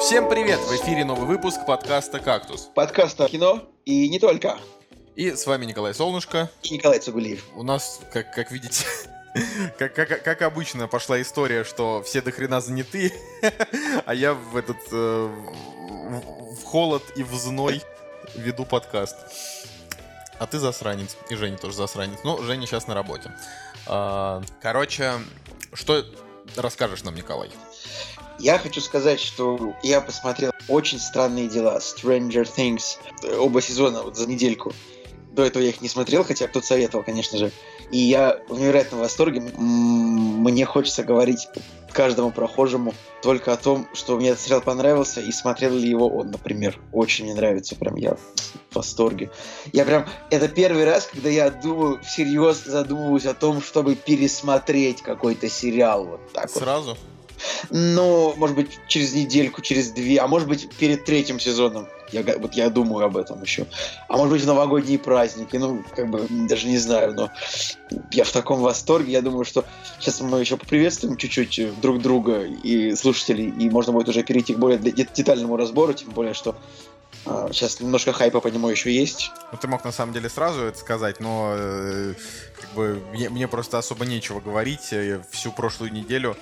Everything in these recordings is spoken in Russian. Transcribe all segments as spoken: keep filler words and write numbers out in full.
Всем привет! В эфире новый выпуск подкаста «Кактус». Подкаста о кино и не только. И с вами Николай Солнышко. И Николай Цугулиев. У нас, как, как видите, как, как, как обычно пошла история, что все до хрена заняты, а я в этот э, в холод и в зной веду подкаст. А ты засранец. И Женя тоже засранец. Но Женя сейчас на работе. А, короче, что расскажешь нам, Николай? Я хочу сказать, что я посмотрел «Очень странные дела», Stranger Things, оба сезона вот за недельку. До этого я их не смотрел, хотя кто-то советовал, конечно же. И я в невероятном восторге. Мне хочется говорить каждому прохожему только о том, что мне этот сериал понравился, и смотрел ли его он, например. Очень мне нравится, прям я в восторге. Я прям... Это первый раз, когда я думаю, всерьез задумываюсь о том, чтобы пересмотреть какой-то сериал. Вот так вот. Сразу? Ну, может быть, через недельку, через две, а может быть, перед третьим сезоном. Я, вот я думаю об этом еще. А может быть, в новогодние праздники. Ну, как бы, даже не знаю, но я в таком восторге. Я думаю, что сейчас мы еще поприветствуем чуть-чуть друг друга и слушателей, и можно будет уже перейти к более детальному разбору, тем более, что а, сейчас немножко хайпа по нему еще есть. Ну, ты мог на самом деле сразу это сказать, но э, как бы мне, мне просто особо нечего говорить. Всю прошлую неделю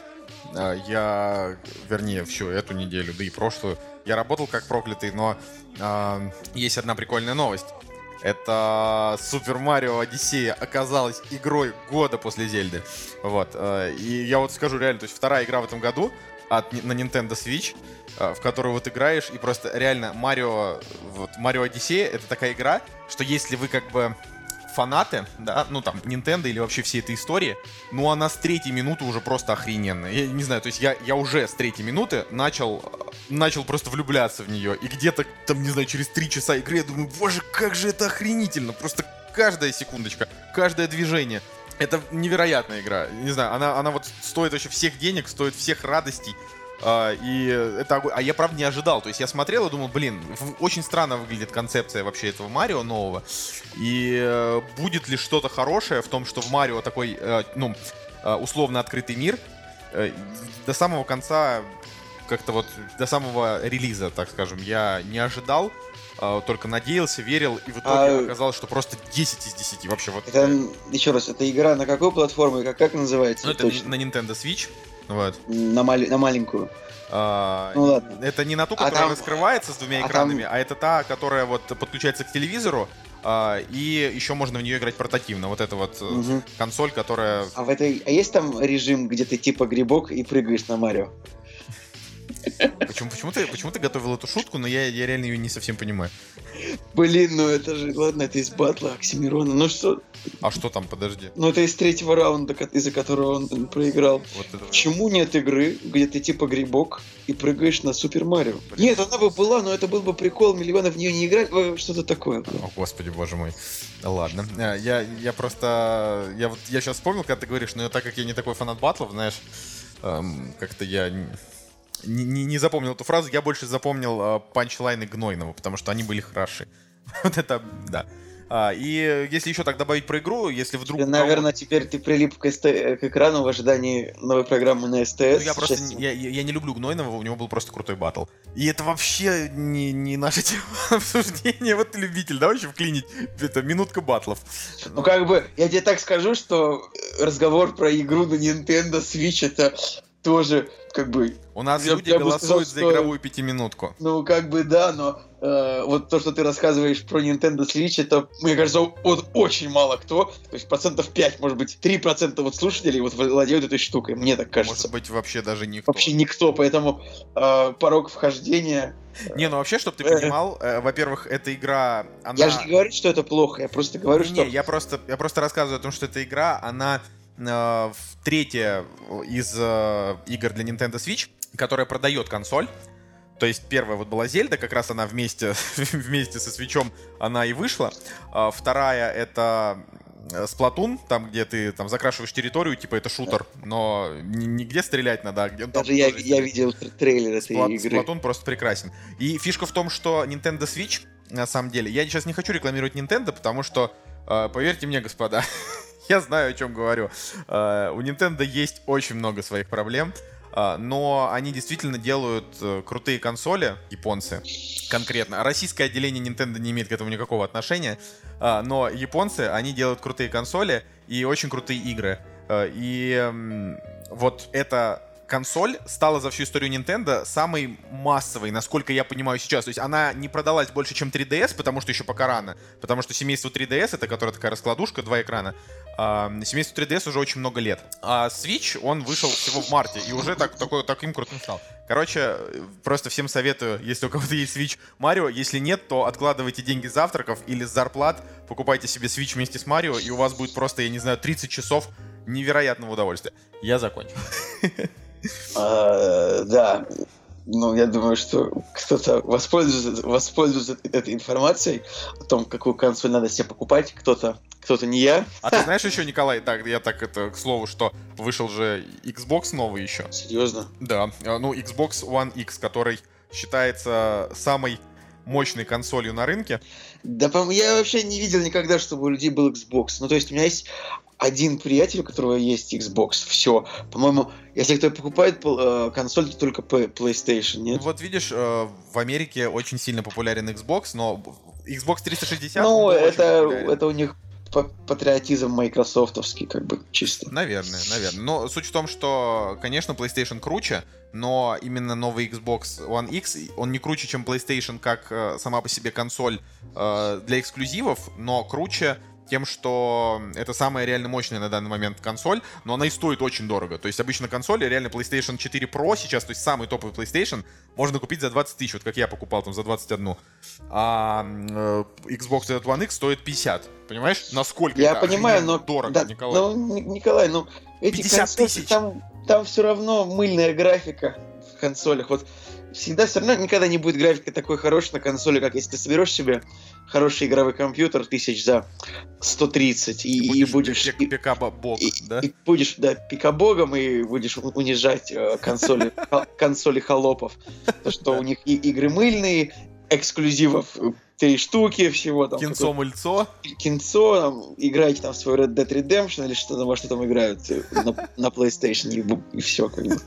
я, вернее, всю эту неделю, да и прошлую, я работал как проклятый, но э, есть одна прикольная новость. Это Super Mario Odyssey оказалась игрой года после Зельды. Вот. Э, и я вот скажу реально, то есть вторая игра в этом году от, на Nintendo Switch, э, в которую вот играешь, и просто реально Mario, вот, Mario Odyssey — это такая игра, что если вы как бы фанаты, да, ну там, Nintendo или вообще всей этой истории, ну она с третьей минуты уже просто охрененная. Я не знаю, то есть я, я уже с третьей минуты начал, начал просто влюбляться в нее. И где-то там, не знаю, через три часа игры я думаю, боже, как же это охренительно. Просто каждая секундочка, каждое движение. Это невероятная игра. Не знаю, она, она вот стоит вообще всех денег, стоит всех радостей. Uh, и это, а я, правда, не ожидал. То есть я смотрел и думал, блин, очень странно выглядит концепция вообще этого Марио нового. И uh, будет ли что-то хорошее в том, что в Марио такой, uh, ну, uh, условно открытый мир. Uh, до самого конца, как-то вот, до самого релиза, так скажем, я не ожидал. Uh, только надеялся, верил, и в итоге а... оказалось, что просто десять из десяти. Вообще вот. Это, еще раз, это игра на какую платформу и как, как называется? Ну, это точно? На Nintendo Switch. Вот. На, мали- на маленькую. А, ну ладно. Это не на ту, которая а там... раскрывается с двумя а экранами, там... а это та, которая вот подключается к телевизору, а, и еще можно в нее играть портативно. Вот эта вот угу. консоль, которая... А в этой, а есть там режим, где ты типа грибок и прыгаешь на Марио? Почему, почему, ты, почему ты готовил эту шутку, но я, я реально ее не совсем понимаю. Блин, ну это же, ладно, это из батла Оксимирона, ну что... А что там, подожди? Ну это из третьего раунда, из-за которого он проиграл. Вот это... Почему нет игры, где ты типа грибок и прыгаешь на Супер Марио? Блин. Нет, она бы была, но это был бы прикол, миллионы в нее не играть, что-то такое. О, господи, боже мой. Ладно, я, я просто... Я, вот, я сейчас вспомнил, когда ты говоришь, но так как я не такой фанат батлов, знаешь, эм, как-то я... Не, не, не запомнил эту фразу, я больше запомнил э, панчлайны Гнойного, потому что они были хороши. Вот это, да. А, и если еще так добавить про игру, если вдруг... Наверное, кого... теперь ты прилип к, ст... к экрану в ожидании новой программы на СТС. Ну, я просто я, я не люблю Гнойного, у него был просто крутой баттл. И это вообще не, не наша тема обсуждения. Вот ты любитель, да, вообще вклинить? Это минутка баттлов. Ну, как бы, я тебе так скажу, что разговор про игру на Nintendo Switch — это тоже... Как бы, у нас я, люди я голосуют сказал, за игровую пятиминутку. Ну, как бы да, но э, вот то, что ты рассказываешь про Nintendo Switch, это, мне кажется, вот очень мало кто, то есть процентов пять, может быть, три процента вот слушателей вот владеют этой штукой, мне так кажется. Может быть, вообще даже никто. Вообще никто, поэтому э, порог вхождения... Э, не, ну вообще, чтобы ты понимал, э, во-первых, эта игра... Она... Я же не говорю, что это плохо, я просто говорю, не, что... Не, я просто, я просто рассказываю о том, что эта игра, она... Uh, третья из uh, игр для Nintendo Switch, которая продает консоль. То есть первая вот была Зельда, как раз она вместе, вместе со Switch'ом она и вышла. Uh, вторая — это Splatoon, там, где ты там закрашиваешь территорию, типа это шутер, но не где стрелять надо, а где... Даже я, я видел трейлер этой Splat, игры. Splatoon просто прекрасен. И фишка в том, что Nintendo Switch, на самом деле, я сейчас не хочу рекламировать Nintendo, потому что, uh, поверьте мне, господа, я знаю, о чем говорю. Uh, у Nintendo есть очень много своих проблем. а, но они действительно делают э, крутые консоли, японцы конкретно. Российское отделение Nintendo не имеет к этому никакого отношения, а, но японцы, они делают крутые консоли и очень крутые игры. А, и м, вот эта консоль стала за всю историю Nintendo самой массовой, насколько я понимаю сейчас. То есть она не продалась больше, чем три ди эс, потому что еще пока рано. Потому что семейство три ди эс, это которая такая раскладушка, два экрана, а, семейству три ди эс уже очень много лет. А Switch, он вышел всего в марте и уже так, такой, таким крутым стал. Короче, просто всем советую, если у кого-то есть Switch Марио, если нет, то откладывайте деньги с завтраков или с зарплат, покупайте себе Switch вместе с Марио, и у вас будет просто, я не знаю, тридцать часов невероятного удовольствия. Я закончил. А, да, ну, я думаю, что кто-то воспользуется, воспользуется этой информацией о том, какую консоль надо себе покупать, кто-то, кто-то не я. А ты знаешь еще, Николай, так, я так это, к слову, что вышел же Xbox новый еще. Серьезно? Да, ну, Xbox One X, который считается самой мощной консолью на рынке. Да, по-моему, я вообще не видел никогда, чтобы у людей был Xbox. Ну, то есть у меня есть один приятель, у которого есть Xbox. Все. По-моему, если кто покупает э, консоль, то только PlayStation, нет? Вот видишь, э, в Америке очень сильно популярен Xbox, но Xbox триста шестьдесят... Ну, это, это у них патриотизм майкрософтовский, как бы, чисто. Наверное, наверное. Но суть в том, что, конечно, PlayStation круче, но именно новый Xbox One X, он не круче, чем PlayStation как э, сама по себе консоль э, для эксклюзивов, но круче тем, что это самая реально мощная на данный момент консоль, но она и стоит очень дорого. То есть обычно консоли, реально PlayStation четыре Pro сейчас, то есть самый топовый PlayStation, можно купить за двадцать тысяч, вот как я покупал там за двадцать один. А э, Xbox One X стоит пятьдесят. Понимаешь, насколько я это понимаю, но дорого, да, Николай? Ну, Николай, ну эти консоли, там, там все равно мыльная графика в консолях. Вот всегда все равно никогда не будет графика такой хорошей на консоли, как если ты соберешь себе хороший игровой компьютер тысяч за сто тридцать и, и будешь пик, пикабог, и, да? и будешь да, пикабогом и будешь унижать э, консоли, консоли холопов. То, что у них и игры мыльные, эксклюзивов три штуки всего. Там, кинцо, мыльцо. Кинцо, там, играйте там в свой Red Dead Redemption или что там, во что там играют на, на PlayStation и, и все как бы.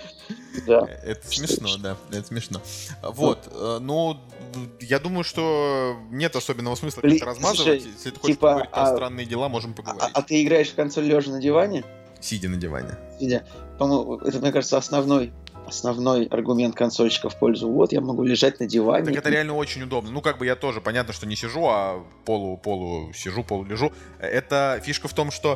Да. Это смешно, да, это смешно. Вот, ну, я думаю, что нет особенного смысла как-то размазывать. Слушай, если ты хочешь типа, поговорить про а, странные дела, можем поговорить. А, а ты играешь в консоль лежа на диване? Сидя на диване. Сидя. По-моему, это, мне кажется, основной основной аргумент консольщика в пользу. Вот, я могу лежать на диване. Так это реально очень удобно. Ну, как бы я тоже, понятно, что не сижу, а полу-полу сижу, полу лежу. Это фишка в том, что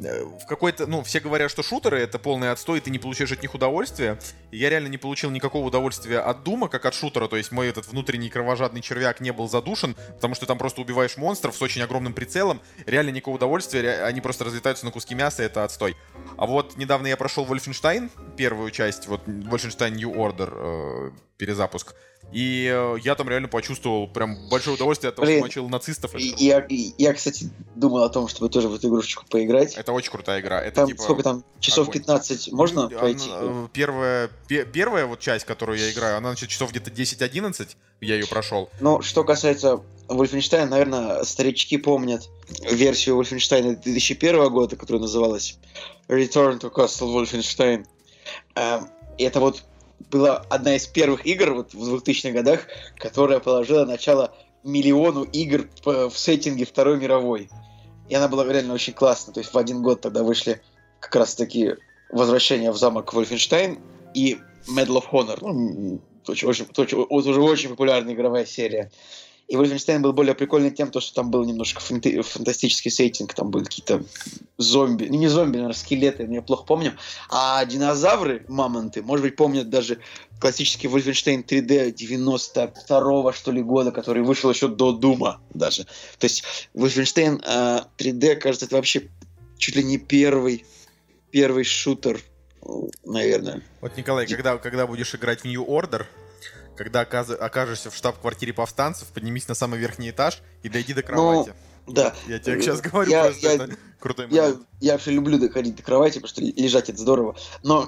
в какой-то, ну, все говорят, что шутеры — это полный отстой, и ты не получаешь от них удовольствия. И я реально не получил никакого удовольствия от Дума, как от шутера. То есть мой этот внутренний кровожадный червяк не был задушен, потому что там просто убиваешь монстров с очень огромным прицелом. Реально никакого удовольствия, они просто разлетаются на куски мяса, это отстой. А вот недавно я прошел Wolfenstein, первую часть, вот Wolfenstein New Order, э, перезапуск. И э, я там реально почувствовал прям большое удовольствие от того, Блин, что мочил нацистов. Я, я, я, кстати, думал о том, чтобы тоже в эту игрушечку поиграть. Это очень крутая игра. Это там типа... сколько там? Часов огонь. пятнадцать можно Ну, пройти? она, первая, пе- первая вот часть, которую я играю, она, значит, часов где-то десять-одиннадцать, я ее прошел. Ну, что касается Wolfenstein, наверное, старички помнят версию Wolfenstein две тысячи первого года, которая называлась Return to Castle Wolfenstein. Эм, и это вот была одна из первых игр вот в двухтысячных годах, которая положила начало миллиону игр в сеттинге Второй мировой. И она была реально очень классная. То есть в один год тогда вышли как раз-таки «Возвращение в замок Wolfenstein» и Medal of Honor. Ну, очень, очень, очень, уже очень популярная игровая серия. И Wolfenstein был более прикольный тем, что там был немножко фанти- фантастический сеттинг, там были какие-то зомби, ну не зомби, наверное, скелеты, я плохо помню, а динозавры, мамонты, может быть, помнят даже классический Wolfenstein три дэ девяносто второго, что ли, года, который вышел еще до Дума даже. То есть Wolfenstein э, три дэ, кажется, это вообще чуть ли не первый, первый шутер, наверное. Вот, Николай, когда, когда будешь играть в New Order, когда окажешься в штаб-квартире повстанцев, поднимись на самый верхний этаж и дойди до кровати. Ну, да. Я тебе сейчас говорю, я, просто я, это крутой момент. Я, я вообще люблю доходить до кровати, потому что лежать это здорово. Но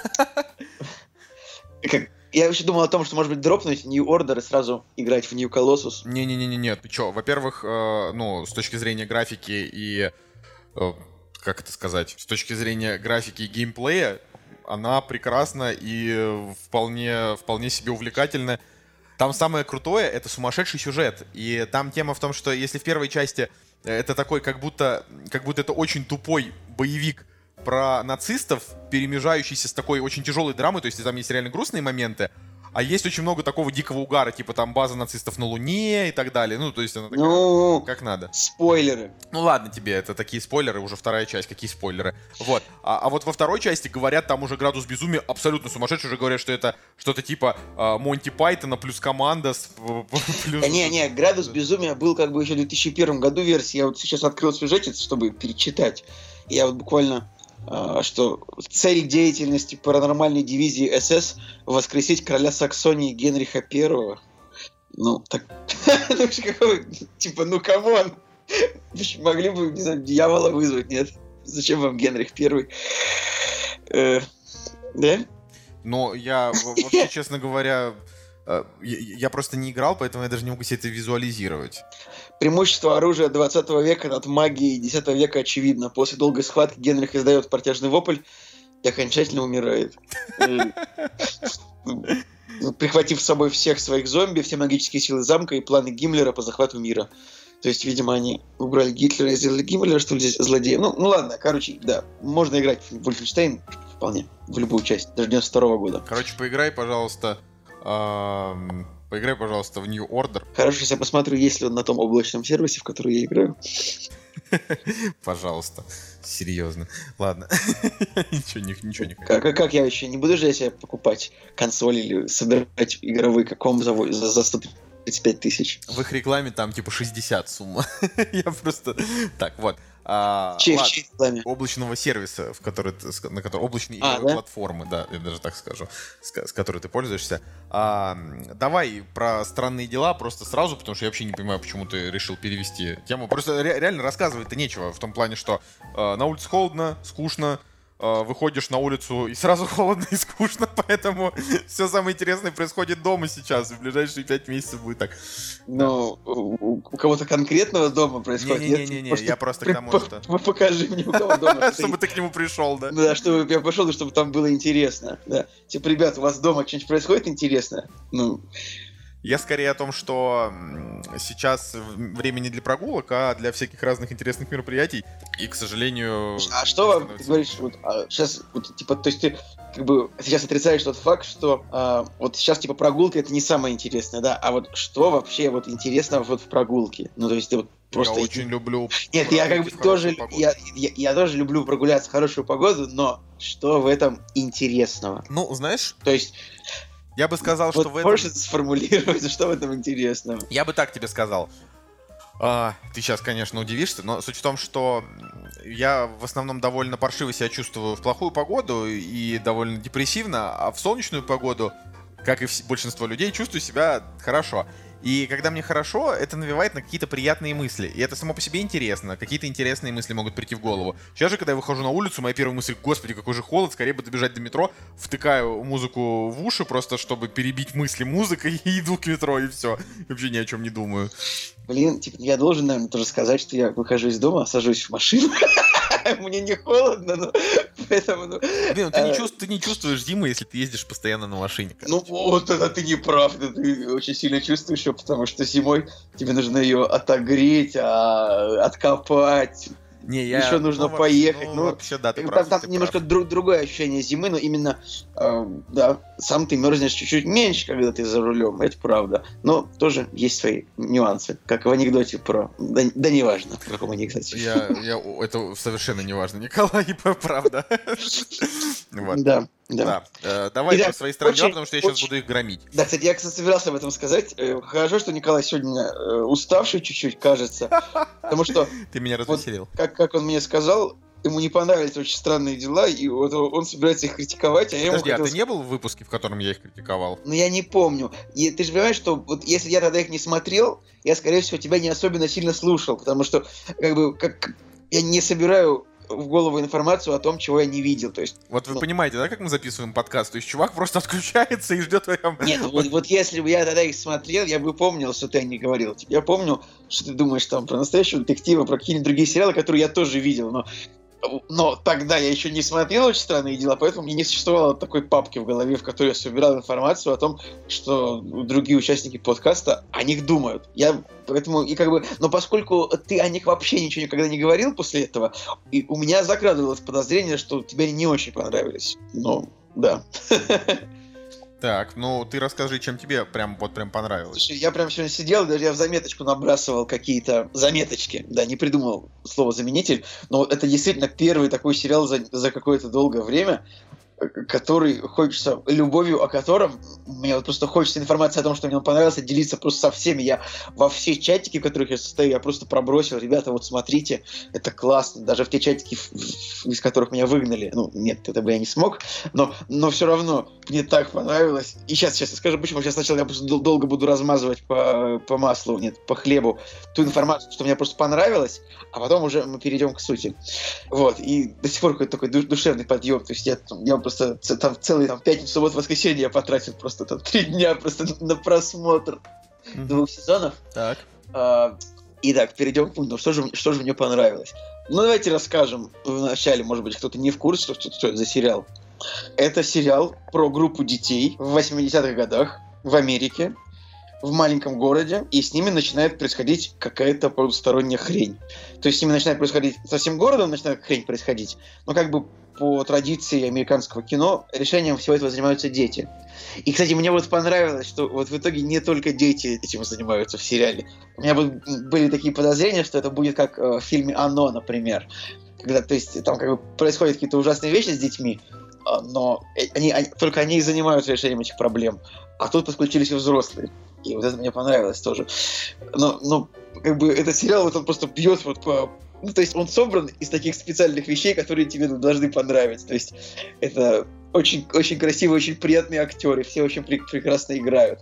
я вообще думал о том, что, может быть, дропнуть New Order и сразу играть в New Colossus. Не-не-не-не, ты чё? Во-первых, э, ну, с точки зрения графики и... Э, как это сказать? С точки зрения графики и геймплея, она прекрасна и вполне, вполне себе увлекательна. Там самое крутое — это сумасшедший сюжет. И там тема в том, что если в первой части это такой, как будто, как будто это очень тупой боевик про нацистов, перемежающийся с такой очень тяжелой драмой, то есть там есть реально грустные моменты, а есть очень много такого дикого угара, типа там база нацистов на Луне и так далее. Ну, то есть она такая, ну, как надо. Спойлеры. Ну ладно тебе, это такие спойлеры, уже вторая часть, какие спойлеры. Вот. А, а вот во второй части говорят, там уже градус безумия абсолютно сумасшедший, уже говорят, что это что-то типа э, Монти Пайтона плюс команда с, плюс... Да не, не, градус безумия был как бы еще в две тысячи первом году версии. Я вот сейчас открыл сюжетец, чтобы перечитать. Я вот буквально... что цель деятельности паранормальной дивизии эс эс — воскресить короля Саксонии Генриха Первого. Ну, так... Типа, ну, камон! Могли бы, не знаю, дьявола вызвать, нет? Зачем вам Генрих Первый? Да? Но я, вообще, честно говоря... Я просто не играл, поэтому я даже не могу себе это визуализировать. Преимущество оружия двадцатого века над магией десятого века очевидно. После долгой схватки Генрих издает протяжный вопль и окончательно умирает. Прихватив с собой всех своих зомби, все магические силы замка и планы Гиммлера по захвату мира. То есть, видимо, они убрали Гитлера и сделали Гиммлера, что ли, здесь злодеем. Ну, ну ладно, короче, да. Можно играть в Wolfenstein вполне, в любую часть, даже девяносто второго года. Короче, поиграй, пожалуйста... Uh, поиграй, пожалуйста, в New Order. Хорошо, сейчас я посмотрю, есть ли он на том облачном сервисе, в который я играю. Пожалуйста. Серьезно. Ладно. Ничего не, ничего не хочу. Как, как я еще не буду же я себе покупать консоль или собирать игровые каком за, за, за сто тридцать пять тысяч? В их рекламе там типа шестьдесят сумма. Я просто... Так, вот. А, Чей, ладно, чей рекламе? облачного сервиса, в который, на который облачные а, игровые да? платформы, да, я даже так скажу, с, с которой ты пользуешься. А, давай про странные дела просто сразу, потому что я вообще не понимаю, почему ты решил перевести тему. Просто ре- реально рассказывать-то нечего, в том плане, что э, на улице холодно, скучно, э, выходишь на улицу и сразу холодно и скучно, поэтому все самое интересное происходит дома сейчас, и в ближайшие пять месяцев будет так. Ну, у, у кого-то конкретного дома происходит? Не-не-не, я просто к тому, что... Покажи мне, у кого дома. Чтобы ты к нему пришел, да? Да, чтобы я пошел, чтобы там было интересно. Да. Типа, ребят, у вас дома что-нибудь происходит интересное? Ну... Я скорее о том, что сейчас времени для прогулок, а для всяких разных интересных мероприятий. И, к сожалению... А что вам, ты говоришь, вот, а сейчас, вот, типа, то есть ты как бы сейчас отрицаешь тот факт, что а, вот сейчас, типа, прогулка — это не самое интересное, да? А вот что вообще вот интересного вот в прогулке? Ну, то есть ты вот просто... Я очень люблю... Нет, я как бы тоже... Я, я, я тоже люблю прогуляться в хорошую погоду, но что в этом интересного? Ну, знаешь... То есть... Я бы сказал, вот что в этом... Можешь это сформулировать, что в этом интересного? Я бы так тебе сказал. А, ты сейчас, конечно, удивишься, но суть в том, что я в основном довольно паршиво себя чувствую в плохую погоду и довольно депрессивно, а в солнечную погоду, как и большинство людей, чувствую себя хорошо. И когда мне хорошо, это навевает на какие-то приятные мысли. И это само по себе интересно. Какие-то интересные мысли могут прийти в голову. Сейчас же, когда я выхожу на улицу, моя первая мысль: господи, какой же холод, скорее бы добежать до метро. Втыкаю музыку в уши, просто чтобы перебить мысли музыкой, и иду к метро, и все. Вообще ни о чем не думаю. Блин, типа, я должен, наверное, тоже сказать, что я выхожу из дома, сажусь в машину. Мне не холодно, но поэтому... Ну, Блин, ты, а... не чувств... ты не чувствуешь зиму, если ты ездишь постоянно на машине. Короче. Ну вот, это ты не прав, это ты очень сильно чувствуешь ее, потому что зимой тебе нужно ее отогреть, а... откопать. Не, я... Еще нужно ну, поехать. Ну, ну, вообще, да, ты там, прав. Там ты немножко прав. Друг, другое ощущение зимы, но именно, э, да, сам ты мерзнешь чуть-чуть меньше, когда ты за рулем, это правда. Но тоже есть свои нюансы, как в анекдоте про... Да, да неважно, в каком анекдоте. Я, я, это совершенно неважно, Николай, правда. Вот. Да. Да. Да. Э, давай Итак, про свои страны дела, очень, потому что я очень... сейчас буду их громить. Да, кстати, я, кстати, собирался об этом сказать. Э, хорошо, что Николай сегодня э, уставший чуть-чуть, кажется. Потому что... Ты меня развеселил. Вот, как, как он мне сказал, ему не понравились очень странные дела, и вот он собирается их критиковать, а я ему Подожди, хотел... а ты не был в выпуске, в котором я их критиковал? Ну, я не помню. И ты же понимаешь, что вот если я тогда их не смотрел, я, скорее всего, тебя не особенно сильно слушал, потому что, как бы, как я не собираю в голову информацию о том, чего я не видел. То есть, вот вы ну... понимаете, да, как мы записываем подкаст? То есть чувак просто отключается и ждет прям... Нет, вот, вот если бы я тогда их смотрел, я бы помнил, что ты не говорил. Я помню, что ты думаешь там про настоящего детектива, про какие-нибудь другие сериалы, которые я тоже видел, но Но тогда я еще не смотрел «Очень странные дела», поэтому мне не существовало такой папки в голове, в которой я собирал информацию о том, что другие участники подкаста о них думают. Я поэтому и как бы, но поскольку ты о них вообще ничего никогда не говорил после этого, и у меня закрадывалось подозрение, что тебе они не очень понравились. Ну, да. Так, ну ты расскажи, чем тебе прям вот прям понравилось. Слушай, я прям сегодня сидел, даже я в заметочку набрасывал какие-то заметочки. Да, не придумал слово заменитель, но это действительно первый такой сериал за, за какое-то долгое время, который хочется, любовью о котором, мне вот просто хочется информации о том, что мне он понравился, делиться просто со всеми. Я во все чатики, в которых я состою, я просто пробросил: ребята, вот смотрите, это классно. Даже в те чатики, из которых меня выгнали, ну, нет, это бы я не смог, но, но все равно мне так понравилось. И сейчас, сейчас я скажу, почему. Сейчас сначала я просто дол- долго буду размазывать по, по маслу, нет, по хлебу ту информацию, что мне просто понравилось, а потом уже мы перейдем к сути. Вот, и до сих пор какой-то такой душевный подъем. То есть я, я просто там целый там пятницу, субботу, воскресенье я потратил просто там три дня просто на просмотр mm-hmm. двух сезонов. Так. А, итак, перейдем к пункту. Что же, что же мне понравилось? Ну, давайте расскажем вначале, может быть, кто-то не в курсе, что, что, что это за сериал. Это сериал про группу детей в восьмидесятых годах в Америке, в маленьком городе, и с ними начинает происходить какая-то потусторонняя хрень. То есть с ними начинает происходить, со всем городом начинает хрень происходить, но как бы по традиции американского кино решением всего этого занимаются дети. И, кстати, мне вот понравилось, что вот в итоге не только дети этим занимаются в сериале. У меня вот были такие подозрения, что это будет как э, в фильме «Оно», например. Когда, то есть, там как бы происходят какие-то ужасные вещи с детьми, э, но они, они, только они и занимаются решением этих проблем. А тут подключились и взрослые. И вот это мне понравилось тоже. Но, но как бы этот сериал, вот он просто бьет вот по... Ну, то есть он собран из таких специальных вещей, которые тебе должны понравиться. То есть это очень, очень красивые, очень приятные актеры, все очень пр- прекрасно играют.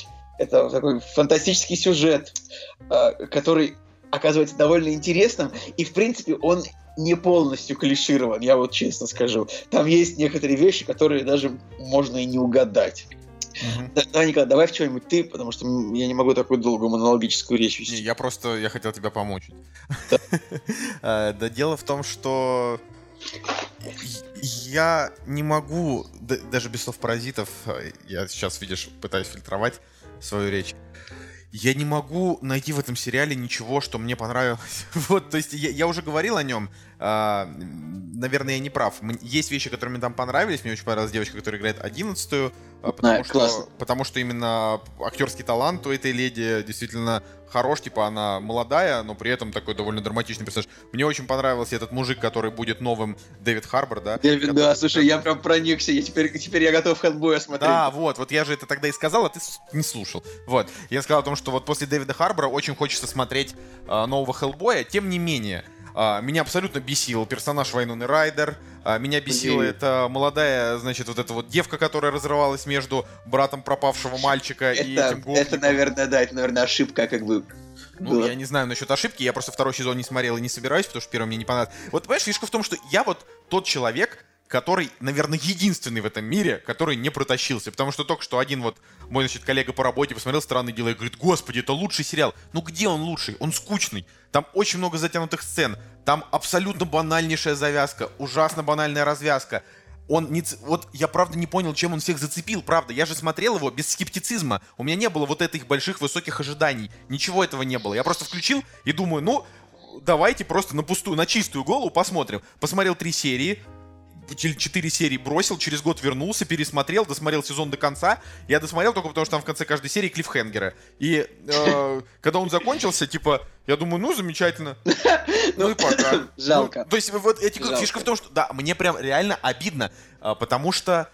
Это такой фантастический сюжет, э, который оказывается довольно интересным, и в принципе он не полностью клиширован, я вот честно скажу. Там есть некоторые вещи, которые даже можно и не угадать. Uh-huh. Да, да, Николай, давай в что-нибудь ты, потому что я не могу такую долгую монологическую речь вести. Не, я просто, я хотел тебя помочь. Да, дело в том, что я не могу, даже без слов паразитов, я сейчас, видишь, пытаюсь фильтровать свою речь, я не могу найти в этом сериале ничего, что мне понравилось. Вот, то есть я, я уже говорил о нем. А, наверное, я не прав. Есть вещи, которые мне там понравились. Мне очень понравилась девочка, которая играет одиннадцатую. Потому, а, что, потому что именно актерский талант у этой леди действительно хорош. Типа она молодая, но при этом такой довольно драматичный персонаж. Мне очень понравился этот мужик, который будет новым, Дэвид Харбор, да? Дэвид, который, да, слушай, я прям проникся. Я теперь, теперь я готов Хеллбоя смотреть. Да, вот, вот я же это тогда и сказал, а ты не слушал. Вот, я сказал о том, что вот после Дэвида Харбора очень хочется смотреть э, нового Хеллбоя. Тем не менее, э, меня абсолютно бесил персонаж Вайноны Райдер. Э, меня бесила Блин. эта молодая, значит, вот эта вот девка, которая разрывалась между братом пропавшего мальчика это, и этим гопником. Это, наверное, да, это, наверное, ошибка, как бы. Ну, было. Я не знаю насчет ошибки, я просто второй сезон не смотрел и не собираюсь, потому что первый мне не понравился. Вот, понимаешь, фишка в том, что я вот тот человек, который, наверное, единственный в этом мире, который не протащился. Потому что только что один вот мой, значит, коллега по работе посмотрел «Странные дела» и говорит: господи, это лучший сериал. Ну где он лучший? Он скучный. Там очень много затянутых сцен. Там абсолютно банальнейшая завязка. Ужасно банальная развязка. Он не... Вот я правда не понял, чем он всех зацепил, правда. Я же смотрел его без скептицизма. У меня не было вот этих больших высоких ожиданий. Ничего этого не было. Я просто включил и думаю, ну, давайте просто на пустую, на чистую голову посмотрим. Посмотрел три серии. Четыре серии бросил, через год вернулся, пересмотрел, досмотрел сезон до конца. Я досмотрел только потому, что там в конце каждой серии клиффхенгеры. И э, когда он закончился, типа, я думаю, ну, замечательно. Ну и пока. Жалко. То есть вот эти фишка в том, что, да, мне прям реально обидно, потому что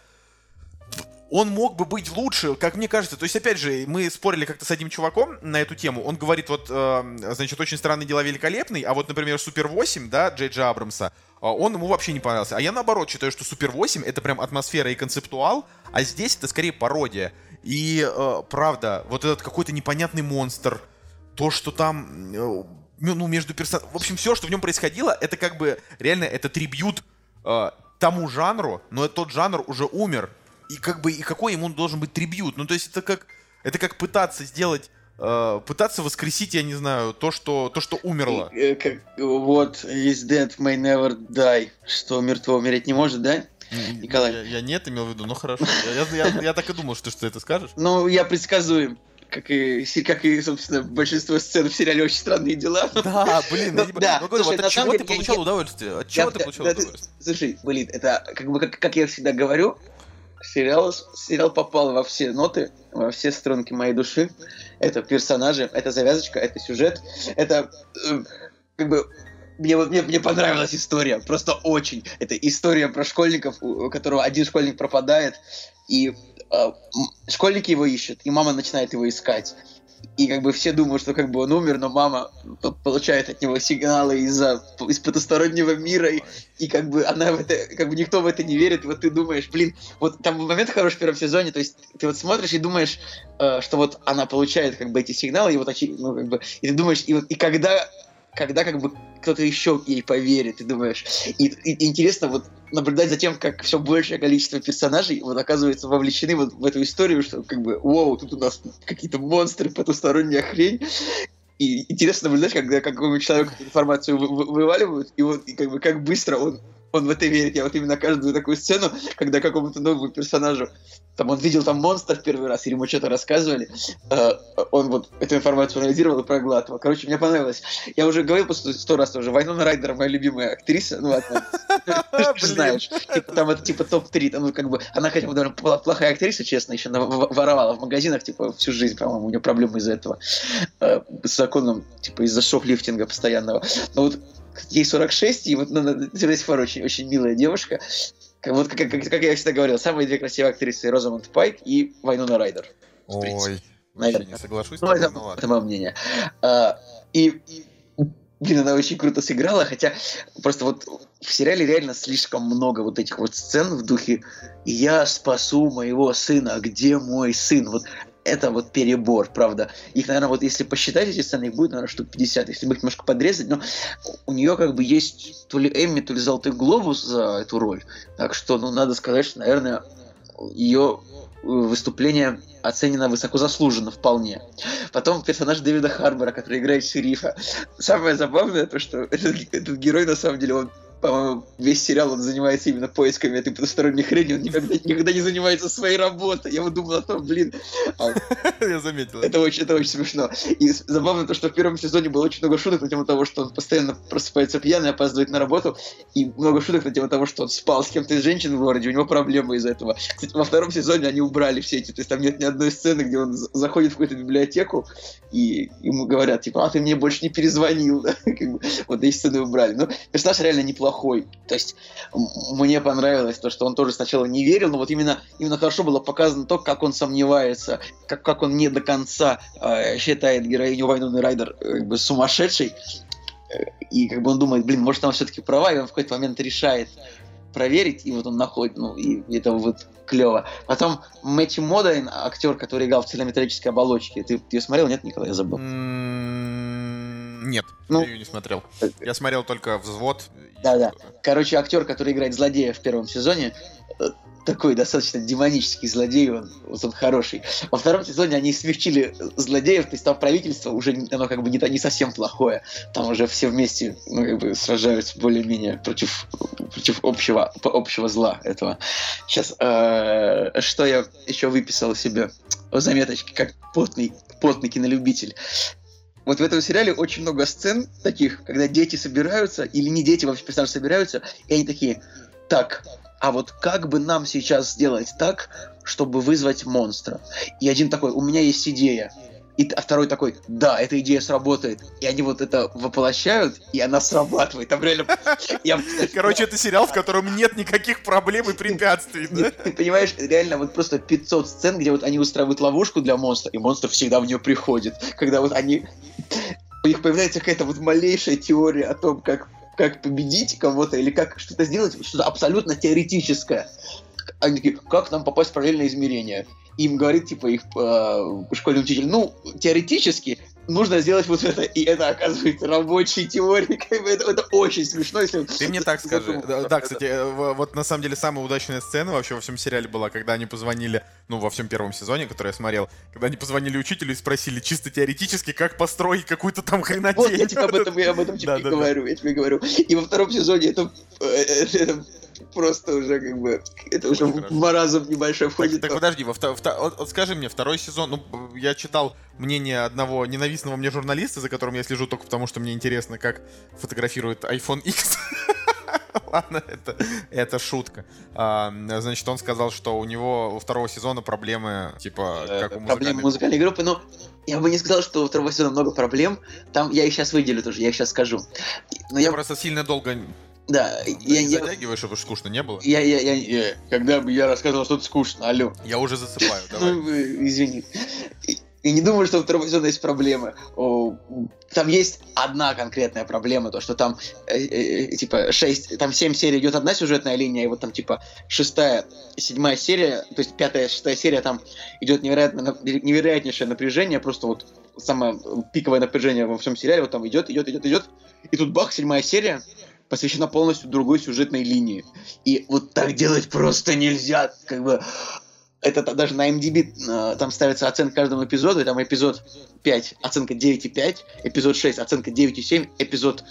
он мог бы быть лучше, как мне кажется. То есть, опять же, мы спорили как-то с одним чуваком на эту тему. Он говорит, вот, э, значит, «Очень странные дела» великолепный, а вот, например, «Супер восемь», да, Джей Джей Абрамса, он ему вообще не понравился. А я, наоборот, считаю, что «Супер восемь» — это прям атмосфера и концептуал, а здесь это скорее пародия. И, э, правда, вот этот какой-то непонятный монстр, то, что там, э, ну, между персонажами... В общем, все, что в нем происходило, это как бы реально, это трибьют э, тому жанру, но тот жанр уже умер. И как бы, и какой ему должен быть трибьют? Ну, то есть это как, это как пытаться сделать э, пытаться воскресить, я не знаю, то, что, то, что умерло. И, э, как, вот, is dead may never die, что мертвый умереть не может, да? Николай. Я, я нет имел в виду, но хорошо. Я, я, я, я так и думал, что, что ты это скажешь. Ну, я предсказуем. Как и, как и, собственно, большинство сцен в сериале «Очень странные дела». Да, блин, ну, я, да. ну, говорю, Слушай, вот на от чего самом ты деле, получал я, удовольствие? От чего я, ты да, получал да, удовольствие? Слушай, блин, это, как бы, как, как я всегда говорю, сериал, сериал попал во все ноты, во все струнки моей души. Это персонажи, это завязочка, это сюжет, это э, как бы... Мне, мне, мне понравилась история, просто очень. Это история про школьников, у которого один школьник пропадает, и э, школьники его ищут, и мама начинает его искать. И как бы все думают, что как бы он умер, но мама получает от него сигналы из-за из потустороннего мира, и, и как бы она в это, как бы никто в это не верит. И вот ты думаешь, блин, вот там момент хороший в первом сезоне, то есть ты вот смотришь и думаешь, э, что вот она получает как бы эти сигналы, и вот ну, как бы, и ты думаешь, и вот и когда когда как бы кто-то еще ей поверит, ты думаешь. И, и, и интересно вот наблюдать за тем, как все большее количество персонажей вот оказывается вовлечены вот в эту историю, что как бы, вау, тут у нас какие-то монстры, потусторонняя хрень. И интересно наблюдать, когда какому-нибудь человеку эту информацию вы, вы, вываливают, и вот и как бы как быстро он он в это верит. Я вот именно каждую такую сцену, когда какому-то новому персонажу, там он видел там монстр в первый раз, или ему что-то рассказывали, э, он вот эту информацию анализировал и проглатывал. Короче, мне понравилось. Я уже говорил просто сто раз тоже, Вайнона Райдер моя любимая актриса, ну ладно, ты же знаешь, там это типа топ-три, там как бы, она хотя бы, наверное, плохая актриса, честно, еще воровала в магазинах, типа, всю жизнь, по-моему, у нее проблемы из-за этого, с законом, типа, из-за шоплифтинга постоянного. Но вот ей сорок шесть, и вот ну, до сих пор очень, очень милая девушка. Как, вот, как, как, как я всегда говорил, самые две красивые актрисы — Розамунд Пайк и Вайнона Райдер. Ой, вообще не соглашусь. Ну, тобой, это, ну, это мое мнение. А, и, блин, она очень круто сыграла, хотя просто вот в сериале реально слишком много вот этих вот сцен в духе «Я спасу моего сына, где мой сын?» Вот это вот перебор, правда. Их, наверное, вот если посчитать эти сцены, их будет, наверное, штук пятьдесят, если бы их немножко подрезать, но у нее как бы есть то ли Эмми, то ли Золотой глобус за эту роль. Так что, ну, надо сказать, что, наверное, ее выступление оценено высокозаслуженно вполне. Потом персонаж Дэвида Харбора, который играет шерифа. Самое забавное то, что этот, этот герой, на самом деле, он, по-моему, весь сериал он занимается именно поисками этой потусторонней хрени, он никогда, никогда не занимается своей работой. Я вот думал о том, блин... Я заметил. Это очень, это очень смешно. И забавно то, что в первом сезоне было очень много шуток на тему того, что он постоянно просыпается пьяный, опаздывает на работу, и много шуток на тему того, что он спал с кем-то из женщин в городе, у него проблемы из-за этого. Кстати, во втором сезоне они убрали все эти, то есть там нет ни одной сцены, где он заходит в какую-то библиотеку, и ему говорят, типа, а ты мне больше не перезвонил, да? Как бы, вот эти сцены убрали. Но персонаж реально неплохой. То есть мне понравилось то, что он тоже сначала не верил, но вот именно, именно хорошо было показано то, как он сомневается, как, как он не до конца э, считает героиню Вайноны Райдер э, как бы сумасшедшей, э, и как бы он думает, блин, может, она все-таки права, и он в какой-то момент решает проверить, и вот он находит, ну, и это вот клево. Потом Мэтью Модайн, актер, который играл в цельнометаллической оболочке. Ты, ты ее смотрел? Нет, Николай? Я забыл. Нет, ну, я ее не смотрел. Я смотрел только «Взвод». Да-да. Короче, актер, который играет злодея в первом сезоне, такой достаточно демонический злодей, он, вот он хороший. Во втором сезоне они смягчили злодеев, то есть там правительство уже оно как бы не, не совсем плохое. Там уже все вместе ну, как бы сражаются более-менее против, против общего, общего зла этого. Сейчас, э, что я еще выписал себе заметочки, как потный, потный кинолюбитель. Вот в этом сериале очень много сцен таких, когда дети собираются, или не дети, вообще персонажи собираются, и они такие, так, а вот как бы нам сейчас сделать так, чтобы вызвать монстра? И один такой, у меня есть идея. И, а второй такой, да, эта идея сработает. И они вот это воплощают, и она срабатывает. Там реально... Я... Короче, это сериал, в котором нет никаких проблем и препятствий, да? Ты понимаешь, реально вот просто пятьсот сцен, где вот они устраивают ловушку для монстра, и монстр всегда в нее приходит. Когда вот они... У них появляется какая-то вот малейшая теория о том, как как победить кого-то или как что-то сделать, что-то абсолютно теоретическое. Они такие, как нам попасть в параллельное измерение? Им говорит, типа, их э, школьный учитель, ну, теоретически, нужно сделать вот это, и это оказывается рабочей теорией, как бы это, это очень смешно, если... Ты мне так скажи. Да, да, кстати, вот на самом деле самая удачная сцена вообще во всем сериале была, когда они позвонили, ну, во всем первом сезоне, который я смотрел, когда они позвонили учителю и спросили чисто теоретически, как построить какую-то там хренотень. Вот я тебе об этом, я об этом тебе говорю, я тебе говорю. И во втором сезоне это, это просто уже как бы, это уже в маразм небольшой входит. Так, так подожди, во, во, вот, вот скажи мне, второй сезон, ну, я читал мнение одного ненавистного мне журналиста, за которым я слежу только потому, что мне интересно, как фотографирует iPhone X. Ладно, это, это шутка. А, значит, он сказал, что у него у второго сезона проблемы, типа, как у музыкальной... Проблемы музыкальной группы, но я бы не сказал, что у второго сезона много проблем. Там я их сейчас выделю тоже, я их сейчас скажу. Но я просто сильно долго... Да, да я, не я затягивай, чтобы скучно не было. Я, я, я, я, когда бы я рассказывал что-то скучно, алло. Я уже засыпаю, давай. Ну, извини. Я не думаю, что у второго сезона есть проблемы. О, там есть одна конкретная проблема, то, что там, э, э, типа, шесть, там семь серий идет одна сюжетная линия, и вот там, типа, шестая, седьмая серия, то есть пятая, шестая серия, там идет невероятно, невероятнейшее напряжение, просто вот самое пиковое напряжение во всем сериале, вот там идет, идет, идет, идет, и тут бах, седьмая серия посвящена полностью другой сюжетной линии. И вот так делать просто нельзя, как бы... Это даже на эм ди би э, там ставится оценка каждому эпизоду, и там эпизод пять, оценка девять и пять, эпизод шесть, оценка девять и семь, эпизод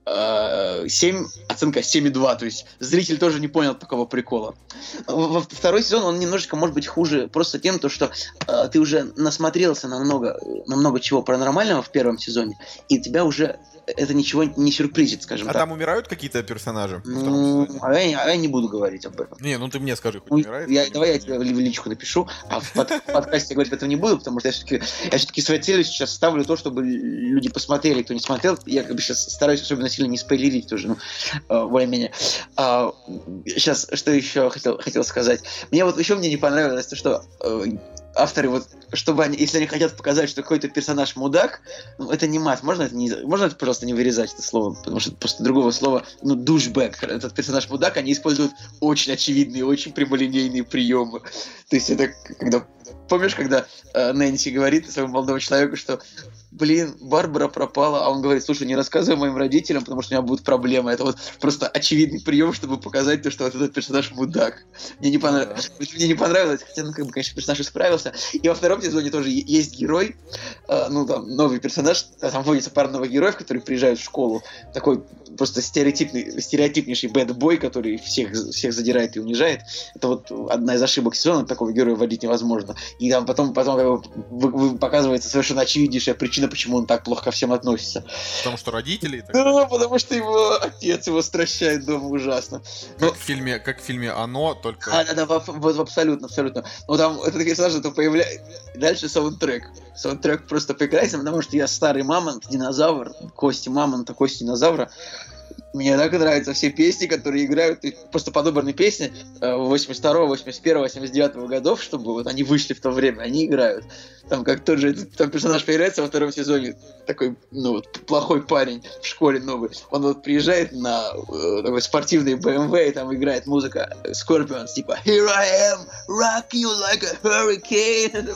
э, семь, оценка семь и два, то есть зритель тоже не понял такого прикола. Во второй сезон он немножечко может быть хуже просто тем, то, что э, ты уже насмотрелся на много, на много чего паранормального в первом сезоне, и тебя уже это ничего не сюрпризит, скажем а так. А там умирают какие-то персонажи? Ну, а я, а я не буду говорить об этом. Не, ну ты мне скажи, хоть ну, умирает? Я, давай я тебе в личку напишу, а в, под, в подкасте говорить об этом не буду, потому что я все-таки, я все-таки своей целью сейчас ставлю то, чтобы люди посмотрели, кто не смотрел. Я как бы сейчас стараюсь особенно сильно не спойлерить тоже, ну, э, более-менее. А, сейчас, что еще хотел, хотел сказать. Мне вот еще мне не понравилось то, что э, авторы вот, чтобы они, если они хотят показать, что какой-то персонаж мудак, ну, это не мат, можно это не, можно это, пожалуйста, не вырезать это слово, потому что просто другого слова, ну, душбэк, этот персонаж мудак, они используют очень очевидные, очень прямолинейные приемы. То есть это когда, помнишь, когда э, Нэнси говорит своему молодому человеку, что блин, Барбара пропала, а он говорит, слушай, не рассказывай моим родителям, потому что у меня будут проблемы. Это вот просто очевидный прием, чтобы показать то, что вот этот персонаж мудак. Мне не понравилось. Да. Мне не понравилось, хотя, ну, как бы, конечно, персонаж исправился. И во втором сезоне тоже есть герой, э, ну, там, новый персонаж, там вводится пара новых героев, которые приезжают в школу. Такой просто стереотипный, стереотипнейший бэд-бой, который всех, всех задирает и унижает. Это вот одна из ошибок сезона, такого героя вводить невозможно. И там потом, потом как бы, вы, вы, показывается совершенно очевиднейшая причина, почему он так плохо ко всем относится. Потому что родители? Так... Да, потому что его отец его стращает дома ужасно. Как, Но... в, фильме, как в фильме «Оно», только... А, да, да, в, в, в, абсолютно, абсолютно. Но там этот персонаж это появляется... Дальше саундтрек. Саундтрек просто прекрасен, потому что я старый мамонт, динозавр, кости мамонта, кости динозавра. Мне так нравятся все песни, которые играют, просто подобранные песни восемьдесят второго, восемьдесят первого, восемьдесят девятого годов, чтобы вот они вышли в то время, они играют. Там как тот же, там персонаж появляется во втором сезоне, такой, ну вот, плохой парень в школе новый. Он вот приезжает на э, такой спортивный бэ эм вэ, и там играет музыка Scorpions, типа Here I am, rock you like a hurricane.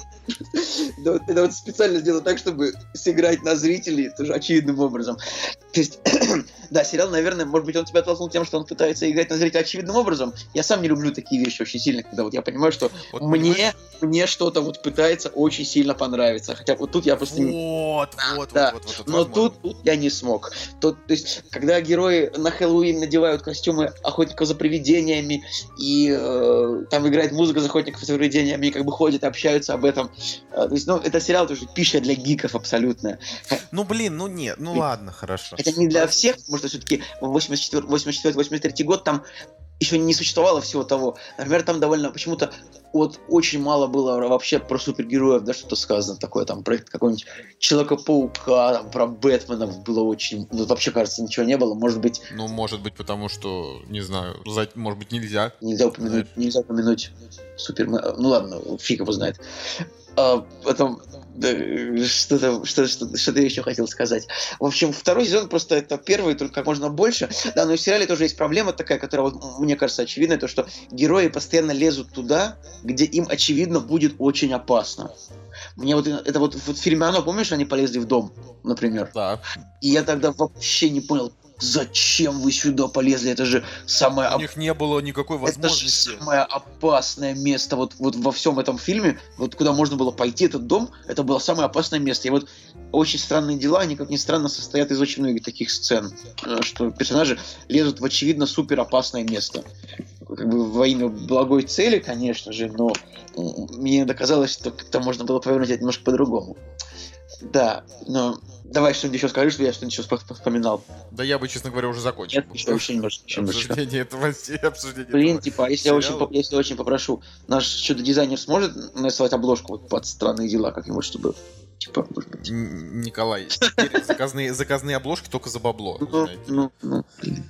Это вот специально сделано так, чтобы сыграть на зрителей, тоже очевидным образом. То есть, да, сериал, наверное, может быть, он тебя оттолкнул тем, что он пытается играть на зрителей очевидным образом. Я сам не люблю такие вещи очень сильно, когда вот я понимаю, что вот, мне, мне что-то вот пытается очень сильно понравиться. Хотя вот тут я просто... Вот, да, вот, да. вот, вот, вот, но тут, тут я не смог. Тут, то есть, когда герои на Хэллоуин надевают костюмы охотников за привидениями, и э, там играет музыка за охотников за привидениями, и как бы ходят и общаются об этом. Э, то есть, ну, это сериал тоже пища для гиков абсолютная. Ну, блин, ну нет, ну и... ладно, хорошо. Это не для всех, потому что все-таки восемьдесят четвёртый восемьдесят третий год там еще не существовало всего того. Например, там довольно почему-то вот очень мало было вообще про супергероев, да, что-то сказано такое, там, про какого-нибудь Человека-паука, там, про Бэтмена было очень... Ну, вообще, кажется, ничего не было, может быть... Ну, может быть, потому что, не знаю, за... может быть, нельзя. Нельзя упомянуть, нельзя упомянуть Супермена. Ну, ладно, фиг его знает. А потом... Да, что-то, что, что, что-то я еще хотел сказать. В общем, второй сезон просто это первый, только как можно больше. Да, но в сериале тоже есть проблема такая, которая, вот, мне кажется, очевидная, то, что герои постоянно лезут туда, где им, очевидно, будет очень опасно. Мне вот это вот, вот в фильме «Оно», помнишь, они полезли в дом, например? Да. И я тогда вообще не понял, зачем вы сюда полезли? Это же самое... У них не было никакой возможности. Это же самое опасное место вот, вот во всем этом фильме, вот куда можно было пойти, этот дом, это было самое опасное место. И вот «Очень странные дела», они, как ни странно, состоят из очень многих таких сцен, что персонажи лезут в, очевидно, супер опасное место. Как бы во имя благой цели, конечно же, но мне доказалось, что как-то можно было повернуть это немножко по-другому. Да, но давай что-нибудь еще скажи, что я что-нибудь еще вспоминал. Да я бы, честно говоря, уже закончил. Нет, еще, еще немножко. Еще обсуждение этого, обсуждение Блин, этого типа, если я, очень, если я очень попрошу, наш чудо-дизайнер сможет нарисовать обложку вот под «Странные дела» как-нибудь, чтобы... Типа, может быть... Николай, заказные, заказные обложки только за бабло. Ну, ну, ну,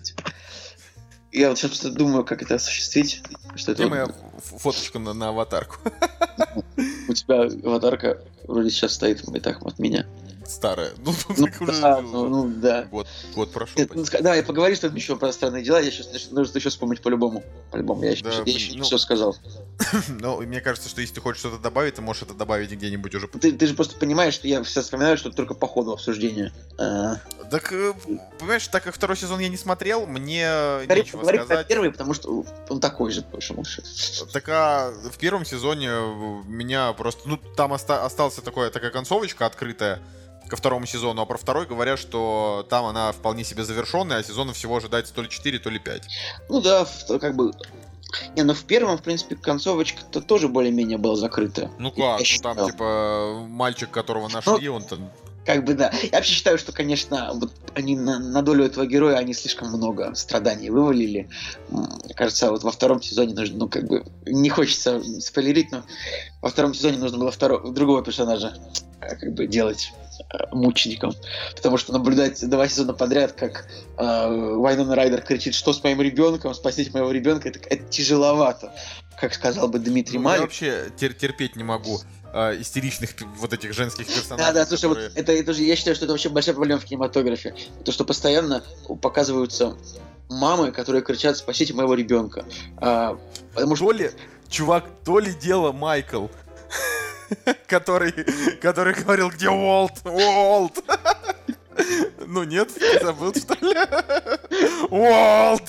я вот сейчас просто думаю, как это осуществить. Что Где это... моя фоточка на, на аватарку? У тебя аватарка вроде сейчас стоит и так от меня. Старая. Ну, ну, так уже да, ну, ну, да. Год, год прошел. Ты, ну, да, я поговори что-то еще про «Странные дела», я сейчас нужно еще вспомнить по-любому. По-любому, я еще, да, я еще ну, не все сказал. Ну, мне кажется, что если ты хочешь что-то добавить, ты можешь это добавить где-нибудь уже. Ты, ты же просто понимаешь, что я сейчас вспоминаю, что это только по ходу обсуждения. А... Так, понимаешь, так как второй сезон я не смотрел, мне говори, нечего говори сказать. Про первый, потому что он такой же, по большому счету. Так, а в первом сезоне меня просто... Ну, там оста- остался такое, такая концовочка открытая ко второму сезону, а про второй говорят, что там она вполне себе завершенная, а сезонов всего ожидается то ли четыре, то ли пять. Ну да, как бы... Не, ну в первом, в принципе, концовочка-то тоже более-менее была закрытая. Ну как? Ну там, типа, мальчик, которого нашли, ну, он там... Как бы, да. Я вообще считаю, что, конечно, вот они на, на долю этого героя, они слишком много страданий вывалили. Мне кажется, вот во втором сезоне нужно, ну, как бы, не хочется спойлерить, но во втором сезоне нужно было второго, другого персонажа как бы делать мучеником. Потому что наблюдать два сезона подряд, как э, Вайнона Райдер кричит, что с моим ребенком, спасите моего ребенка, это, это тяжеловато. Как сказал бы Дмитрий ну, Малик. Я вообще тер- терпеть не могу э, истеричных вот этих женских персонажей. Да, да, слушай, которые... вот это, это же, я считаю, что это вообще большая проблема в кинематографе. То, что постоянно показываются мамы, которые кричат «спасите моего ребенка». А, потому что... То ли, чувак, то ли дело Майкл, который, который говорил, где Уолт? Уолт! Ну нет, ты забыл, что ли? Уолт!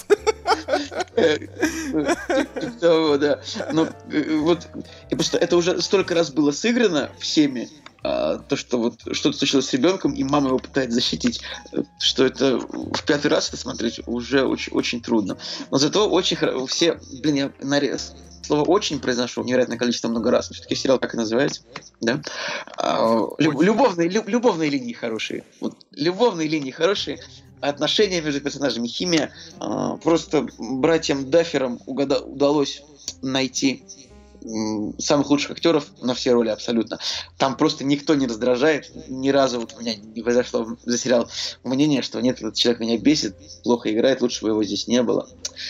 Да. Ну, вот, и просто это уже столько раз было сыграно всеми, а, то, что вот что-то случилось с ребенком, и мама его пытается защитить, что это в пятый раз это смотреть уже очень, очень трудно. Но зато очень хорошо, все, блин, я нарез. Слово «очень» произношу невероятное количество много раз. Все-таки сериал как и называется, да? А, люб, любовные, люб, любовные линии хорошие. Вот, любовные линии хорошие. Отношения между персонажами, химия. А, просто братьям Дафферам угада- удалось найти м, самых лучших актеров на все роли абсолютно. Там просто никто не раздражает. Ни разу вот у меня не произошло за сериал мнение, что нет, этот человек меня бесит, плохо играет, лучше бы его здесь не было.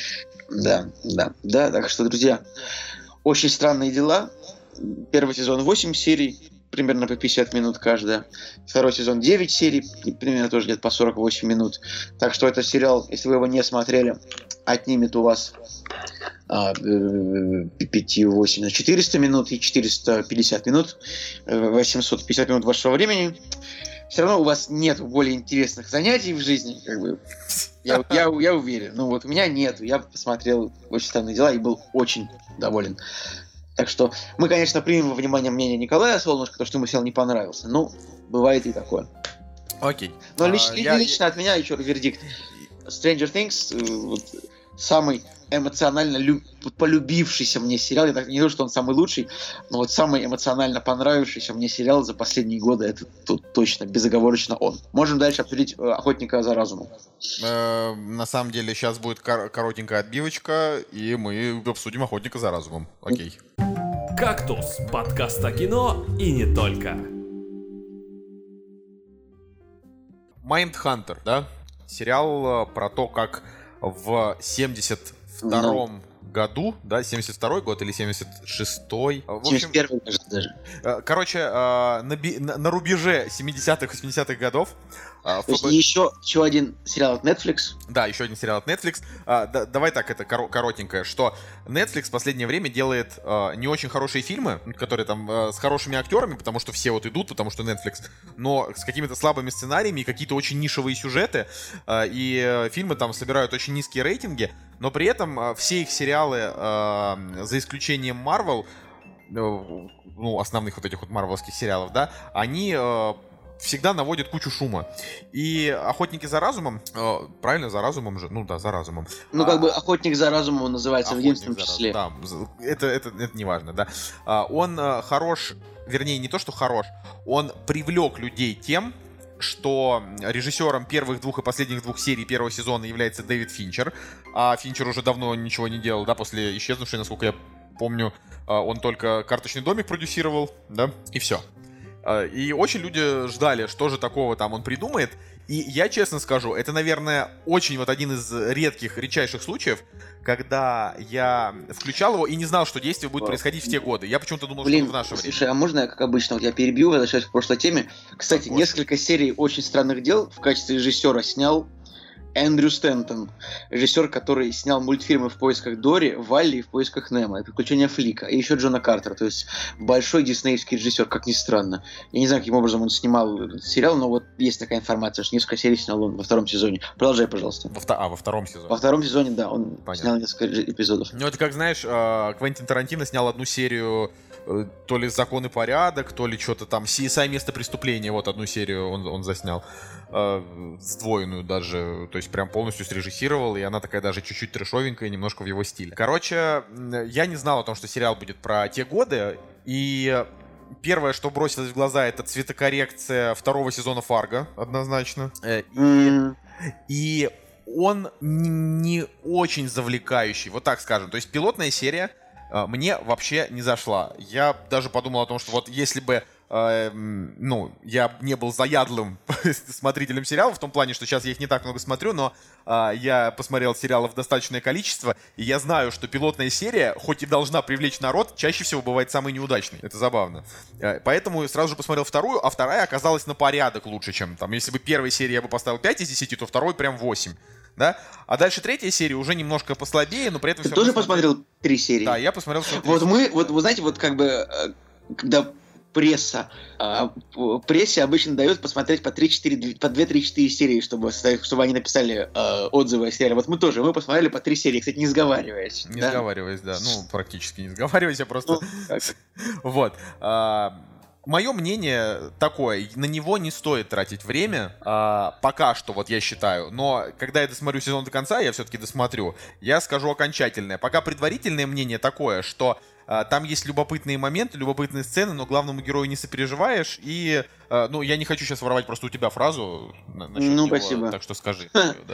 Да, да, да, так что, друзья, «Очень странные дела». Первый сезон восемь серий, примерно по пятьдесят минут каждая. Второй сезон девять серий, примерно тоже где-то по сорок восемь минут. Так что этот сериал, если вы его не смотрели, отнимет у вас а, пять, восемь, четыреста минут и четыреста пятьдесят минут, восемьсот пятьдесят минут вашего времени. Все равно у вас нет более интересных занятий в жизни, как бы. Я, я, я уверен. Ну вот у меня нет. Я посмотрел «Очень странные дела» и был очень доволен. Так что мы, конечно, примем во внимание мнение Николая Солнышко, потому что ему сериал не понравился. Ну, бывает и такое. Окей. Но лич, а, ли, я... лично от меня еще вердикт. Stranger Things вот, самый эмоционально люб... полюбившийся мне сериал. Я так не говорю, что он самый лучший, но вот самый эмоционально понравившийся мне сериал за последние годы, это тут точно, безоговорочно он. Можем дальше обсудить «Охотника за разумом». Э, на самом деле сейчас будет кор- коротенькая отбивочка, и мы обсудим «Охотника за разумом». Окей. «Кактус» — подкаст о кино и не только. «Майндхантер», да? Сериал про то, как в семьдесят втором году, да, семьдесят второй год или семьдесят шестой. В общем, семьдесят первый, кажется, даже. Короче, на, би- на рубеже семидесятых, восьмидесятых годов. То есть еще, еще один сериал от Netflix. Да, еще один сериал от Netflix. А, да, давай так, это коро- коротенькое, что Netflix в последнее время делает а, не очень хорошие фильмы, которые там а, с хорошими актерами, потому что все вот идут, потому что Netflix, но с какими-то слабыми сценариями и какие-то очень нишевые сюжеты, а, и а, фильмы там собирают очень низкие рейтинги, но при этом а, все их сериалы, а, за исключением Marvel, ну, основных вот этих вот марвелских сериалов, да, они а, всегда наводит кучу шума. И «Охотники за разумом», э, правильно, за разумом же? Ну да, за разумом. Ну, как а, бы «Охотник за разумом» называется в единственном числе. Да, это, это, это не важно, да. А, он а, хорош, вернее, не то, что хорош, он привлек людей тем, что режиссером первых двух и последних двух серий первого сезона является Дэвид Финчер, а Финчер уже давно ничего не делал, да, после «Исчезнувшей», насколько я помню, он только «Карточный домик» продюсировал, да, и все. И очень люди ждали, что же такого там он придумает. И я честно скажу, это, наверное, очень вот один из редких, редчайших случаев, когда я включал его и не знал, что действие будет происходить в те годы. Я почему-то думал, Блин, что в наше время. Слушай, а можно я, как обычно, вот я перебью, возвращаюсь к прошлой теме. Кстати, Так, несколько серий «Очень странных дел» в качестве режиссера снял Эндрю Стэнтон, режиссер, который снял мультфильмы «В поисках Дори», «Валли» и «В поисках Немо», и «Приключения Флика», и еще Джона Картера, то есть большой диснеевский режиссер, как ни странно. Я не знаю, каким образом он снимал этот сериал, но вот есть такая информация, что несколько серий снял он во втором сезоне. Продолжай, пожалуйста. Во, вто... А, во втором сезоне. Во втором сезоне, да, он Понятно. Снял несколько эпизодов. Ну, это как, знаешь, Квентин Тарантино снял одну серию, то ли «Закон и порядок», то ли что-то там, «Си эс ай. Место преступления», вот одну серию он, он заснял, сдвоенную даже, то есть прям полностью срежиссировал, и она такая даже чуть-чуть трэшовенькая, немножко в его стиле. Короче, я не знал о том, что сериал будет про те годы, и первое, что бросилось в глаза, это цветокоррекция второго сезона «Фарго», однозначно. И, mm. и он не очень завлекающий, вот так скажем. То есть пилотная серия мне вообще не зашла. Я даже подумал о том, что вот если бы э, ну, я не был заядлым смотрителем сериалов, в том плане, что сейчас я их не так много смотрю, но э, я посмотрел сериалов достаточное количество, и я знаю, что пилотная серия, хоть и должна привлечь народ, чаще всего бывает самой неудачной. Это забавно. Э, поэтому сразу же посмотрел вторую, а вторая оказалась на порядок лучше, чем там. Если бы первой серии я бы поставил пять из десяти, то второй прям восемь. Да? А дальше третья серия уже немножко послабее, но при этом... Ты тоже посмотрел смотрел три серии? Да, я посмотрел все три Вот серии. мы, вот вы знаете, вот как бы, когда пресса, прессе обычно дают посмотреть по три-четыре, по две-три-четыре серии, чтобы, чтобы они написали э, отзывы о сериале. Вот мы тоже, мы посмотрели по три серии, кстати, не сговариваясь. Не да? сговариваясь, да, ну, практически не сговариваясь, я просто... Ну, вот. Мое мнение такое, на него не стоит тратить время, а, пока что, вот я считаю, но когда я досмотрю сезон до конца, я все-таки досмотрю, я скажу окончательное. Пока предварительное мнение такое, что а, там есть любопытные моменты, любопытные сцены, но главному герою не сопереживаешь, и, а, ну, я не хочу сейчас воровать просто у тебя фразу насчет ну, него, спасибо. Так что скажи.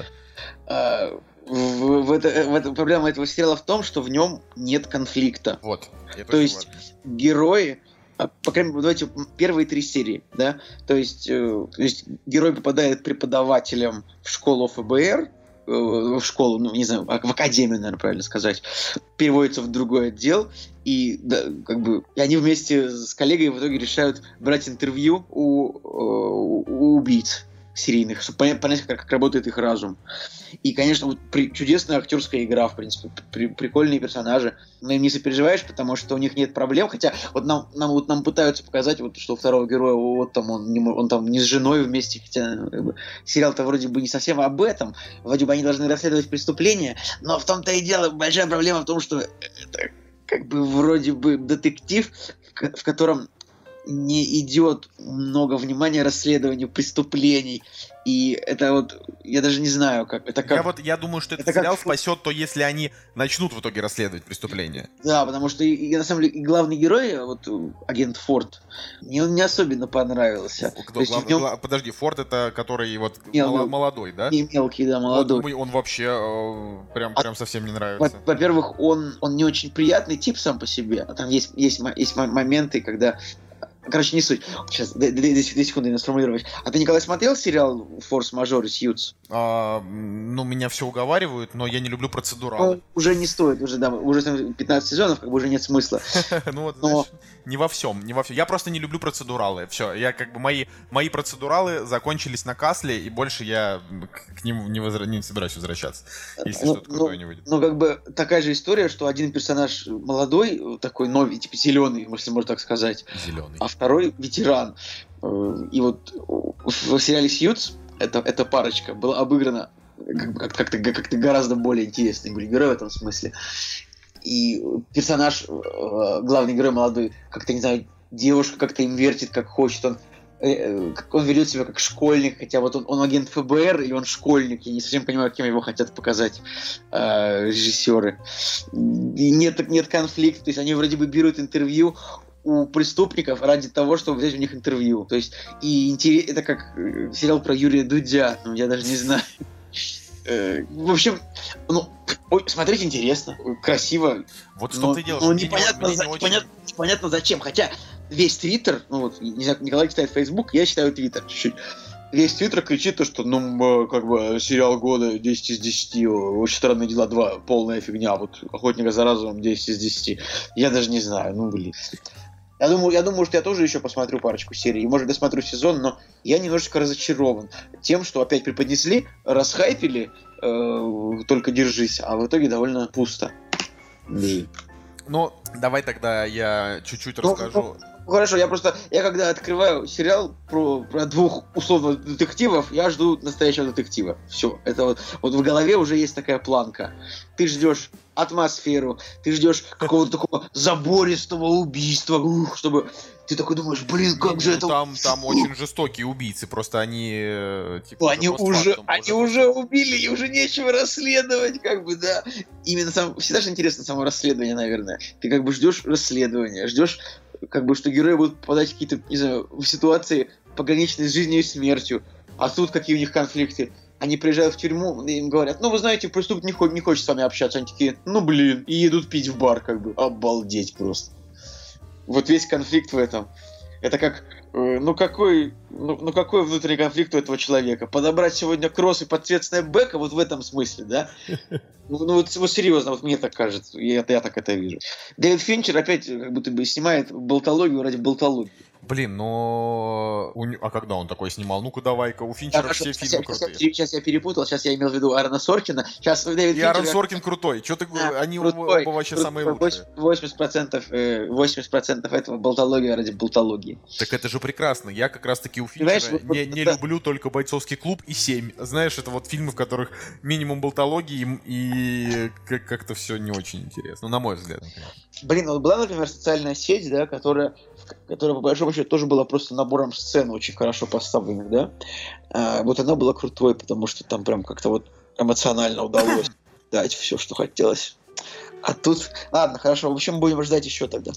В, в это, в это, проблема этого сериала в том, что в нем нет конфликта. Вот. То есть герои, по крайней мере, давайте первые три серии, да, то есть, э, то есть герой попадает преподавателем в школу эф бэ эр, э, в школу, ну, не знаю, в академию, наверное, правильно сказать, переводится в другой отдел, и, да, как бы, и они вместе с коллегой в итоге решают брать интервью у, у, у убийц серийных, чтобы понять, понять как, как работает их разум. И, конечно, вот при, чудесная актерская игра, в принципе, при, прикольные персонажи. Но им не сопереживаешь, потому что у них нет проблем. Хотя вот нам, нам, вот нам пытаются показать, вот, что у второго героя вот там он, не, он там не с женой вместе, хотя как бы, сериал-то вроде бы не совсем об этом. Вроде бы они должны расследовать преступления, но в том-то и дело, большая проблема в том, что это как бы вроде бы детектив, в, в котором не идет много внимания расследованию преступлений. И это вот, я даже не знаю, как это как... Я вот, я думаю, что этот это сериал как... спасет то, если они начнут в итоге расследовать преступления. Да, потому что, и, и, на самом деле, и главный герой, вот агент Форд, мне он не особенно понравился. Кто, глав... нем... Подожди, Форд это который вот не, мол... ну, молодой, да? Не мелкий, да, молодой. Он, он вообще э, прям, а, прям совсем не нравится. Во-первых, он, он не очень приятный тип сам по себе. Там есть, есть, есть моменты, когда Короче, не суть. Сейчас, две секунды, надо сформулировать. А ты, Николай, смотрел сериал «Форс-мажор» и «Сьюз»? А, ну, меня все уговаривают, но я не люблю процедуралы. Ну, уже не стоит, уже, да, уже там пятнадцать сезонов, как бы уже нет смысла. Ну вот, знаешь, не во всем, не во всем. Я просто не люблю процедуралы. Все, я как бы мои мои процедуралы закончились на Касле, и больше я к ним не, возра... не собираюсь возвращаться, если ну, что-то крутое не выйдет. Ну, как бы такая же история, что один персонаж молодой, такой новый, типа зеленый, если можно так сказать. Зеленый. А второй ветеран. И вот в сериале «Сьюз» эта, эта парочка была обыграна как-то, как-то гораздо более интересный герой в этом смысле. И персонаж, главный герой молодой, как-то, не знаю, девушка как-то им вертит, как хочет. Он, он ведет себя как школьник, хотя вот он, он агент эф бэ эр или он школьник. Я не совсем понимаю, кем его хотят показать э, режиссеры. И нет, нет конфликта. То есть они вроде бы берут интервью у преступников ради того, чтобы взять у них интервью. То есть и интерес, это как сериал про Юрия Дудя. Ну, я даже не знаю. В общем, ну, ой, смотреть интересно, красиво. Вот что ты делаешь? Ну, непонятно, не, за, не непонятно, очень... непонятно зачем. Хотя весь Твиттер, ну вот, не знаю, Николай читает Фейсбук, я читаю Твиттер чуть-чуть. Весь Твиттер кричит то, что, ну, как бы, сериал года десять из десяти, Очень странные дела два, полная фигня, вот Охотника за разумом десять из десяти. Я даже не знаю, ну, блин. Я думаю, я думаю, что я тоже еще посмотрю парочку серий. Может, досмотрю сезон, но я немножечко разочарован тем, что опять преподнесли, расхайпили, э, только держись, а в итоге довольно пусто. И... Ну, давай тогда я чуть-чуть ну, расскажу. Ну, хорошо, я просто, я когда открываю сериал про, про двух условно детективов, я жду настоящего детектива. Все, это вот, вот в голове уже есть такая планка. Ты ждешь атмосферу, ты ждешь какого-то такого забористого убийства, ух, чтобы ты такой думаешь, блин, как не, же ну, это... Там, там очень жестокие убийцы, просто они... Типа, они уже, они уже убили, и уже нечего расследовать, как бы, да. Именно сам, всегда же интересно само расследование, наверное. Ты как бы ждешь расследования, ждешь, как бы, что герои будут попадать в какие-то, не знаю, в ситуации пограничные с жизнью и смертью, а тут какие у них конфликты. Они приезжают в тюрьму, и им говорят, ну, вы знаете, преступник не, хочет, не хочет с вами общаться. Они такие, ну, блин, и идут пить в бар, как бы. Обалдеть просто. Вот весь конфликт в этом. Это как, э, ну, какой, ну, ну, какой внутренний конфликт у этого человека? Подобрать сегодня кросс и подсветственная бэка, вот в этом смысле, да? Ну, ну вот, вот серьезно, вот мне так кажется, я, я так это вижу. Дэвид Финчер опять как будто бы снимает болтологию ради болтологии. Блин, но... У... А когда он такой снимал? Ну-ка давай-ка, у Финчера да, все сейчас, фильмы сейчас, крутые. Сейчас, сейчас я перепутал, сейчас я имел в виду Аарона Соркина. Сейчас Дэвид И Финчер... Аарон Соркин крутой. Что ты... А, Они крутой, оба вообще крутой, самые лучшие. восемьдесят процентов, восемьдесят процентов этого болтология ради болтологии. Так это же прекрасно. Я как раз-таки у Финчера Знаешь, не, вот, не да. люблю только «Бойцовский клуб» и «Семь». Знаешь, это вот фильмы, в которых минимум болтологии и как-то все не очень интересно. Ну, на мой взгляд. Например. Блин, вот была, например, социальная сеть, да, которая, которая по большому счету тоже была просто набором сцен очень хорошо поставленных, да. А, вот она была крутой, потому что там прям как-то вот эмоционально удалось дать все, что хотелось. А тут... Ладно, хорошо, в общем, будем ждать еще тогда.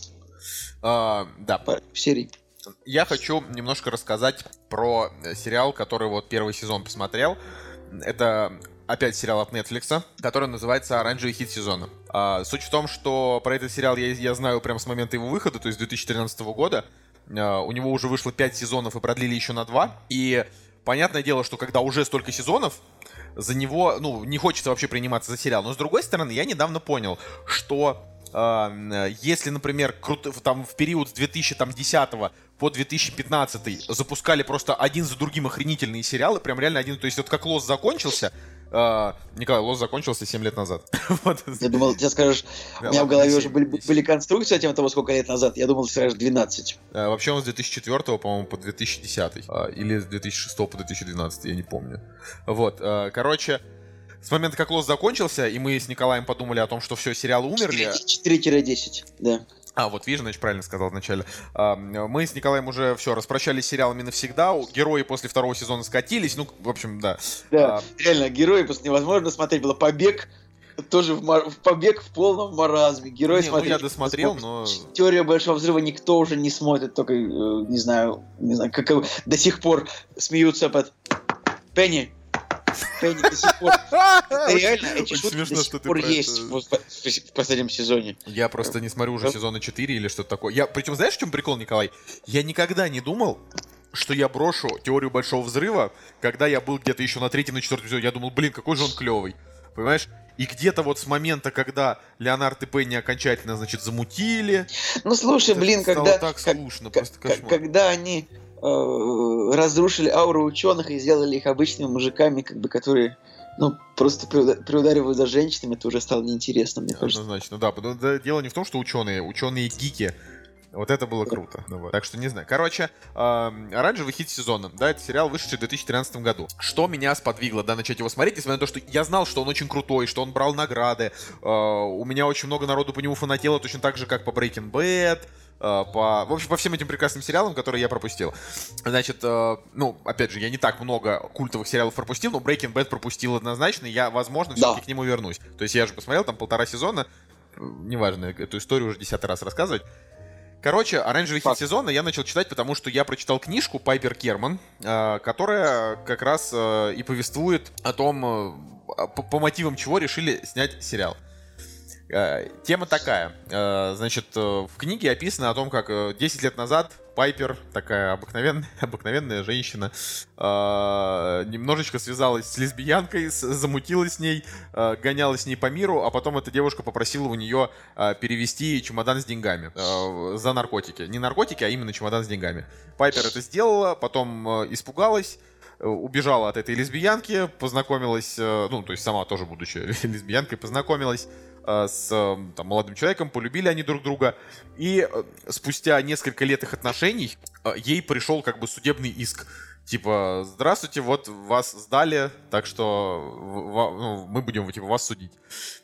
А, да. По серии. Я хочу немножко рассказать про сериал, который вот первый сезон посмотрел. Это... Опять сериал от Netflix, который называется «Оранжевый хит сезона». А, суть в том, что про этот сериал я, я знаю прямо с момента его выхода, то есть две тысячи тринадцатого года. А, у него уже вышло пять сезонов и продлили еще на два. И понятное дело, что когда уже столько сезонов, за него, ну, не хочется вообще приниматься за сериал. Но с другой стороны, я недавно понял, что э, если, например, крут, там, в период с две тысячи десятого по две тысячи пятнадцатый запускали просто один за другим охренительные сериалы, прям реально один, то есть вот как «Лост» закончился, Uh, Николай, «Лост» закончился семь лет назад. Я думал, ты скажешь, у меня в голове уже были, были конструкции тем того, сколько лет назад. Я думал, ты скажешь двенадцать. Uh, вообще он с две тысячи четвёртого, по-моему, по две тысячи десятый. Uh, или с две тысячи шестого по две тысячи двенадцатый, я не помню. Вот, uh, короче, с момента, как «Лост» закончился, и мы с Николаем подумали о том, что все, сериалы умерли. четыре десять, да. А, вот видишь, значит, правильно сказал вначале. Мы с Николаем уже все, распрощались с сериалами навсегда. Герои после второго сезона скатились. Ну, в общем, да. Да, а... реально, герои просто невозможно смотреть было. «Побег» тоже в, мар... в «Побег» в полном маразме. Герои не, смотреть... Ну, я досмотрел, но... «Теория большого взрыва» никто уже не смотрит. Только, не знаю, не знаю, как до сих пор смеются под... Пенни, Пенни до сих пор... Это реально, эти шутки смешно, до что сих ты пор про есть это- в, в- в последнем сезоне. Я просто не смотрю уже Да. сезона четыре или что-то такое. Я, причем, знаешь, в чем прикол, Николай? Я никогда не думал, что я брошу теорию Большого Взрыва, когда я был где-то еще на третьем, на четвертом сезоне. Я думал, блин, какой же он клевый. Понимаешь? И где-то вот с момента, когда Леонард и Пенни окончательно, значит, замутили, Ну слушай, это блин, стало когда... так как- скучно, как- просто как- кошмар. когда они э, разрушили ауру ученых и сделали их обычными мужиками, как бы, которые, ну, просто приуда- приударивают за женщинами, это уже стало неинтересно, мне кажется. Однозначно, да. потому- да, Дело не в том, что ученые, ученые гики. Вот это было круто. Ну вот. Так что не знаю. Короче, эм, оранжевый хит сезона. Да, это сериал, вышедший в две тысячи тринадцатом году. Что меня сподвигло, да, начать его смотреть, несмотря на то, что я знал, что он очень крутой, что он брал награды. Э, у меня очень много народу по нему фанатело, точно так же, как по Breaking Bad. э, По, в общем, по всем этим прекрасным сериалам, которые я пропустил. Значит, э, ну, опять же, я не так много культовых сериалов пропустил, но Breaking Bad пропустил однозначно, и я, возможно, все-таки Да. к нему вернусь. То есть я же посмотрел там полтора сезона, э, неважно, эту историю уже десятый раз рассказывать. Короче, оранжевый хит Факт. сезона я начал читать, потому что я прочитал книжку Пайпер Керман, э, которая как раз э, и повествует о том, э, по, по мотивам чего решили снять сериал. Э, тема такая. Э, значит, э, в книге описано о том, как э, десять лет назад Пайпер, такая обыкновенная, обыкновенная женщина, э, немножечко связалась с лесбиянкой, с- замутилась с ней, э, гонялась с ней по миру, а потом эта девушка попросила у нее э, перевести чемодан с деньгами э, за наркотики. Не наркотики, а именно чемодан с деньгами. Пайпер это сделала, потом э, испугалась, э, убежала от этой лесбиянки, познакомилась, э, ну, то есть сама тоже, будучи лесбиянкой, познакомилась э, с э, там, молодым человеком, полюбили они друг друга, и э, спустя несколько лет их отношений э, ей пришел как бы судебный иск. Типа, здравствуйте, вот вас сдали, так что в- в- ну, мы будем типа, вас судить.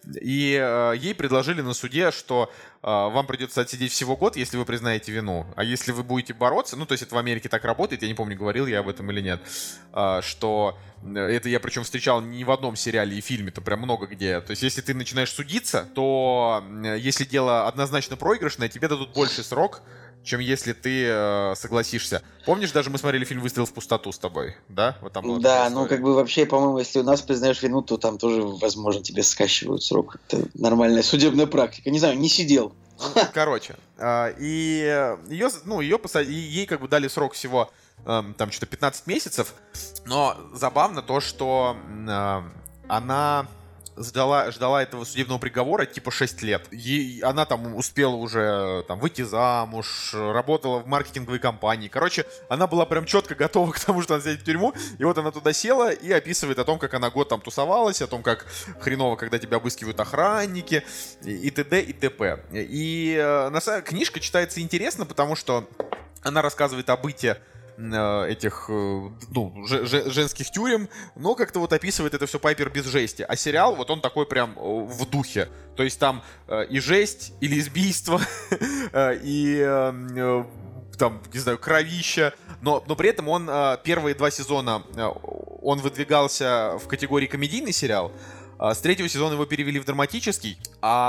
И э, ей предложили на суде, что э, вам придется отсидеть всего год, если вы признаете вину. А если вы будете бороться, ну, то есть это в Америке так работает, я не помню, говорил я об этом или нет, э, что э, это я причем встречал не в одном сериале и фильме, то прям много где. То есть если ты начинаешь судиться, то э, если дело однозначно проигрышное, тебе дадут больше срок, чем если ты э, согласишься. Помнишь, даже мы смотрели фильм «Выстрел в пустоту» с тобой, да? Вот там была Да, такая ну история. как бы вообще, по-моему, если у нас признаешь вину, то там тоже, возможно, тебе скачивают срок. Это нормальная судебная практика. Не знаю, не сидел. Ну, короче, а, и ее, ну, ее посадили, ей как бы дали срок всего эм, там что-то пятнадцать месяцев, но забавно то, что м, она ждала, ждала этого судебного приговора типа шесть лет. Ей, она там успела уже там, выйти замуж, работала в маркетинговой компании. Короче, она была прям четко готова к тому, что она сядет в тюрьму. И вот она туда села и описывает о том, как она год там тусовалась, о том, как хреново, когда тебя обыскивают охранники, и, и т.д. и т.п. И э, на самом книжка читается интересно, потому что она рассказывает о быте э, этих, э, ну, же- же- женских тюрем, но как-то вот описывает это все Пайпер без жести. А сериал, вот он такой прям э, в духе. То есть там э, и жесть, и лесбийство, э, и э, э, там, не знаю, кровища, но, но при этом он э, первые два сезона э, он выдвигался в категории комедийный сериал. А с третьего сезона его перевели в драматический,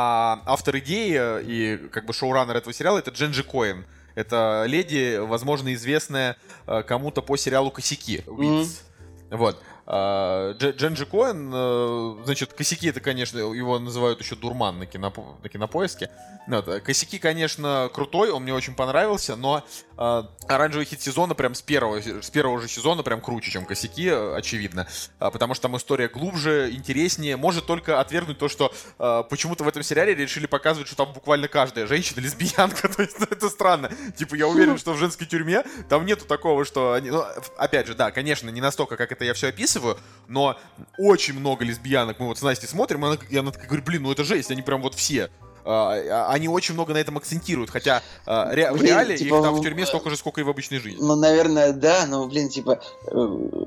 а автор идеи э, и как бы шоураннер этого сериала — это Дженджи Коэн. Это леди, возможно, известная э, кому-то по сериалу «Косяки». Мгм. Weeds. Вот. А, Дж- Дженджи Коэн, э, значит, «Косяки» — это, конечно, его называют еще «Дурман» на, кинопо- на Кинопоиске. Вот. э, «Косяки», конечно, крутой, он мне очень понравился, но э, оранжевый хит сезона прям с первого, с первого же сезона прям круче, чем «Косяки», э, очевидно. А, потому что там история глубже, интереснее. Может только отвергнуть то, что э, почему-то в этом сериале решили показывать, что там буквально каждая женщина лесбиянка. То есть, ну, это странно. Типа, я уверен, что в женской тюрьме там нету такого, что они... Ну, опять же, да, конечно, не настолько, как это я все описываю, но очень много лесбиянок. Мы вот с Настей смотрим, и она, и она такая говорит, блин, ну это жесть, они прям вот все. А, они очень много на этом акцентируют, хотя а, ре- в Блин, реале типа, их там в в- тюрьме столько же, сколько и в обычной жизни. Ну, наверное, да, но, блин, типа, э,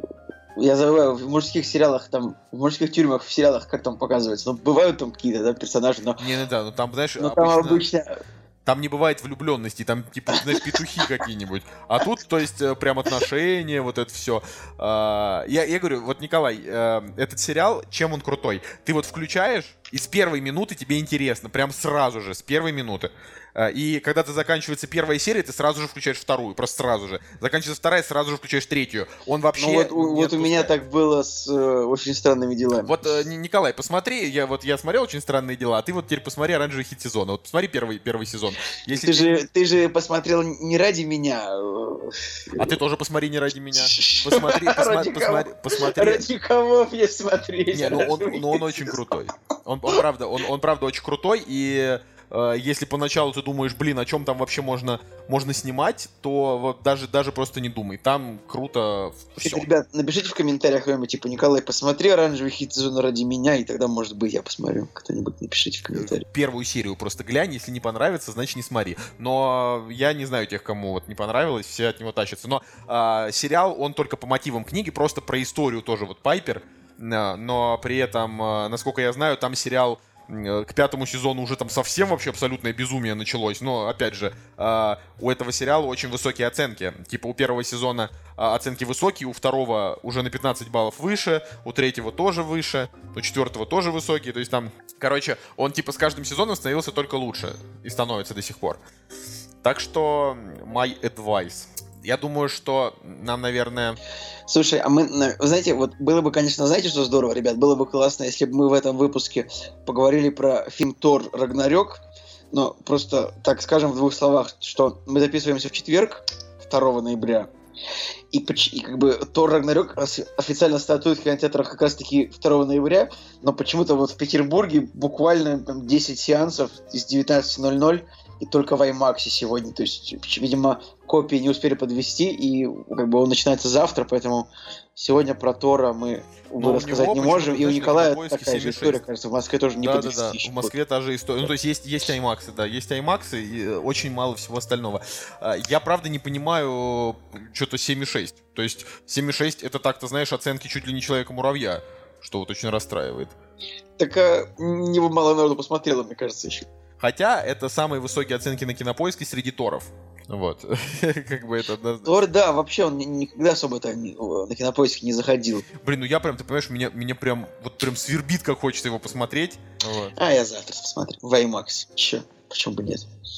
я забываю, в мужских сериалах, там, в мужских тюрьмах, в сериалах, как там показывается, ну, бывают там какие-то, да, персонажи, но, Не, ну да, ну там, знаешь, но там обычно- обычно... там не бывает влюбленности, там, типа, знаешь, петухи какие-нибудь. А тут, то есть, э, прям отношения, вот это все. Я, я говорю, вот, Николай, э, этот сериал, чем он крутой? Ты вот включаешь, И с первой минуты тебе интересно, прям сразу же, с первой минуты. И когда ты заканчивается первая серия, ты сразу же включаешь вторую, просто сразу же. Заканчивается вторая, сразу же включаешь третью. Он вообще. Ну вот, вот у меня так было с э, «Очень странными делами». Вот, э, Николай, посмотри, я вот я смотрел «Очень странные дела», а ты вот теперь посмотри «Оранжевый хит сезона». Вот посмотри первый, первый сезон. Если ты, ты... Же, ты же посмотрел не ради меня. А ты тоже посмотри не ради меня. Посмотри, посмотри, посмотри, посмотри. Ради кого мне смотреть? Не, ну он, ну он очень крутой. Он, он правда, он, он правда очень крутой, и э, если поначалу ты думаешь, блин, о чем там вообще можно, можно снимать, то вот даже, даже просто не думай. Там круто все. Ребят, напишите в комментариях кто-нибудь, типа, Николай, посмотри «Оранжевый хит сезона» ради меня, и тогда, может быть, я посмотрю. Кто-нибудь напишите в комментариях. Первую серию просто глянь, если не понравится, значит не смотри. Но я не знаю тех, кому вот не понравилось, все от него тащатся. Но э, сериал, он только по мотивам книги, просто про историю тоже вот Пайпер. Но при этом, насколько я знаю, там сериал к пятому сезону уже там совсем вообще абсолютное безумие началось. Но, опять же, у этого сериала очень высокие оценки. Типа у первого сезона оценки высокие, у второго уже на пятнадцать баллов выше, у третьего тоже выше, у четвертого тоже высокие. То есть там, короче, он типа с каждым сезоном становился только лучше и становится до сих пор. Так что, my advice. Я думаю, что нам, наверное... Слушай, а мы, вы знаете, вот было бы, конечно, знаете, что здорово, ребят, было бы классно, если бы мы в этом выпуске поговорили про фильм «Тор. Рагнарёк», но просто, так скажем в двух словах, что мы записываемся в четверг, второго ноября, и, и как бы «Тор. Рагнарёк» официально стартует в кинотеатрах как раз-таки второго ноября, но почему-то вот в Петербурге буквально там, десять сеансов из девятнадцати ноль-ноль, и только в IMAX сегодня, то есть, видимо, копии не успели подвести, и как бы он начинается завтра, поэтому сегодня про Тора мы Но рассказать не можем, и у Николая такая же история, кажется, в Москве тоже не да, подвести. Да, да, в Москве та же история, ну то есть есть, есть IMAX, да, есть IMAX и очень мало всего остального. Я, правда, не понимаю что-то семь и шесть, то есть семь и шесть это так-то, знаешь, оценки чуть ли не Человека-муравья, что вот очень расстраивает. Так а, него мало народу посмотрело, мне кажется, еще. Хотя это самые высокие оценки на Кинопоиске среди торов. Вот. Как бы это... Тор, да, вообще он никогда особо так на Кинопоиске не заходил. Блин, ну я прям, ты понимаешь, меня, меня прям вот прям свербит, как хочется его посмотреть. Вот. А, я завтра посмотрю. В IMAX. Че? Почему бы нет?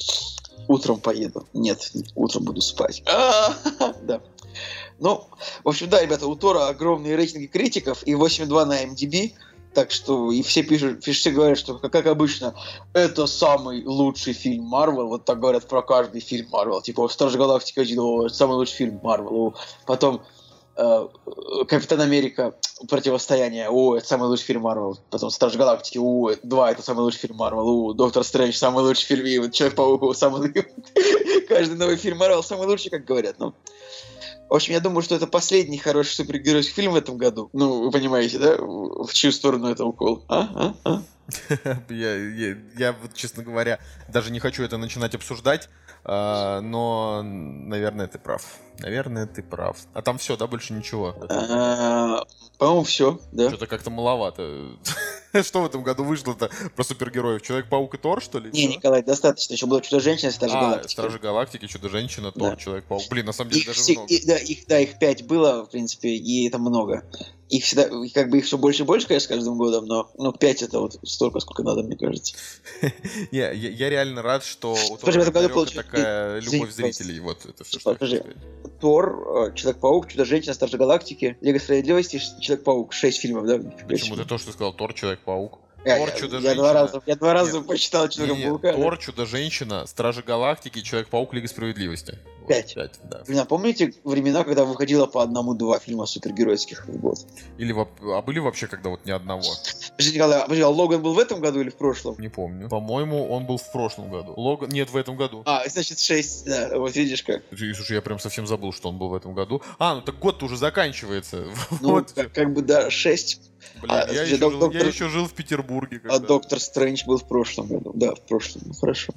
Утром поеду. Нет, утром буду спать. Да. Ну, в общем, да, ребята, у Тора огромные рейтинги критиков и восемь и два на эм ди би. Так что и все пишут, все говорят, что, как обычно, это самый лучший фильм Марвел. Вот так говорят про каждый фильм Марвел. Типа «Стражи Галактики один», о, это самый лучший фильм Марвел. Потом э, «Капитан Америка. Противостояние», о, это самый лучший фильм Марвел. Потом «Стражи Галактики», о, два, это самый лучший фильм Марвел. О, «Доктор Стрэндж», самый лучший фильм. И вот «Человек-паук», самый каждый новый фильм Марвел самый лучший, как говорят. Ну, в общем, я думаю, что это последний хороший супергеройский фильм в этом году. Ну, вы понимаете, да? В чью сторону это укол? А? А? А? я, я, я, вот, честно говоря, даже не хочу это начинать обсуждать, а, но, наверное, ты прав. Наверное, ты прав. А там все, да, больше ничего? А, по-моему, все, да. Что-то как-то маловато. Что в этом году вышло-то про супергероев? Человек-паук и Тор, что ли? Не, Николай, достаточно. Еще было Чудо-женщина, Стражи Галактики. Стражи Галактики, Чудо-женщина, Тор, да. Человек-паук. Блин, на самом деле их даже все, много. И, да, их, да, их пять было, в принципе, и это много. Их всегда, как бы их все больше и больше, конечно, с каждым годом, но ну, пять это вот столько, сколько надо, мне кажется. Не, я, я реально рад, что у Тора Рагнарёка такая любовь зрителей. Вот это все, что Подожди. Тор, Человек-паук, Чудо-женщина, Стражи Галактики, Лига Справедливости, Человек-паук. Шесть фильмов, да? Почему ты то, что сказал? Тор, Человек-паук. Я, Тор, Чудо-женщина. Я два раза, я два раза нет, почитал Человека-паука. Тор, Чудо-женщина, Стражи Галактики, Человек-паук, Лига Справедливости. Пять. Вот, пять, да. Вы напомните времена, когда выходило по одному-два фильма супергеройских в год? Или а были вообще когда вот ни одного? Подожди, Николай, подожди, а Логан был в этом году или в прошлом? Не помню. По-моему, он был в прошлом году. Логан... Нет, в этом году. А, значит, шесть, да, вот видишь как. Слушай, я прям совсем забыл, что он был в этом году. А, ну так год-то уже заканчивается. Ну, вот. как, как бы, да, шесть. Блин, а, я, еще жил, доктор... я еще жил в Петербурге. Когда... А Доктор Стрэндж был в прошлом году. Да, в прошлом, ну хорошо.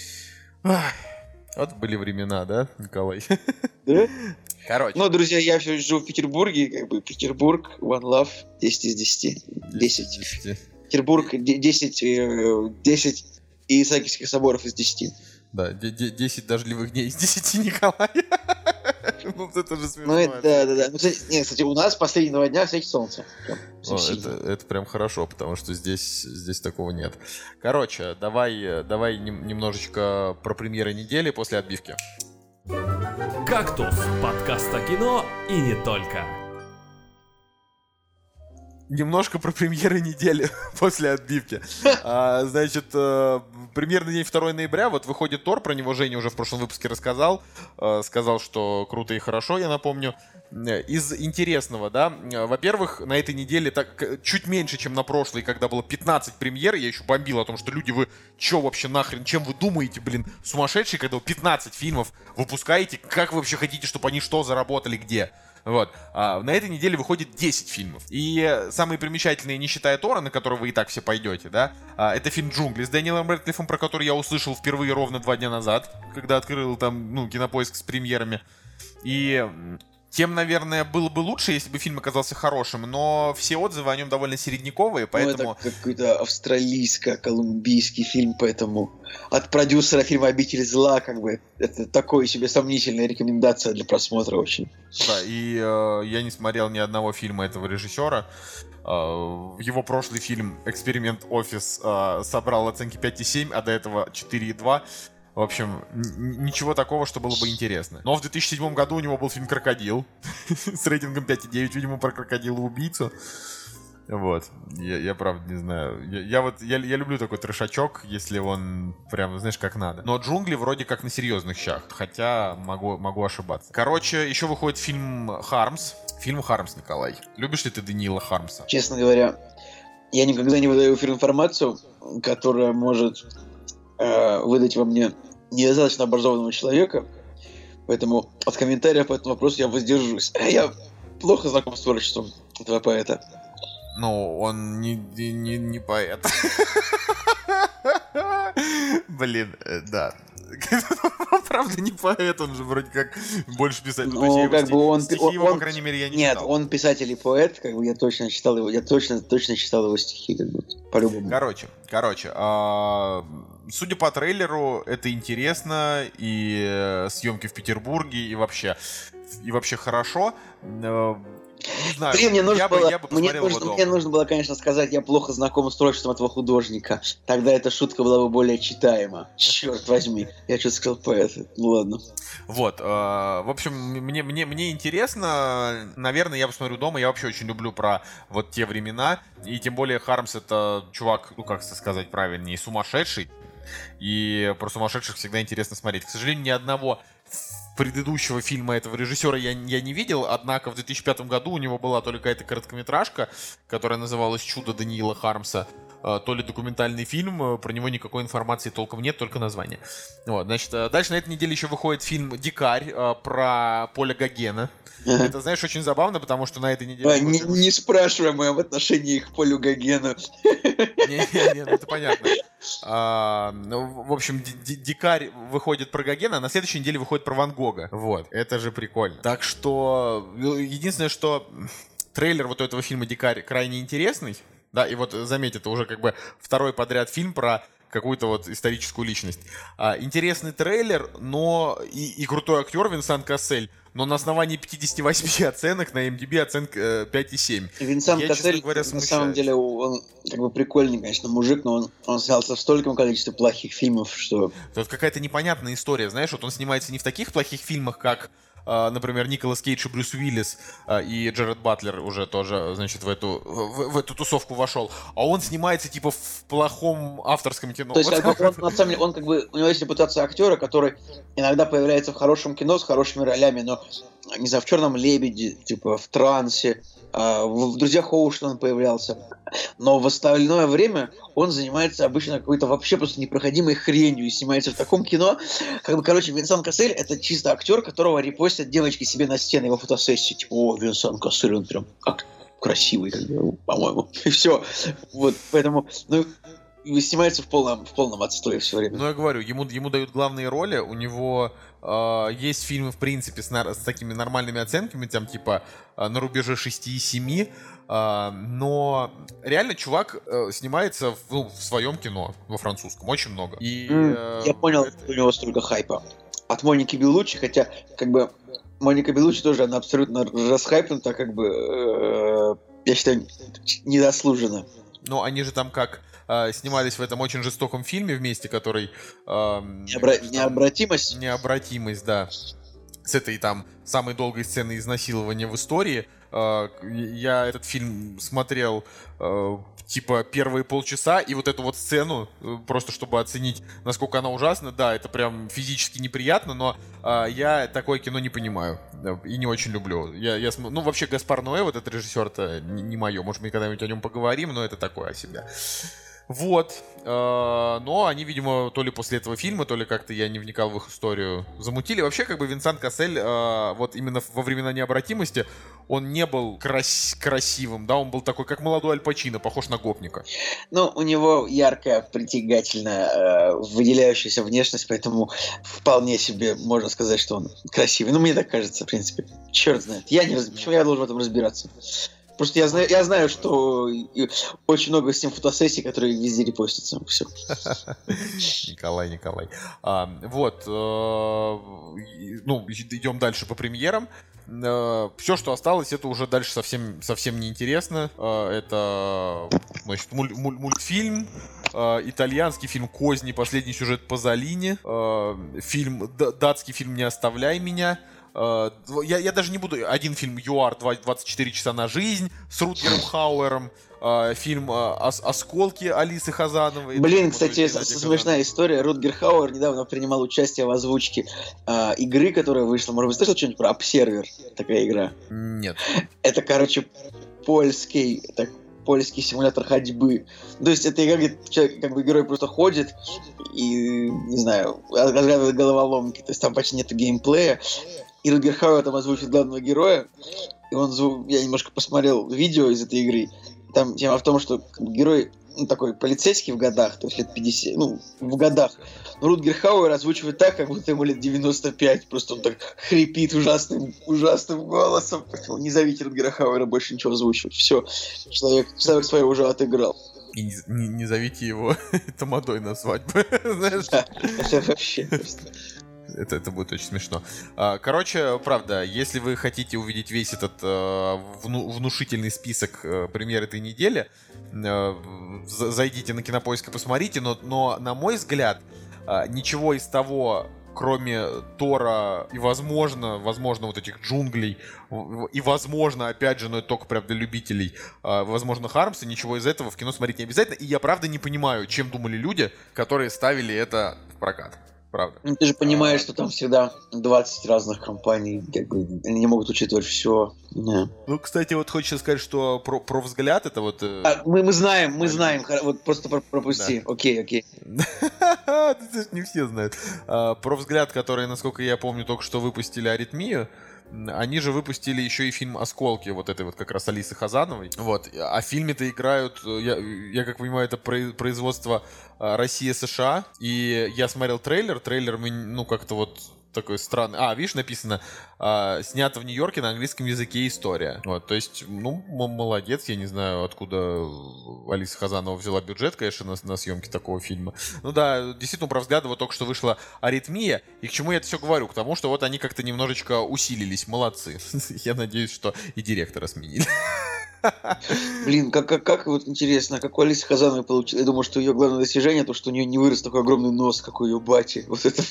Ах, вот были времена, да, Николай? Да? Короче. Ну, друзья, я все живу в Петербурге, как бы Петербург, One Love, десять из десяти. десять. десять. Петербург, десять, десять и Исаакиевских соборов из десяти. Да, десять дождливых дней из десяти, Николай. Ну, это же смешно. Ну, это, да, да, да. Ну, кстати, нет, кстати, у нас последние два дня светит солнце. О, это, это прям хорошо, потому что здесь, здесь такого нет. Короче, давай, давай нем- немножечко про премьеры недели после отбивки. «Кактус» — подкаст о кино и не только. Немножко про премьеры недели после отбивки. А, значит, э, премьерный день второго ноября, вот выходит Тор, про него Женя уже в прошлом выпуске рассказал. Э, сказал, что круто и хорошо, я напомню. Из интересного, да, во-первых, на этой неделе так, чуть меньше, чем на прошлой, когда было пятнадцать премьер, я еще бомбил о том, что люди, вы чё вообще нахрен, чем вы думаете, блин, сумасшедшие, когда вы пятнадцать фильмов выпускаете, как вы вообще хотите, чтобы они что заработали, где? Вот. А на этой неделе выходит десять фильмов. И самые примечательные, не считая Тора, на который вы и так все пойдете, да, это фильм «Джунгли» с Дэниелом Рэдклиффом, про который я услышал впервые ровно два дня назад, когда открыл там, ну, Кинопоиск с премьерами. И тем, наверное, было бы лучше, если бы фильм оказался хорошим, но все отзывы о нем довольно середняковые, поэтому... Ну, это какой-то австралийско-колумбийский фильм, поэтому от продюсера фильма «Обитель зла», как бы, это такое себе сомнительная рекомендация для просмотра очень. Да, и э, я не смотрел ни одного фильма этого режиссера. Э, его прошлый фильм «Эксперимент Офис» э, собрал оценки пять и семь, а до этого четыре и два. В общем, н- ничего такого, что было бы интересно. Но в две тысячи седьмом году у него был фильм «Крокодил» с рейтингом пять и девять, видимо, про крокодила-убийцу. Вот. Я, я правда не знаю. Я, я вот я, я люблю такой трешачок, если он прям, знаешь, как надо. Но «Джунгли» вроде как на серьезных щах, хотя могу, могу ошибаться. Короче, еще выходит фильм «Хармс». Фильм «Хармс», Николай. Любишь ли ты Даниила Хармса? Честно говоря, я никогда не выдаю в эфир информацию, которая может э, выдать во мне недостаточно образованного человека, поэтому от комментариев по этому вопросу я воздержусь. Я плохо знаком с творчеством этого поэта. Ну, он не, не, не, не поэт. Блин, э, да. Правда, не поэт, он же вроде как больше писатель. Ну, как бы он... Стихи он, его, он, по крайней мере, я не Нет, читал. он писатель и поэт, как бы я точно читал его, я точно, точно читал его стихи, как бы, по-любому. Короче, короче, а, судя по трейлеру, это интересно, и э, съемки в Петербурге, и вообще, и вообще хорошо. Э, Не знаю, Блин, мне нужно я, было, бы, я бы мне, посмотрел его нужно, дома. мне нужно было, конечно, сказать, я плохо знаком с творчеством этого художника. Тогда эта шутка была бы более читаема. Черт возьми. Я что-то сказал поэт. Ну ладно. Вот, э, в общем, мне, мне, мне интересно, наверное, я посмотрю дома, я вообще очень люблю про вот те времена, и тем более Хармс это чувак, ну как сказать правильнее, сумасшедший, и про сумасшедших всегда интересно смотреть. К сожалению, ни одного предыдущего фильма этого режиссера я, я не видел, однако в две тысячи пятом году у него была то ли какая-то короткометражка, которая называлась «Чудо Даниила Хармса», то ли документальный фильм, про него никакой информации толком нет, только название. Вот, значит, дальше на этой неделе еще выходит фильм «Дикарь» про Поля Гогена. Ага. Это, знаешь, очень забавно, потому что на этой неделе... А, не, не спрашивай о моем отношении к Полю Гогену. Не-не-не, ну это понятно. А, ну, в общем, ди- ди- «Дикарь» выходит про Гогена, а на следующей неделе выходит про Ван Гога. Вот, это же прикольно. Так что, единственное, что трейлер вот этого фильма «Дикарь» крайне интересный. Да, и вот заметь, это уже как бы второй подряд фильм про какую-то вот историческую личность. А, интересный трейлер, но и, и крутой актер Винсан Кассель, но на основании пятьдесят восемь оценок на эм ди би оценка э, пять и семь. Винсан Я, Кассель, честно говоря, на смущаюсь. самом деле, он как бы прикольный, конечно, мужик, но он, он снялся в стольком количестве плохих фильмов, что... Тут какая-то непонятная история, знаешь, вот он снимается не в таких плохих фильмах, как, э, например, Николас Кейдж и Брюс Уиллис, э, и Джеред Батлер уже тоже, значит, в эту, в, в эту тусовку вошел, а он снимается, типа, в плохом авторском кино. То есть, Вот как бы, так он, вот. на самом деле, он как бы, у него есть репутация актера, который иногда появляется в хорошем кино с хорошими ролями, но, не знаю, в «Черном лебеде», типа, в «Трансе», а, в, в «Друзьях Оушена» он появлялся. Но в остальное время он занимается обычно какой-то вообще просто непроходимой хренью и снимается в таком кино. Как бы, короче, Винсан Кассель — это чисто актер, которого репостят девочки себе на стены его фотосессии. Типа, о, Винсан Кассель, он прям как красивый, как бы, по-моему. И все. Вот, поэтому, ну, и снимается в полном, в полном отстое все время. Ну, я говорю, ему, ему дают главные роли, у него э, есть фильмы, в принципе, с, нар- с такими нормальными оценками, там, типа, э, на рубеже шести и семи, э, но реально чувак э, снимается в, ну, в своем кино, во французском, очень много. И, М, э, Я понял, это- что у него столько хайпа. От Моники Беллуччи, хотя, как бы, Моника Белуччи тоже, она абсолютно расхайпнута, как бы, э, я считаю, недослуженно. Ну, они же там как э, снимались в этом очень жестоком фильме вместе, который... Э, Необра... там, необратимость? Необратимость, да. С этой там самой долгой сценой изнасилования в истории. Э, я этот фильм смотрел... Э, типа первые полчаса, и вот эту вот сцену, просто чтобы оценить, насколько она ужасна, да, это прям физически неприятно, но а, я такое кино не понимаю и не очень люблю. Я, я, ну, вообще, Гаспар Ноэ, вот этот режиссер-то не, не мое, может, мы когда-нибудь о нем поговорим, но это такое о себе. Вот. Но они, видимо, то ли после этого фильма, то ли как-то я не вникал в их историю, замутили. Вообще, как бы Винсан Кассель, вот именно во времена необратимости, он не был крас- красивым, да, он был такой, как молодой Аль Пачино, похож на гопника. Ну, у него яркая, притягательная, выделяющаяся внешность, поэтому вполне себе можно сказать, что он красивый. Ну, мне так кажется, в принципе. Черт знает. Я не раз... Почему я должен в этом разбираться? Просто я знаю, я знаю, что очень много с ним фотосессий, которые везде репостятся. Все. Николай, Николай. А, вот. Э, ну, идем дальше по премьерам. Э, все, что осталось, это уже дальше совсем, совсем неинтересно. Э, это, значит, муль, муль, мультфильм. Э, итальянский фильм «Козни. Последний сюжет Пазолини». Э, фильм, датский фильм «Не оставляй меня». Uh, я, я даже не буду... Один фильм «ЮАР. двадцать четыре часа на жизнь» с Рутгером Хауэром. Uh, фильм uh, «Ос- «Осколки» Алисы Хазановой. Блин, кстати, смешная история. Рутгер Хауэр недавно принимал участие в озвучке uh, игры, которая вышла. Может быть, слышал что-нибудь про Observer? Такая игра. Нет. Это, короче, польский... Так, польский симулятор ходьбы. То есть это игра, где человек, как бы герой просто ходит и, не знаю, разгадывает головоломки. То есть там почти нет геймплея. И Рутгер Хауэр там озвучит главного героя. И он зву... Я немножко посмотрел видео из этой игры. Там тема в том, что герой, ну, такой полицейский в годах, то есть лет пятьдесят, ну, в годах. Но Рутгер Хауэр озвучивает так, как будто ему лет девяносто пять. Просто он так хрипит ужасным, ужасным голосом. Поэтому не зовите Рутгера Хауэра больше ничего озвучивать. Все, человек, человек свое уже отыграл. И не, не, не зовите его тамадой на свадьбу. Знаешь? Да, это вообще просто... Это, это будет очень смешно. Короче, правда, если вы хотите увидеть весь этот э, вну, внушительный список э, премьер этой недели, э, зайдите на Кинопоиск и посмотрите, но, но на мой взгляд, э, ничего из того, кроме Тора и, возможно, возможно, вот этих джунглей, и, возможно, опять же, но это только прям для любителей, э, возможно, Хармса, ничего из этого в кино смотреть не обязательно. И я, правда, не понимаю, чем думали люди, которые ставили это в прокат. Правда. Ну, ты же понимаешь, а, что там всегда двадцать разных компаний, как бы, они не могут учитывать все. Yeah. Ну, кстати, вот хочется сказать, что про, про взгляд это вот... А, мы, мы знаем, мы знаем, вот просто пропусти. Да. Окей, окей. Не все знают. Про взгляд, который, насколько я помню, только что выпустили «Аритмию», они же выпустили еще и фильм «Осколки», вот этой вот как раз Алисы Хазановой. Вот. А в фильме-то играют, я, я как понимаю, это производство Россия-США. И я смотрел трейлер, трейлер, ну, как-то вот такой странный. А, видишь, написано, а, снято в Нью-Йорке на английском языке история. Вот, то есть, ну, молодец, я не знаю, откуда Алиса Хазанова взяла бюджет, конечно, на, на съемки такого фильма. Ну да, действительно, про взгляды вот только что вышла «Аритмия». И к чему я это все говорю? К тому, что вот они как-то немножечко усилились, молодцы. Я надеюсь, что и директора сменили. Блин, как, как, как вот интересно, как у Алисы Хазановой получилось. Я думаю, что ее главное достижение, то, что у нее не вырос такой огромный нос, как у ее бати. Вот это...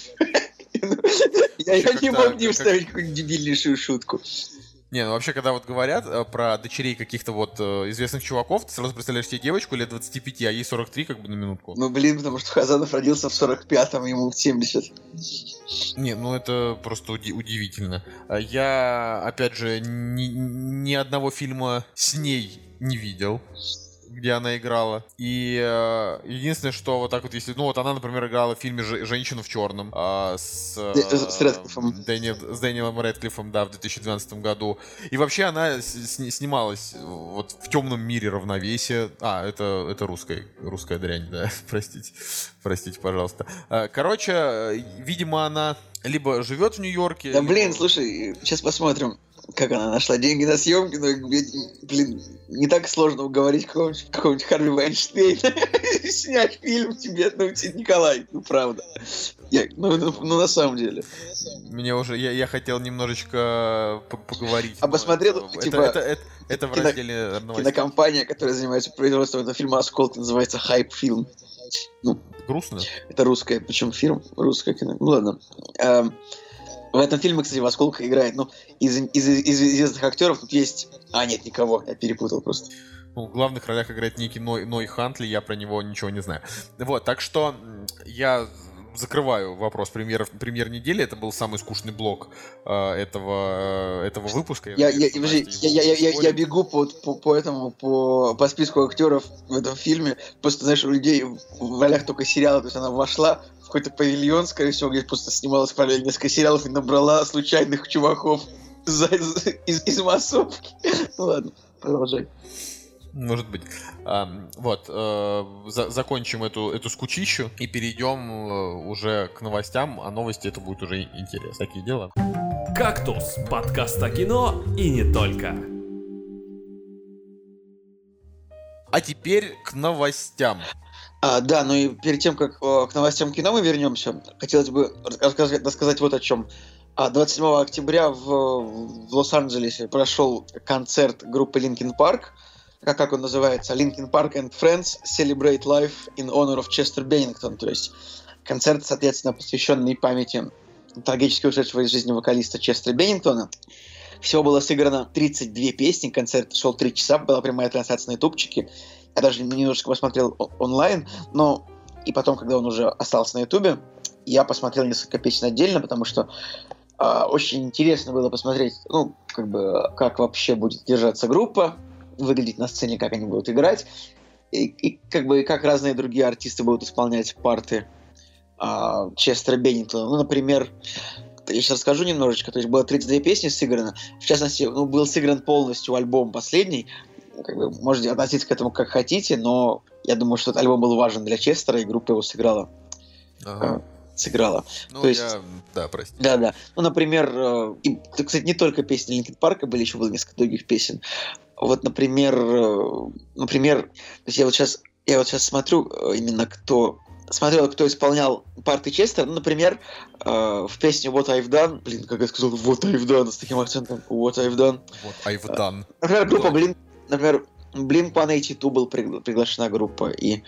Я, я не мог не вставить какую-нибудь дебильнейшую шутку. Не, ну вообще, когда вот говорят э, про дочерей каких-то вот э, известных чуваков, ты сразу представляешь себе девочку лет двадцати пяти, а ей сорок три, как бы, на минутку. Ну, блин, потому что Хазанов родился в сорок пятом, ему семьдесят. Не, ну это просто уди- удивительно. Я, опять же, ни, ни одного фильма с ней не видел, где она играла. И э, единственное, что вот так вот, если... Ну, вот она, например, играла в фильме «Женщина в черном» э, с, э, с Рэдклиффом. Дэни, с Дэниелом Рэдклиффом, да, в две тысячи двенадцатом году. И вообще она с, снималась вот в «Темном мире равновесия». А, это, это русская, русская дрянь, да, простите. Простите, пожалуйста. Короче, видимо, она либо живет в Нью-Йорке... Да, либо... блин, слушай, сейчас посмотрим. как она нашла деньги на съемки, но, блин, не так сложно уговорить какого-нибудь, какого-нибудь Харви Вайнштейна снять фильм тебе, ну, Николай, ну, правда. Я, ну, ну, ну, на самом деле. Мне уже, я, я хотел немножечко поговорить. А посмотрел, это, типа... Это, это, это в кино, разделе новостей. Кинокомпания, которая занимается производством этого фильма «Осколок», называется «Хайп Фильм». Ну, грустно? Это русская, причем фильм, русское кино. Ну, ладно. Эм, в этом фильме, кстати, в «Осколках» играет, ну, из, из, из известных актеров тут есть... А, нет, никого, я перепутал просто. Ну, в главных ролях играет некий Ной, Ной Хантли, я про него ничего не знаю. Вот, так что я закрываю вопрос премьер, премьер недели. Это был самый скучный блок э, этого, э, этого выпуска. Я, я, я, я, я, я, я бегу по, по, по этому, по, по списку актеров в этом фильме. Просто, знаешь, у людей в ролях только сериала. То есть она вошла в какой-то павильон, скорее всего, где просто снималась параллельно несколько сериалов и набрала случайных чуваков за, за, из, из массовки. Ну ладно, продолжай. Может быть. А, вот, э, за, закончим эту, эту скучищу и перейдем э, уже к новостям, а новости это будет уже интересно. Такие дела. «Кактус» — подкаст о кино и не только. А теперь к новостям. А, да, ну и перед тем, как о, к новостям кино мы вернемся, хотелось бы рассказать, рассказать вот о чем. двадцать седьмого октября в, в Лос-Анджелесе прошел концерт группы Linkin Park. Как, как он называется? Linkin Park and Friends Celebrate Life in Honor of Chester Bennington. То есть концерт, соответственно, посвященный памяти трагически ушедшего из жизни вокалиста Честера Беннингтона. Всего было сыграно тридцать две песни, концерт шел три часа, была прямая трансляция на ютубчике. Я даже немножечко посмотрел онлайн, но и потом, когда он уже остался на ютубе, я посмотрел несколько песен отдельно, потому что э, очень интересно было посмотреть, ну, как бы, как вообще будет держаться группа, выглядеть на сцене, как они будут играть, и, и как бы как разные другие артисты будут исполнять парты а, Честера Беннингтона. Ну, например, я сейчас расскажу немножечко. То есть было тридцать две песни сыграно. В частности, ну, был сыгран полностью альбом последний. Как бы, можете относиться к этому как хотите, но я думаю, что этот альбом был важен для Честера, и группа его сыграла. Ага. сыграла. Ну, То есть, я... Да, прости. Да, да. Ну, например, э, и, кстати, не только песни Линкин Парка были, еще было несколько других песен. Вот, например, э, например, то есть я вот сейчас, я вот сейчас смотрю э, именно кто, смотрел, кто исполнял парты Честера. Ну, например, э, в песне What I've Done, блин, как я сказал, What I've Done, с таким акцентом, What I've Done. What I've Done. Например, группа Blink, например, блинк сто восемьдесят два был пригла- приглашена группа, и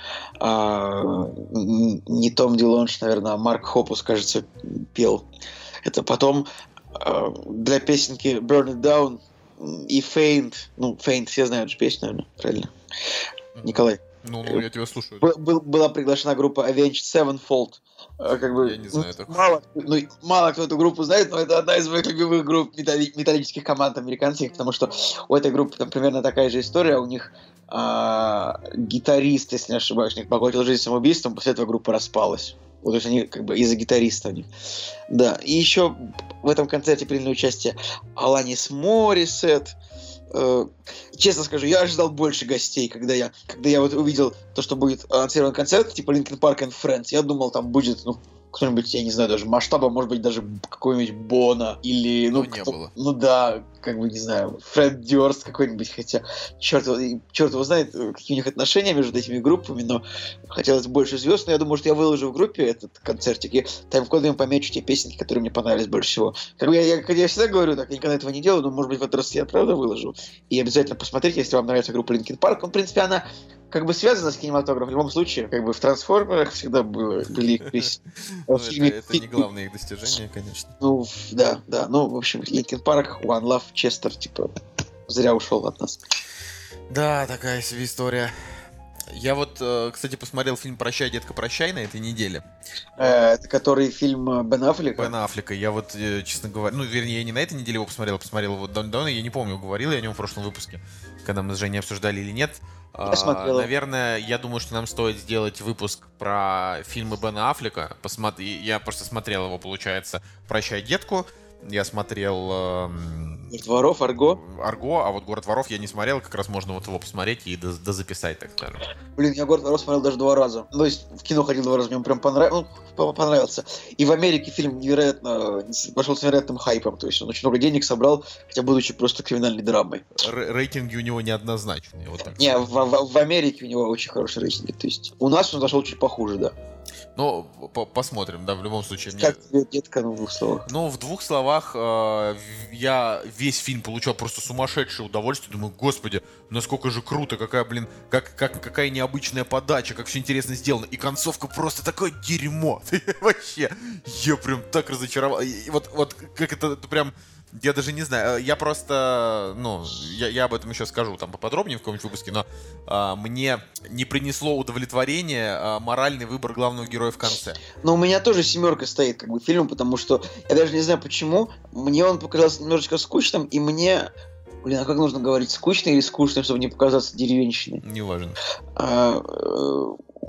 а, не Том Дилонж, наверное, а Марк Хопус, кажется, пел. Это потом а, для песенки Burn It Down и Faint, ну, Faint, все знают же песню, наверное, правильно? Mm-hmm. Николай. Ну, ну, я тебя слушаю. Был, был, была приглашена группа Avenged Sevenfold. Как бы, я не знаю ну, такого. Мало, ну, мало кто эту группу знает, но это одна из моих любимых групп металли- металлических команд американских, потому что у этой группы там примерно такая же история. У них а, гитарист, если не ошибаюсь, у них покончил жизнь самоубийством, после этого группа распалась. Вот, то есть они как бы из-за гитариста у них. Да, и еще в этом концерте приняли участие Аланис Морисет. Честно скажу, я ожидал больше гостей, когда я, когда я вот увидел то, что будет анонсирован концерт, типа Linkin Park and Friends. Я думал, там будет, ну, кто-нибудь, я не знаю, даже масштаба, может быть, даже какой-нибудь Бона или, ну, ну не кто, было. Ну да, как бы, не знаю, Фред Дёрст какой-нибудь, хотя черт его, черт его знает, какие у них отношения между этими группами, но хотелось больше звезд, но я думаю, что я выложу в группе этот концертик и тайм-кодом помечу те песенки, которые мне понравились больше всего. Как бы я, я, я всегда говорю, так, я никогда этого не делаю, но, может быть, в этот раз я правда выложу. И обязательно посмотрите, если вам нравится группа Linkin Park. Ну, в принципе, она как бы связано с кинематографом. В любом случае, как бы в «Трансформерах» всегда было, были их песни. Это не главное их достижение, конечно. Ну, да, да. Ну, в общем, Linkin Park, One Love, Честер, типа, зря ушел от нас. Да, такая себе история. Я вот, кстати, посмотрел фильм «Прощай, детка, прощай» на этой неделе. Это который фильм Бен Аффлека? Бен Аффлека. Я вот, честно говоря, ну, вернее, я не на этой неделе его посмотрел, посмотрел его давно, я не помню, говорил я о нем в прошлом выпуске, когда мы с Женей обсуждали или нет. Я смотрел. Наверное, я думаю, что нам стоит сделать выпуск про фильмы Бена Аффлека. Посмотри, я просто смотрел его, получается, «Прощай, детку». Я смотрел... Город воров, Арго? Арго, а вот «Город воров» я не смотрел, как раз можно вот его посмотреть и дозаписать, так скажем. Блин, я «Город воров» смотрел даже два раза. Ну, то есть в кино ходил два раза, мне он прям понравился. Ну, понравился. И в Америке фильм невероятно пошел с невероятным хайпом. То есть он очень много денег собрал, хотя будучи просто криминальной драмой. Р- рейтинги у него неоднозначные. Вот так. Не, в, в, в Америке у него очень хорошие рейтинги. То есть у нас он зашел чуть похуже, да. Ну, по- посмотрим, да, в любом случае. Как Мне... тебе, детка, ну, в двух словах? Ну, в двух словах, э, я весь фильм получал просто сумасшедшее удовольствие. Думаю, господи, насколько же круто, какая, блин, как, как, какая необычная подача, как все интересно сделано. И концовка просто такое дерьмо. Вообще, я прям так разочаровал. И вот, вот как это, это прям... Я даже не знаю, я просто, ну, я, я об этом еще скажу там поподробнее в каком-нибудь выпуске, но а, мне не принесло удовлетворения а, моральный выбор главного героя в конце. Но у меня тоже семерка стоит как бы фильм, потому что я даже не знаю почему, мне он показался немножечко скучным, и мне, блин, а как нужно говорить, скучный или скучным, чтобы не показаться деревенщиной? Неважно. А, э,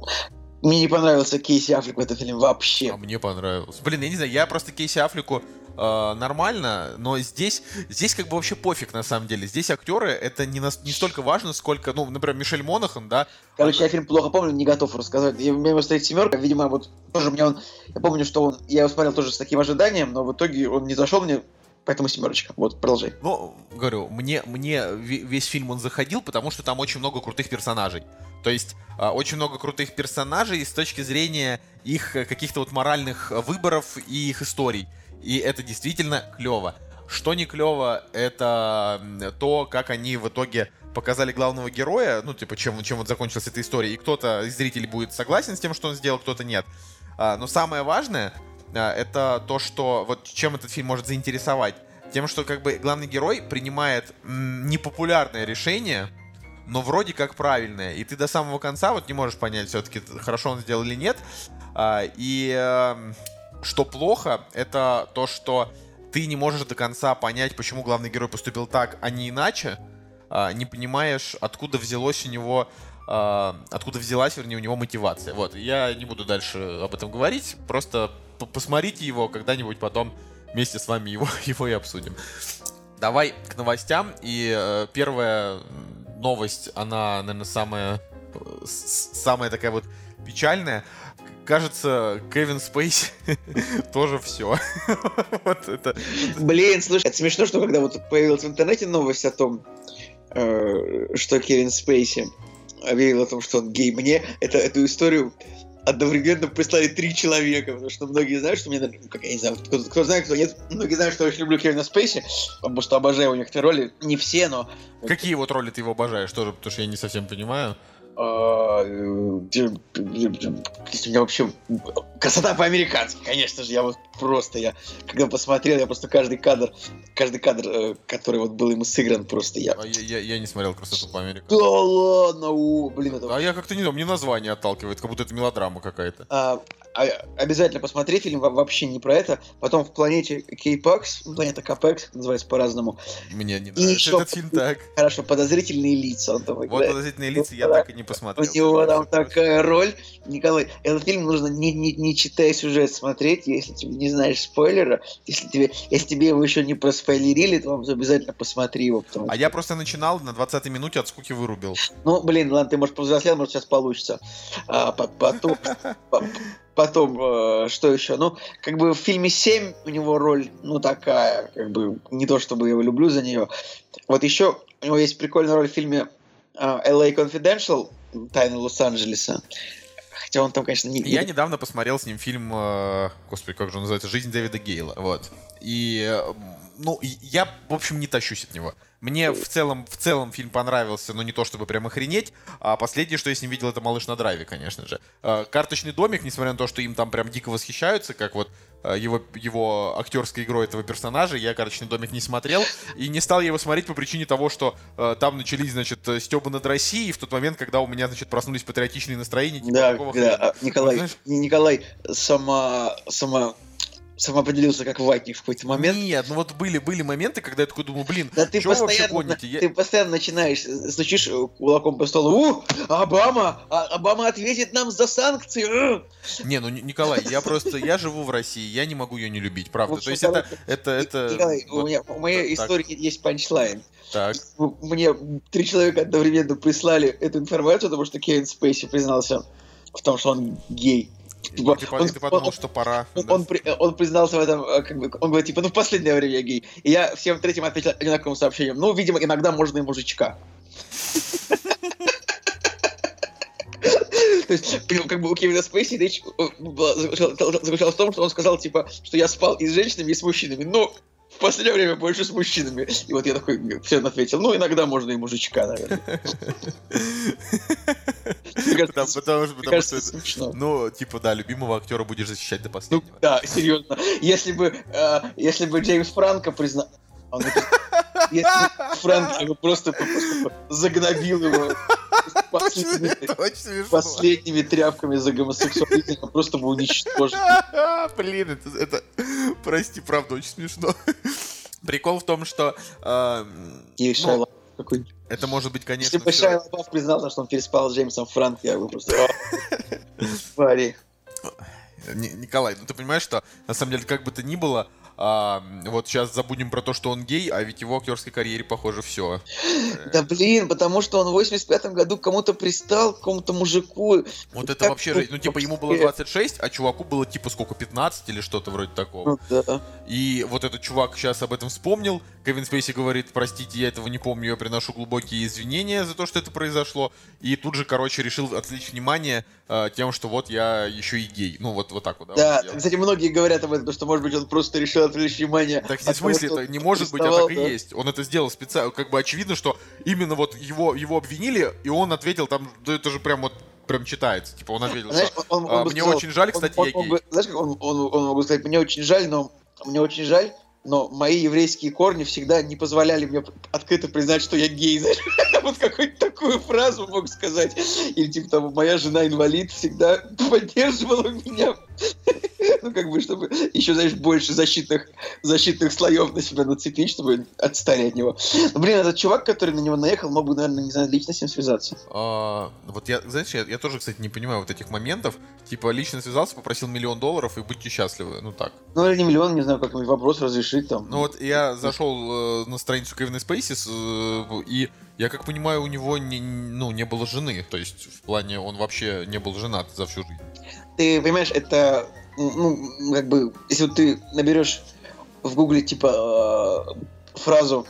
мне не понравился Кейси Аффлек в этом фильме вообще. А мне понравилось. Блин, я не знаю, я просто Кейси Аффлеку э, нормально, но здесь, здесь как бы вообще пофиг на самом деле. Здесь актеры это не, нас, не столько важно, сколько, ну, например, Мишель Монахан, да. Короче, она... я фильм плохо помню, не готов рассказать. Я, у меня его стоит семерка, видимо, вот тоже мне он... Я помню, что он... Я его смотрел тоже с таким ожиданием, но в итоге он не зашел мне, поэтому семерочка. Вот, продолжай. Ну, говорю, мне, мне весь фильм он заходил, потому что там очень много крутых персонажей. То есть э, очень много крутых персонажей с точки зрения их э, каких-то вот моральных выборов и их историй. И это действительно клево. Что не клево, это то, как они в итоге показали главного героя, ну, типа, чем, чем вот закончилась эта история. И кто-то из зрителей будет согласен с тем, что он сделал, кто-то нет. А, но самое важное, а, это то, что вот чем этот фильм может заинтересовать. Тем, что как бы главный герой принимает м, непопулярное решение, но вроде как правильное. И ты до самого конца вот не можешь понять, все-таки хорошо он сделал или нет. А, и э, что плохо, это то, что ты не можешь до конца понять, почему главный герой поступил так, а не иначе. А, не понимаешь, откуда взялось у него... А, откуда взялась, вернее, у него мотивация. Вот, я не буду дальше об этом говорить. Просто посмотрите его когда-нибудь потом вместе с вами его, его и обсудим. Давай к новостям. И э, первая... новость, она, наверное, самая, самая такая вот печальная. Кажется, Кевин Спейси тоже все. Вот это. Блин, слушай, это смешно, что когда вот появилась в интернете новость о том, что Кевин Спейси объявил о том, что он гей, мне это, эту историю одновременно прислали три человека, потому что многие знают, что мне, как я не знаю, кто, кто знает, кто нет, многие знают, что я очень люблю Кевина Спейси, потому что обожаю его некоторые роли, не все, но... Какие вот роли ты его обожаешь тоже, потому что я не совсем понимаю. Если у меня вообще красота по-американски, конечно же, я вот просто, я когда посмотрел, я просто каждый кадр, каждый кадр, который вот был ему сыгран, просто я... А я, я, я не смотрел «Красоту по-американски». Да ладно, о, блин, это... А я как-то не знаю, мне название отталкивает, как будто это мелодрама какая-то. А, а, обязательно посмотри фильм, вообще не про это. Потом в «Планете Кейпакс», «Планета Капекс», называется по-разному. Мне не нравится еще этот фильм так. Хорошо, «Подозрительные лица». Он там Вот играет. «Подозрительные лица» я Да. так и не посмотрел. У него там такая роль. Николай, этот фильм нужно не, не, не читая сюжет смотреть, если ты не знаешь спойлера. Если тебе, если тебе его еще не проспойлерили, то обязательно посмотри его. Потому А что... я просто начинал, на двадцатой минуте от скуки вырубил. Ну, блин, ладно, ты, может, повзрослел, может, сейчас получится. А, по- потом... по- Потом, э, что еще? Ну, как бы в фильме «семь» у него роль, ну, такая, как бы, не то чтобы я его люблю за нее. Вот еще у него есть прикольная роль в фильме э, эл эй Confidential, «Тайны Лос-Анджелеса». Хотя он там, конечно, не... Я недавно посмотрел с ним фильм, э, господи, как же он называется, «Жизнь Дэвида Гейла», вот. И, э, ну, я, в общем, не тащусь от него. Мне в целом, в целом фильм понравился, но не то чтобы прям охренеть. А последнее, что я с ним видел, это «Малыш на драйве», конечно же. Э, «Карточный домик», несмотря на то, что им там прям дико восхищаются, как вот э, его, его актерской игрой этого персонажа, я «Карточный домик» не смотрел. И не стал я его смотреть по причине того, что э, там начались, значит, стёбы над Россией, в тот момент, когда у меня, значит, проснулись патриотичные настроения. Типа, Да, какого да, хрена? а, Николай, Вот, знаешь, Николай, сама, сама самоопределился как ватник в какой-то момент. Нет, ну вот были, были моменты, когда я такой думаю, блин, да ты что вы вообще постоянно, гоните? Я... ты постоянно начинаешь, стучишь кулаком по столу, у, Обама, а, Обама ответит нам за санкции. Не, ну, Николай, я просто, я живу в России, я не могу ее не любить, правда. общем, То есть короче, это, это, это... Николай, вот у меня, у моей так. истории есть панчлайн. Так. Мне три человека одновременно прислали эту информацию, потому что Кевин Спейси признался в том, что он гей. Типа, ты, он, ты подумал, он, что пора. Он, да. он, он признался в этом, как бы, он говорит, типа, ну в последнее время я гей. И я всем третьим ответил одинаковым сообщением. Ну, видимо, иногда можно и мужичка. То есть, как бы у Кевина Спейси речь заключалась в том, что он сказал, типа, что я спал и с женщинами, и с мужчинами. Но в последнее время больше с мужчинами. И вот я такой всем ответил, ну, иногда можно и мужичка, наверное. Потому, потому, потому кажется, что это, ну, типа, да, любимого актера будешь защищать до последнего. Ну, да, серьезно. Если бы, э, если бы Джеймс Франко признал... Он, если бы Франко просто, просто загнобил его последними, последними тряпками за гомосексуализм, он просто бы уничтожил. Блин, это, это... Прости, правда, очень смешно. Прикол в том, что... Э, И ну, какой-нибудь. Это может быть, конечно, если бы Шайа Лабаф признался, что он переспал с Джеймсом Франко, я бы просто... Пари. Николай, ну ты понимаешь, что на самом деле, как бы то ни было, а, вот сейчас забудем про то, что он гей, а ведь его актерской карьере, похоже, все. Да блин, потому что он в восемьдесят пятом году к кому-то пристал, к какому-то мужику. Вот это вообще же, ну типа ему было двадцать шесть, а чуваку было типа сколько, пятнадцать или что-то вроде такого. Ну да. И вот этот чувак сейчас об этом вспомнил, Кевин Спейси говорит, простите, я этого не помню, я приношу глубокие извинения за то, что это произошло, и тут же, короче, решил отвлечь внимание э, тем, что вот я еще и гей. Ну вот, вот так вот. Да, да кстати, многие говорят об этом, что, может быть, он просто решил отвлечь внимание. Так в смысле, это не может быть, а так и да? есть. Он это сделал специально, как бы очевидно, что именно вот его, его обвинили, и он ответил там, да это же прям вот прям читается, типа он ответил, знаешь, что он, он, он мне сказал, очень жаль, кстати, он, я он, гей. Он, знаешь, как он, он, он мог сказать, мне очень жаль, но мне очень жаль, но мои еврейские корни всегда не позволяли мне открыто признать, что я гей. Вот какую-то такую фразу мог сказать. Или типа там, моя жена инвалид всегда поддерживала меня. Ну, как бы, чтобы еще, знаешь, больше защитных, защитных слоев на себя нацепить, чтобы отстали от него. Но, блин, этот чувак, который на него наехал, мог бы, наверное, не знаю, лично с ним связаться. А, вот я, знаешь, я, я тоже, кстати, не понимаю вот этих моментов. Типа, лично связался, попросил миллион долларов, и будьте счастливы. Ну, так. Ну, или не миллион, не знаю, как-нибудь вопрос разрешить там. Ну, вот я зашел э, на страницу Кевина Спейси, э, и я как понимаю, у него не, ну, не было жены. То есть, в плане, он вообще не был женат за всю жизнь. Ты понимаешь, это... Ну, как бы, если вот ты наберешь в гугле, типа, э, фразу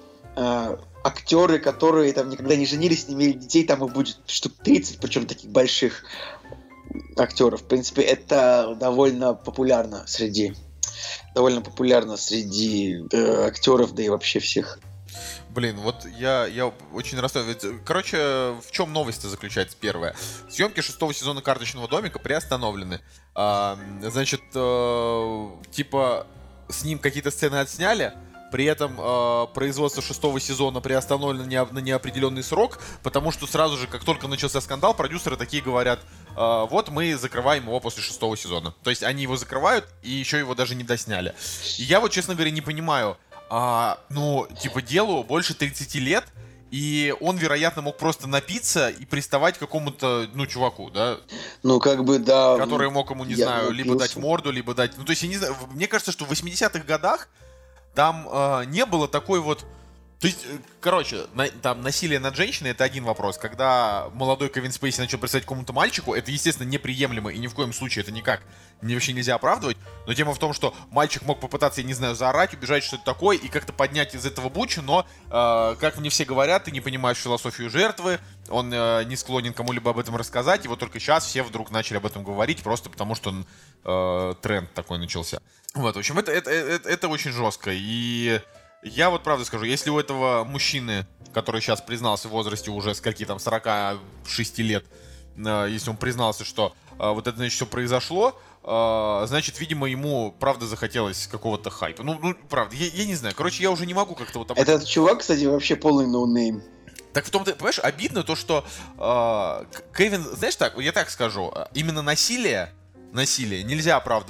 э, актеры, которые там никогда не женились, не имели детей, там их будет штук тридцать, причем таких больших актеров. В принципе, это довольно популярно среди довольно популярно среди э, актеров, да и вообще всех. Блин, вот я, я очень расстроен. Короче, в чем новость заключается первая? Съемки шестого сезона «Карточного домика» приостановлены. А, значит, э, типа, с ним какие-то сцены отсняли, при этом э, производство шестого сезона приостановлено не, на неопределенный срок, потому что сразу же, как только начался скандал, продюсеры такие говорят, э, вот мы закрываем его после шестого сезона. То есть они его закрывают и еще его даже не досняли. И я вот, честно говоря, не понимаю, а, ну, типа, делу больше тридцати лет, и он, вероятно, мог просто напиться и приставать к какому-то, ну, чуваку, да? Ну, как бы, да. Который мог ему, не знаю, либо дать морду, либо дать... Ну, то есть, я не знаю, мне кажется, что в восьмидесятых годах там э, не было такой вот... То есть, короче, на, там насилие над женщиной — это один вопрос. Когда молодой Кевин Спейси начал представить какому-то мальчику, это, естественно, неприемлемо, и ни в коем случае это никак не, вообще нельзя оправдывать. Но тема в том, что мальчик мог попытаться, я не знаю, заорать, убежать, что это такое, и как-то поднять из этого бучу, но, э, как мне все говорят, ты не понимаешь философию жертвы, он э, не склонен кому-либо об этом рассказать, и вот только сейчас все вдруг начали об этом говорить, просто потому что он, э, тренд такой начался. Вот, в общем, это, это, это, это очень жестко, и... Я вот правда скажу, если у этого мужчины, который сейчас признался в возрасте уже скольки там, сорока шести лет, э, если он признался, что э, вот это, значит, все произошло, э, значит, видимо, ему правда захотелось какого-то хайпа. Ну, ну правда, я, я не знаю, короче, я уже не могу как-то вот... Об... Этот чувак, кстати, вообще полный ноунейм. Так в том-то, понимаешь, обидно то, что э, Кевин, знаешь так, я так скажу, именно насилие, насилие нельзя оправдывать,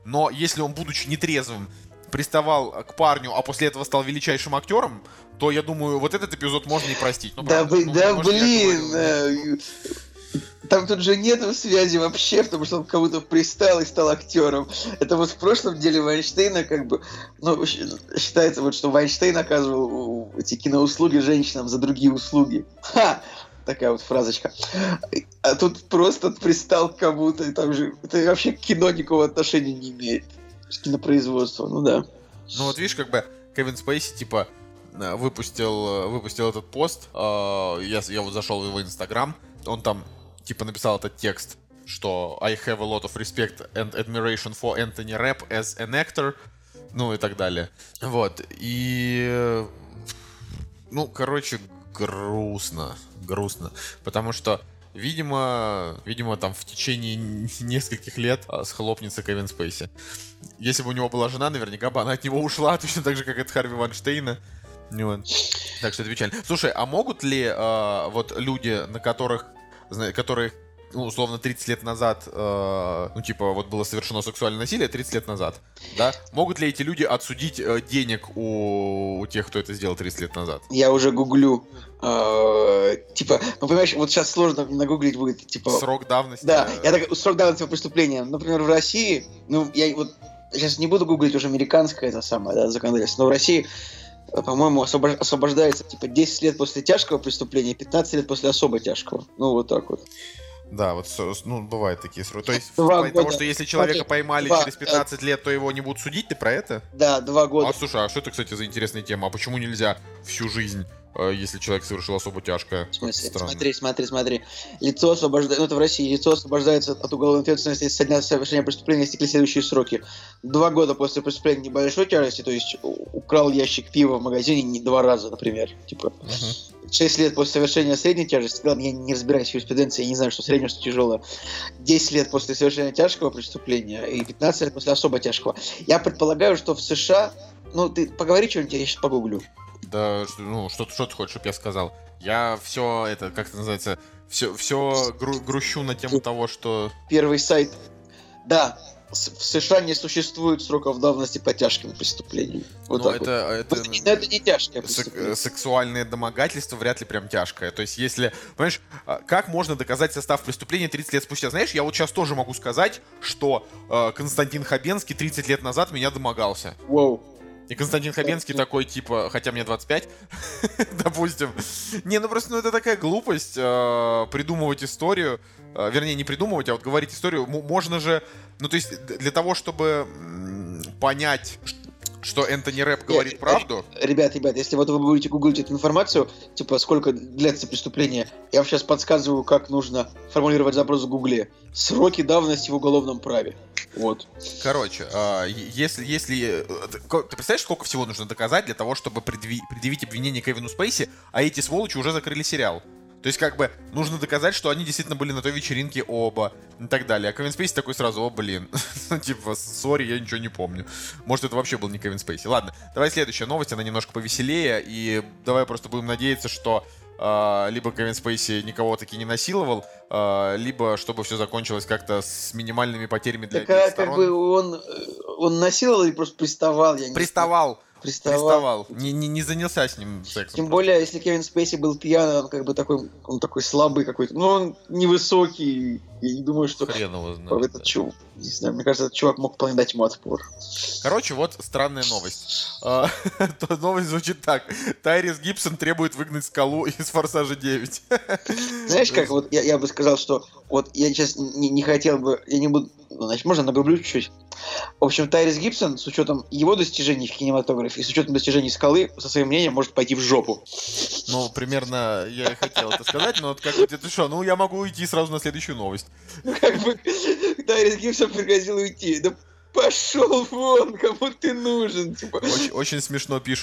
но если он, будучи нетрезвым, приставал к парню, а после этого стал величайшим актером, то, я думаю, вот этот эпизод можно и простить. Ну, да, правда, вы, ну, да может, блин, говорю, там тут же нет связи вообще, потому что он кому-то пристал и стал актером. Это вот в прошлом деле Вайнштейна как бы, ну, считается вот, что Вайнштейн оказывал эти киноуслуги женщинам за другие услуги. Ха! Такая вот фразочка. А тут просто пристал к кому-то, и там же, это вообще к кино никакого отношения не имеет. К кинопроизводству, ну да. Ну вот видишь, как бы Кевин Спейси, типа, выпустил, выпустил этот пост, я, я вот зашел в его Инстаграм, он там, типа, написал этот текст, что I have a lot of respect and admiration for Anthony Rapp as an actor, ну и так далее. Вот, и... Ну, короче, грустно, грустно, потому что, видимо, видимо, там в течение нескольких лет схлопнется Кевин Спейси. Если бы у него была жена, наверняка бы она от него ушла, точно так же, как от Харви Вайнштейна. Вот. Так что это печально. Слушай, а могут ли э, вот люди, на которых, которые, ну, условно, тридцать лет назад, э, ну, типа, вот было совершено сексуальное насилие тридцать лет назад, да, могут ли эти люди отсудить э, денег у, у тех, кто это сделал тридцать лет назад? Я уже гуглю. Э, типа, ну, понимаешь, вот сейчас сложно нагуглить будет, типа... Срок давности. Да, я так, срок давности преступления. Например, в России, ну, я вот сейчас не буду гуглить уже американское это самое, да, законодательство, но в России, по-моему, освобож... освобождается, типа, десять лет после тяжкого преступления, пятнадцать лет после особо тяжкого. Ну, вот так вот. Да, вот, ну, бывают такие сроки. То есть, два в плане того, года. что если человека Смотри, поймали два, через пятнадцать лет, то его не будут судить, ты про это? Да, два года. А, слушай, а что это, кстати, за интересная тема? А почему нельзя всю жизнь, если человек совершил особо тяжкое? В смысле? Странно. Смотри, смотри, смотри. Лицо освобождается, ну это в России, лицо освобождается от уголовной ответственности со дня совершения преступления, истекли следующие сроки. Два года после преступления небольшой тяжести, то есть украл ящик пива в магазине не два раза, например. Типа. Uh-huh. шесть лет после совершения средней тяжести, ладно, я не разбираюсь в юриспруденции, я не знаю, что среднее, что тяжелое. десять лет после совершения тяжкого преступления и пятнадцать лет после особо тяжкого. Я предполагаю, что в США, ну ты поговори что-нибудь, я сейчас погуглю. Да, ну, что, что ты хочешь, чтобы я сказал? Я все, это, как это называется, все, все гру- грущу на тему того, что... Первый сайт. Да, в США не существует сроков давности по тяжким преступлениям. Вот ну, так это, вот. это, это, не, это не тяжкое преступление. Сексуальное домогательство вряд ли прям тяжкое. То есть, если... Понимаешь, как можно доказать состав преступления тридцать лет спустя? Знаешь, я вот сейчас тоже могу сказать, что э, Константин Хабенский тридцать лет назад меня домогался. Воу. И Константин Хабенский такой, типа, хотя мне двадцать пять, допустим. Не, ну просто ну, это такая глупость э, придумывать историю. Э, вернее, не придумывать, а вот говорить историю. М- можно же... Ну, то есть, для того, чтобы м- понять, что Энтони Рэп говорит Нет, правду... Ребят, ребят, если вот вы будете гуглить эту информацию, типа, сколько длится преступление, я вам сейчас подсказываю, как нужно формулировать запрос в Гугле. Сроки давности в уголовном праве. Вот. Короче, э, если, если... Ты представляешь, сколько всего нужно доказать для того, чтобы предъяви- предъявить обвинение Кевину Спейси, а эти сволочи уже закрыли сериал? То есть, как бы, нужно доказать, что они действительно были на той вечеринке оба и так далее. А Кевин Спейси такой сразу, о, блин. Ну, типа, сори, я ничего не помню. Может, это вообще был не Кевин Спейси. Ладно, давай следующая новость, она немножко повеселее. И давай просто будем надеяться, что э, либо Кевин Спейси никого таки не насиловал, э, либо чтобы все закончилось как-то с минимальными потерями для Так, обеих а, сторон. как бы он, он насиловал или просто приставал? Я не Приставал. Приставал. Приставал. Не, не, не занялся с ним сексом. Тем просто. более, если Кевин Спейси был пьяный, он как бы такой, он такой слабый какой-то. Ну, он невысокий. Я не думаю, что Хрен его знает, этот да. чувак, не знаю, мне кажется, этот чувак мог вполне дать ему отпор. Короче, вот странная новость. А, то новость звучит так. Тайрис Гибсон требует выгнать Скалу из «Форсажа девять». Знаешь, как вот я, я бы сказал, что вот я сейчас не, не хотел бы, я не буду, ну, значит, можно нагрублю чуть-чуть. В общем, Тайрис Гибсон, с учетом его достижений в кинематографе и с учетом достижений Скалы, со своим мнением может пойти в жопу. Ну, примерно я и хотел это сказать, но вот как бы ты что, ну я могу уйти сразу на следующую новость. Ну, как бы Тайрис Гибсон пригрозил уйти. Да пошел вон, кому ты нужен, типа. Очень, очень смешно пишут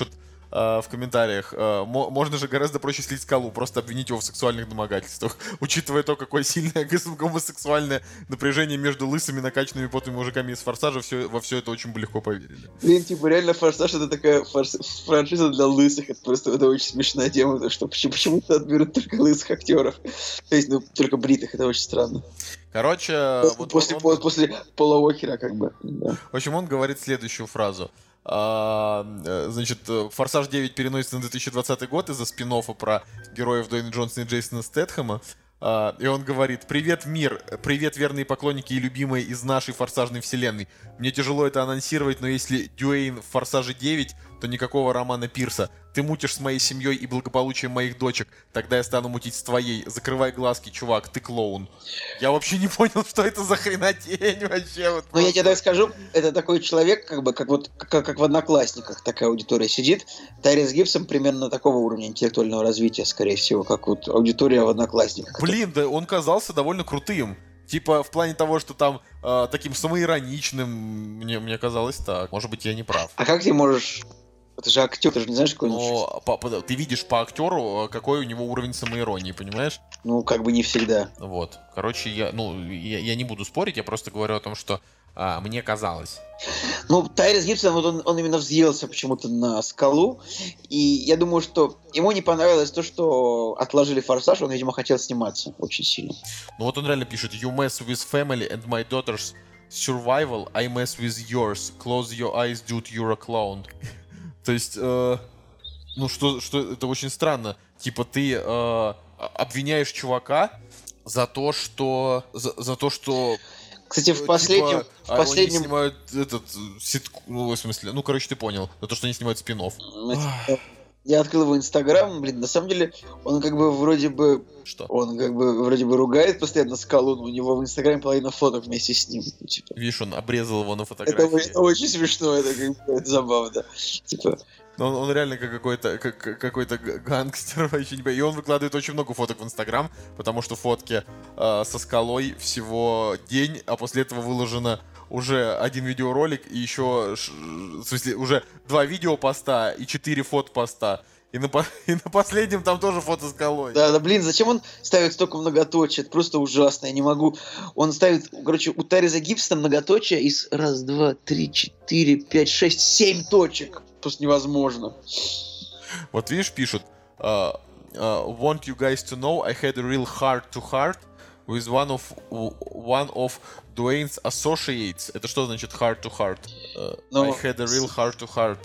в комментариях. Можно же гораздо проще слить Скалу, просто обвинить его в сексуальных домогательствах. Учитывая то, какое сильное гомосексуальное напряжение между лысыми, накачанными потными мужиками из «Форсажа», все, во все это очень бы легко поверили. Блин, типа, реально «Форсаж» — это такая форс... франшиза для лысых. Это просто это очень смешная тема, потому что почему-то отберут только лысых актеров. То есть, ну, только бритых, это очень странно. Короче... Вот после, он, он... после Пола Уокера, как бы. Да. В общем, он говорит следующую фразу. А, значит, «Форсаж девять» переносится на две тысячи двадцатый год из-за спин-оффа про героев Дуэйна Джонсона и Джейсона Стэтхэма. А, и он говорит: «Привет, мир! Привет, верные поклонники и любимые из нашей форсажной вселенной. Мне тяжело это анонсировать, но если Дюэйн в «Форсаже девять», то никакого Романа Пирса. Ты мутишь с моей семьей и благополучием моих дочек. Тогда я стану мутить с твоей. Закрывай глазки, чувак, ты клоун». Я вообще не понял, что это за хренотень вообще. Вот ну, я тебе так скажу, это такой человек, как бы, как вот, как, как в «Одноклассниках» такая аудитория сидит. Тайрис Гибсон примерно такого уровня интеллектуального развития, скорее всего, как вот аудитория в «Одноклассниках». Блин, да он казался довольно крутым. Типа, в плане того, что там э, таким самоироничным, мне, мне казалось так. Может быть, я не прав. А как ты можешь... Это же актер, ты же не знаешь, какой он Но по, по, ты видишь по актеру, какой у него уровень самоиронии, понимаешь? Ну, как бы не всегда. Вот. Короче, я, ну, я, я не буду спорить, я просто говорю о том, что а, мне казалось. Ну, Тайрис Гибсон, вот он, он именно взъелся почему-то на Скалу, и я думаю, что ему не понравилось то, что отложили «Форсаж», он, видимо, хотел сниматься очень сильно. Ну вот он реально пишет: «You mess with family and my daughter's survival, I mess with yours. Close your eyes, dude, you're a clown». То есть, э, ну что, что это очень странно. Типа ты э, обвиняешь чувака за то, что за, за то, что. Кстати, в последнем, типа, в последнем... они снимают этот ситку, ну в смысле, ну короче ты понял, за то, что они снимают спин-офф. Я открыл его Инстаграм, блин, на самом деле он как бы вроде бы... Что? Он как бы вроде бы ругает постоянно Скалу, но у него в Инстаграме половина фоток вместе с ним. Типа. Видишь, он обрезал его на фотографии. Это очень, очень смешно, это, как бы, это забавно. Типа... Но он, он реально как какой-то, как, какой-то гангстер, вообще не понимаю. И он выкладывает очень много фоток в Инстаграм, потому что фотки э, со Скалой всего день, а после этого выложено уже один видеоролик и еще, в смысле, уже два видеопоста и четыре фотопоста. И на, и на последнем там тоже фото с Скалой. Да, да, блин, зачем он ставит столько многоточия? Это просто ужасно, я не могу. Он ставит, короче, у Тайриса Гибсона многоточие из раз, два, три, четыре, пять, шесть, семь точек. Просто невозможно. Вот видишь, пишут: uh, uh, «Want you guys to know, I had a real heart-to-heart with one of one of Dwayne's associates». Это что значит heart-to-heart? Uh, Но... I had a real heart-to-heart.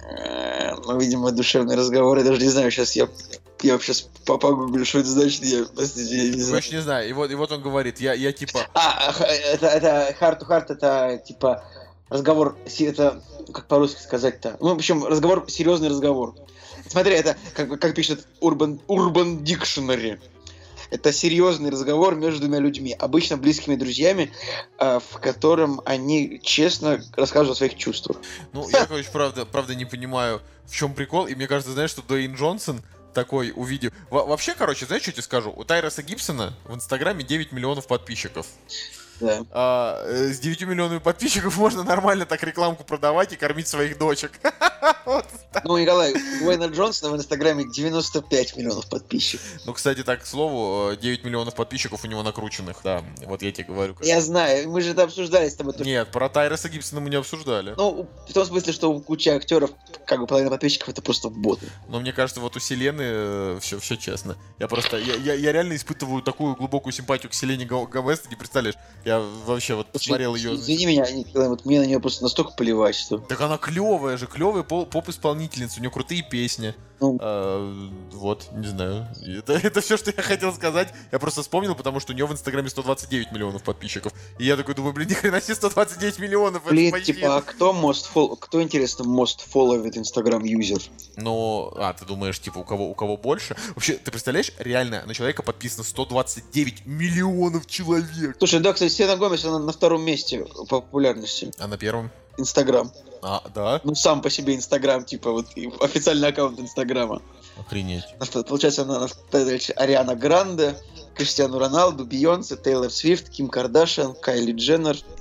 Ну, видимо, душевный разговор. Я даже не знаю, сейчас я... Я сейчас погуглю, что это значит, я, простите, я не знаю. Короче, не знаю, и вот, и вот он говорит, я, я типа... А, это, это heart-to-heart, это типа разговор, это, как по-русски сказать-то? Ну, в общем, разговор, серьезный разговор. Смотри, это, как, как пишет Urban, Urban Dictionary, это серьезный разговор между двумя людьми, обычно близкими друзьями, в котором они честно расскажут о своих чувствах. Ну, я, короче, правда, правда не понимаю, в чем прикол, и мне кажется, знаешь, что Дуэйн Джонсон такой увидел... Во- вообще, короче, знаешь, что я тебе скажу? У Тайриса Гибсона в Инстаграме девять миллионов подписчиков. Да. А, с девятью миллионами подписчиков можно нормально так рекламку продавать и кормить своих дочек. Вот. Ну, Николай, у Дуэйна Джонсона в Инстаграме девяносто пять миллионов подписчиков. Ну, кстати, так, к слову, девять миллионов подписчиков у него накрученных, да. Вот я тебе говорю. Как... Я знаю, мы же это обсуждали с тобой. Нет, про Тайриса Гибсона мы не обсуждали. Ну, в том смысле, что у кучи актеров, как бы половина подписчиков, это просто боты. Но мне кажется, вот у Селены э, все, все честно. Я просто, я, я, я реально испытываю такую глубокую симпатию к Селене Гомес, ты не представляешь. Я вообще вот посмотрел ее... Извини меня, Николай, вот мне на нее просто настолько плевать, что... Так она клевая же, клевая поп-исполнительница, у нее крутые песни. Ну. А, вот, не знаю. Это, это все, что я хотел сказать. Я просто вспомнил, потому что у нее в Инстаграме сто двадцать девять миллионов подписчиков. И я такой думаю, блин, ни хрена себе сто двадцать девять миллионов. Блин, типа, а кто most follow... Кто, интересно, most followed Instagram user? Ну, а, ты думаешь, типа, у кого, у кого больше? Вообще, ты представляешь, реально, на человека подписано сто двадцать девять миллионов человек. Слушай, да, кстати, Селена Гомес, она на втором месте по популярности. А на первом? Инстаграм. А, да? Ну, сам по себе Инстаграм, типа, вот, официальный аккаунт Инстаграма. Охренеть. Получается, она Ариана Гранде, Криштиану Роналду, Бейонсе, Тейлор Свифт, Ким Кардашьян, Кайли Дженнер,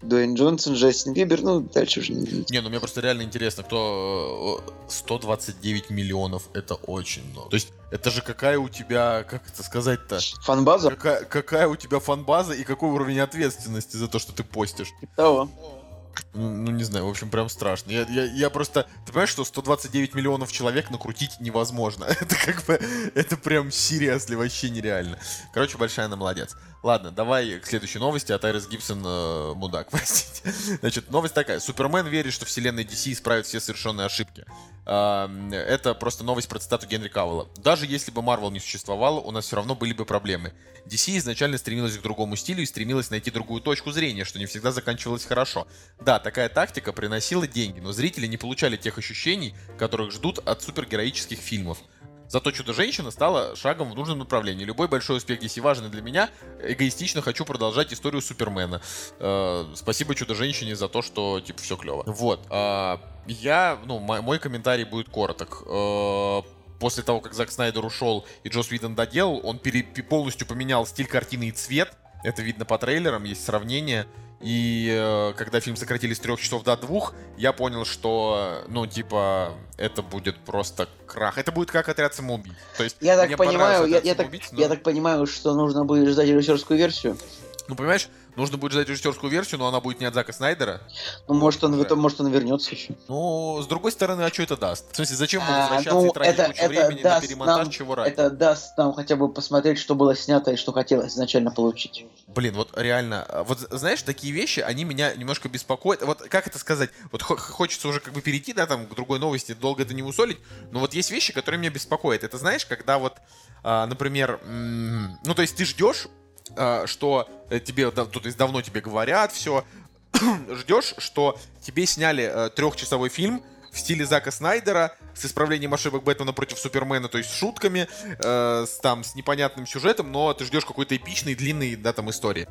Дуэйн Джонсон, Джастин Бибер, ну, дальше уже не... Не, ну мне просто реально интересно, кто... сто двадцать девять миллионов, это очень много. То есть, это же какая у тебя, как это сказать-то? Фан-база? Какая, какая у тебя фан-база и какой уровень ответственности за то, что ты постишь? Того. Ну, ну, не знаю, в общем, прям страшно. Я, я, я просто... Ты понимаешь, что сто двадцать девять миллионов человек накрутить невозможно. Это как бы... Это прям seriously вообще нереально. Короче, большая она молодец. Ладно, давай к следующей новости, а Тайрес Гибсон э, мудак, простите. Значит, новость такая. Супермен верит, что вселенная ди си исправит все совершенные ошибки. Э, это просто новость про цитату Генри Кавилла. Даже если бы Марвел не существовало, у нас все равно были бы проблемы. ди си изначально стремилась к другому стилю и стремилась найти другую точку зрения, что не всегда заканчивалось хорошо. Да, такая тактика приносила деньги, но зрители не получали тех ощущений, которых ждут от супергероических фильмов. Зато «Чудо-женщина» стала шагом в нужном направлении. Любой большой успех ди си важен для меня. Эгоистично хочу продолжать историю Супермена. Э, спасибо «Чудо-женщине» за то, что, типа, все клево. Вот. Э, я, ну, мой, мой комментарий будет короток. Э, после того, как Зак Снайдер ушел и Джосс Уидон доделал, он пере, полностью поменял стиль картины и цвет. Это видно по трейлерам, есть сравнение. И э, когда фильм сократили с трех часов до двух, я понял, что, ну, типа, это будет просто крах. Это будет как «Отряд самоубийц». То есть, я так понимаю, я, я, так, но... я так понимаю, что нужно будет ждать режиссерскую версию. Ну, понимаешь, нужно будет ждать режиссерскую версию, но она будет не от Зака Снайдера. Ну, может, он, это, может, он вернется еще. Ну, с другой стороны, а что это даст? В смысле, зачем а, возвращаться ну, и тратить это, кучу это времени на перемонтаж, нам, чего ради? Это даст нам хотя бы посмотреть, что было снято и что хотелось изначально получить. Блин, вот реально, вот знаешь, такие вещи, они меня немножко беспокоят. Вот как это сказать? Вот хочется уже как бы перейти, да, там, к другой новости, долго это не усолить, но вот есть вещи, которые меня беспокоят. Это знаешь, когда вот, а, например, м- ну, то есть ты ждешь, а, что тебе, да, то есть давно тебе говорят все, ждешь, что тебе сняли а, трехчасовой фильм в стиле Зака Снайдера, с исправлением ошибок Бэтмена против Супермена, то есть с шутками, э, с, там, с непонятным сюжетом, но ты ждешь какой-то эпичной, длинной, да, там, истории.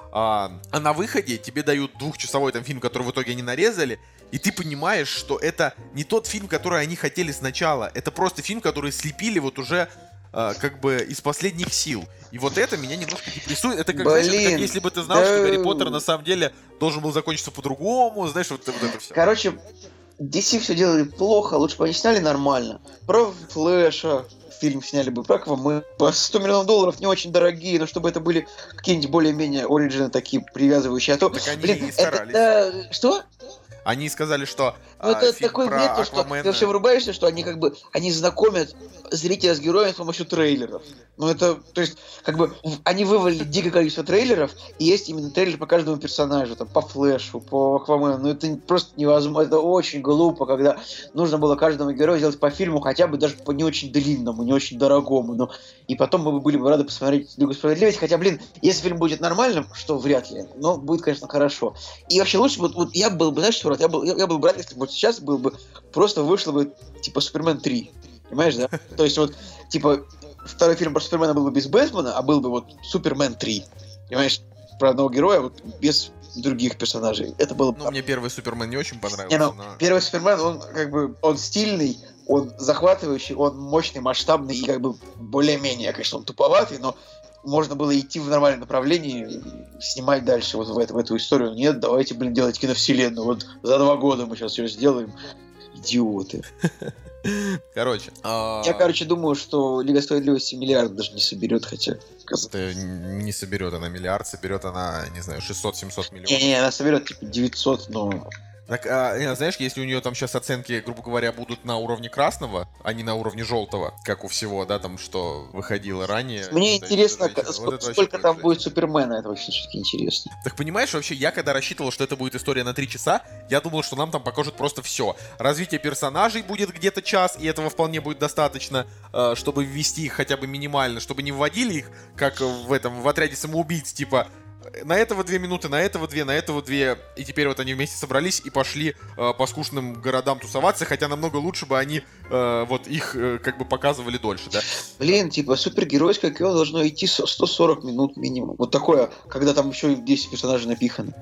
А, а на выходе тебе дают двухчасовой там фильм, который в итоге они нарезали, и ты понимаешь, что это не тот фильм, который они хотели сначала, это просто фильм, который слепили вот уже э, как бы из последних сил. И вот это меня немножко депрессует. Это как, знаешь, это как если бы ты знал, да... что Гарри Поттер на самом деле должен был закончиться по-другому, знаешь, вот, вот это все. Короче, ди си все делали плохо, лучше бы они сняли нормально. Про Флэша фильм сняли бы, про Аквамена. По сто миллионов долларов не очень дорогие, но чтобы это были какие-нибудь более-менее оригины такие привязывающие. А то, так они блин, и старались. Это, да, что? Они сказали, что ну, это а, фильм такой про бред, то, что Аквамена... ты вообще врубаешься, что они как бы они знакомят зрителя с героем с помощью трейлеров. Ну это, то есть, как бы они вывалили дикое количество трейлеров, и есть именно трейлер по каждому персонажу, там, по Флэшу, по Аквамену. Ну это просто невозможно, это очень глупо, когда нужно было каждому герою сделать по фильму, хотя бы даже по не очень длинному, не очень дорогому. Ну, и потом мы бы были бы рады посмотреть Лигу справедливости. Хотя, блин, если фильм будет нормальным, что вряд ли, но будет, конечно, хорошо. И вообще лучше, вот, вот я был бы, знаешь, что, я был, я, я был бы рад, если бы вот сейчас был бы, просто вышло бы, типа, Супермен три. Понимаешь, да? То есть вот, типа, второй фильм про Супермена был бы без Бэтмена, а был бы вот Супермен три. Понимаешь? Про одного героя, вот без других персонажей. Это было бы... Ну, мне первый Супермен не очень понравился. Не, ну, но... Первый Супермен, он как бы, он стильный, он захватывающий, он мощный, масштабный и как бы более-менее, конечно, он туповатый, но можно было идти в нормальном направлении, снимать дальше вот в, это, в эту историю. Нет, давайте, блин, делать киновселенную. Вот за два года мы сейчас все сделаем. Идиоты. Короче. А... Я, короче, думаю, что Лига Справедливости миллиард даже не соберет, хотя... Это не соберет она миллиард, соберет она, не знаю, шестьсот-семьсот миллионов. Не-не, она соберет типа девятьсот, но... Так, а, знаешь, если у нее там сейчас оценки, грубо говоря, будут на уровне красного, а не на уровне желтого, как у всего, да, там, что выходило ранее. Мне интересно, женщина, сколько, вот сколько там будет Супермена, это вообще все-таки интересно. Так понимаешь, вообще, я когда рассчитывал, что это будет история на три часа, я думал, что нам там покажут просто все. Развитие персонажей будет где-то час, и этого вполне будет достаточно, чтобы ввести их хотя бы минимально, чтобы не вводили их, как в этом, в отряде самоубийц, типа... На этого две минуты, на этого две, на этого две. И теперь вот они вместе собрались и пошли э, по скучным городам тусоваться, хотя намного лучше бы они э, вот их э, как бы показывали дольше, да? Блин, типа супергеройское кино должно идти сто сорок минут минимум. Вот такое, когда там еще десять персонажей напихано.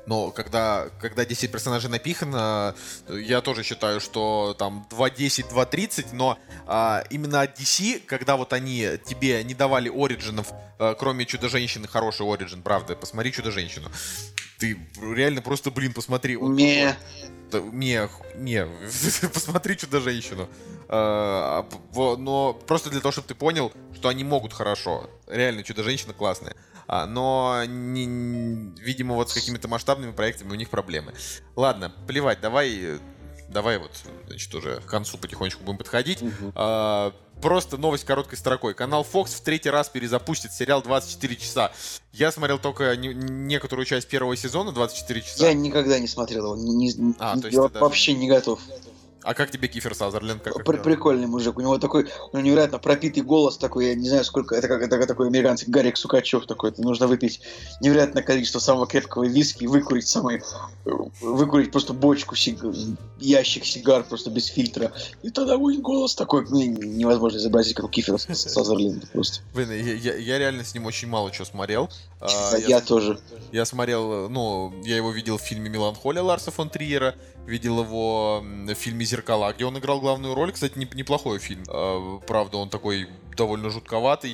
Но когда, когда десять персонажей напихано, я тоже считаю, что там два десять, два тридцать, но а, именно от ди си, когда вот они тебе не давали ориджинов, а, кроме Чудо-женщины, хороший оригин, правда, посмотри Чудо-женщину. Ты реально просто, блин, посмотри. Не. Не, не, посмотри Чудо-женщину. А, но просто для того, чтобы ты понял, что они могут хорошо. Реально, Чудо-женщина классная. А, но, не, видимо, вот с какими-то масштабными проектами у них проблемы. Ладно, плевать, давай, давай вот, значит, уже к концу потихонечку будем подходить. Uh-huh. А, просто новость короткой строкой. Канал Fox в третий раз перезапустит сериал двадцать четыре часа. Я смотрел только не, некоторую часть первого сезона двадцать четыре часа. Я никогда не смотрел его, не, не, а, не, я вообще даже... не готов. А как тебе Кифер Сазерленд? Как При- прикольный мужик. У него такой, у него невероятно пропитый голос такой, я не знаю сколько, это как это такой американский Гарик Сукачев такой. Это нужно выпить невероятное количество самого крепкого виски и выкурить самый, выкурить просто бочку, сиг... ящик сигар просто без фильтра. И тогда будет голос такой, ну, невозможно изобразить, как у Кифера Сазерленда просто. Блин, я, я, я реально с ним очень мало чего смотрел. А, я, я тоже. Я смотрел, ну, я его видел в фильме «Меланхолия» Ларса фон Триера. Видел его в фильме «Зеркала», где он играл главную роль. Кстати, неплохой фильм. Правда, он такой довольно жутковатый,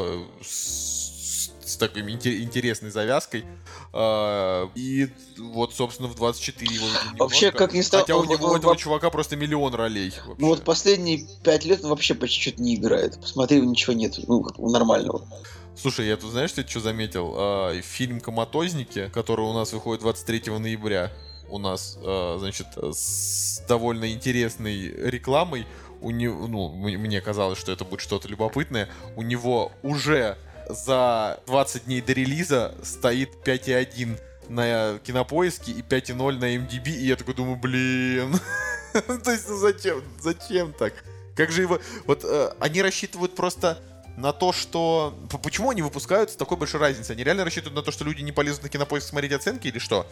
с, с такой интересной завязкой. И вот, собственно, в двадцать четыре его видел немножко. Вообще, как ни стал... Хотя у него, у этого чувака просто миллион ролей. Вообще. Ну вот последние пять лет он вообще почти что-то не играет. Посмотри, ничего нет, ну, нормального. Слушай, я тут, знаешь, ты что заметил? А, фильм «Коматозники», который у нас выходит двадцать третьего ноября, у нас, а, значит, с довольно интересной рекламой. У него, ну, мне казалось, что это будет что-то любопытное. У него уже за двадцать дней до релиза стоит пять и один на Кинопоиске и пять и ноль на эм ди би. И я такой думаю, блин, то есть, ну зачем? Зачем так? Как же его... Вот они рассчитывают просто... на то, что... Почему они выпускают с такой большой разницей? Они реально рассчитывают на то, что люди не полезут на Кинопоиск смотреть оценки или что?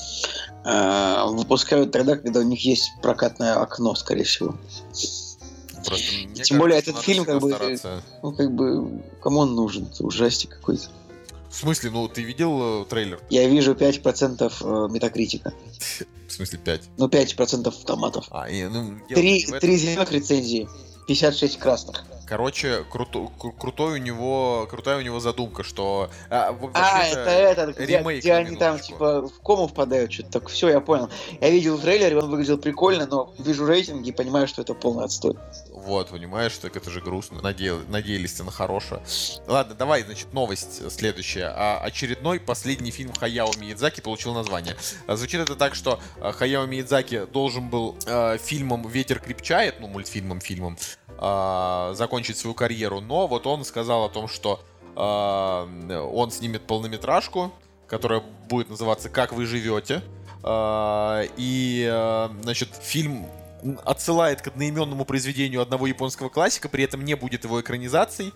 А, выпускают тогда, когда у них есть прокатное окно, скорее всего. Просто, Тем кажется, более этот фильм, как бы, стараться. ну, как бы, кому он нужен? Это ужастик какой-то. В смысле? Ну, ты видел э, трейлер? Я вижу пять процентов э, метакритика. В смысле пять? Ну, пять процентов томатов. А, и, ну, Три зеленых рецензии. пятьдесят шесть красных. Короче, круто, кру- крутой у него, крутая у него задумка, что... А, а это этот, где, где они там, типа, в кому впадают, что-то так. Все, я понял. Я видел трейлер, он выглядел прикольно, но вижу рейтинги и понимаю, что это полный отстой. Вот, понимаешь, так это же грустно. Надеял, надеялись на хорошее. Ладно, давай, значит, новость следующая. А, очередной последний фильм Хаяо Миядзаки получил название. А, звучит это так, что а, Хаяо Миядзаки должен был а, фильмом «Ветер крепчает», ну, мультфильмом, фильмом, а, закончить свою карьеру, но вот он сказал о том, что а, он снимет полнометражку, которая будет называться «Как вы живете». А, и, а, значит, фильм отсылает к одноименному произведению одного японского классика, при этом не будет его экранизацией.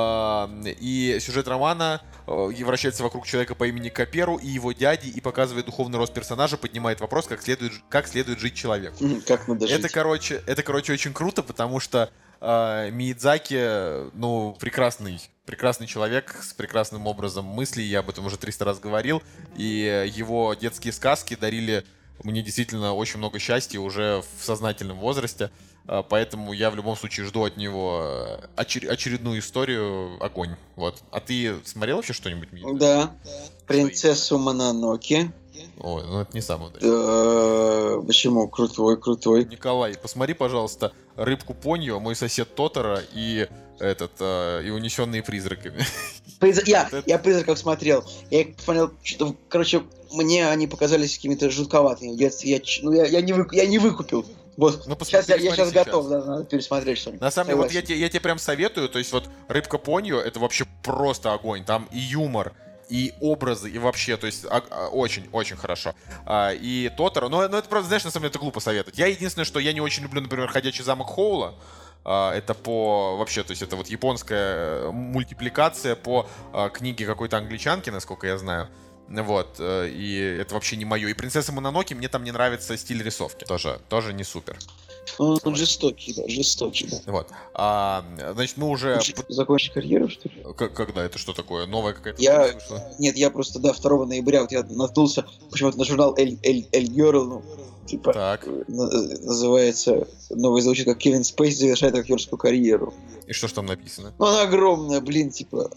И сюжет романа вращается вокруг человека по имени Каперу и его дяди, и показывает духовный рост персонажа, поднимает вопрос, как следует, как следует жить человеку. Как надо жить. Это, короче, это, короче, очень круто, потому что э, Миядзаки, ну, прекрасный, прекрасный человек с прекрасным образом мыслей, я об этом уже триста раз говорил, и его детские сказки дарили мне действительно очень много счастья уже в сознательном возрасте, поэтому я в любом случае жду от него очер- очередную историю, огонь. Вот. А ты смотрел вообще что-нибудь? Да. Принцессу Мононоке. Ой, ну это не самое. Да, почему? Крутой, крутой. Николай, посмотри, пожалуйста, «Рыбку Поньо», «Мой сосед Тоторо» и этот, э, и «Унесенные призраками». Приз... Я, я «Призраков» смотрел. Я их посмотрел, что, короче, мне они показались какими-то жутковатыми в детстве. Я, ну, я, я, не, вы, я не выкупил. Вот. Ну, сейчас, я, я сейчас готов, да, надо пересмотреть что-нибудь. На самом деле, вот я, я, я тебе прям советую, то есть вот «Рыбка Поньо» — это вообще просто огонь. Там и юмор, и образы, и вообще, то есть очень-очень хорошо. А, и Тоторо, но, но это, правда, знаешь, на самом деле это глупо советовать. Я единственное, что я не очень люблю, например, «Ходячий замок Хоула». А, это по, вообще, то есть это вот японская мультипликация по а, книге какой-то англичанки, насколько я знаю. Вот, и это вообще не мое. И «Принцесса Мононоке», мне там не нравится стиль рисовки. Тоже, тоже не супер. Он, он жестокий, да, жестокий, да. Вот. А, значит, мы уже... Закончить карьеру, что ли? К- когда? Это что такое? Новая какая-то Я... новость вышла? Нет, я просто, да, второго ноября вот я наткнулся почему-то на журнал Эль, Эль, Эль Girl, ну, типа, Так. на- называется, новый звучит как Кевин Спейси завершает актерскую карьеру. И что ж там написано? Ну, она огромная, блин, типа...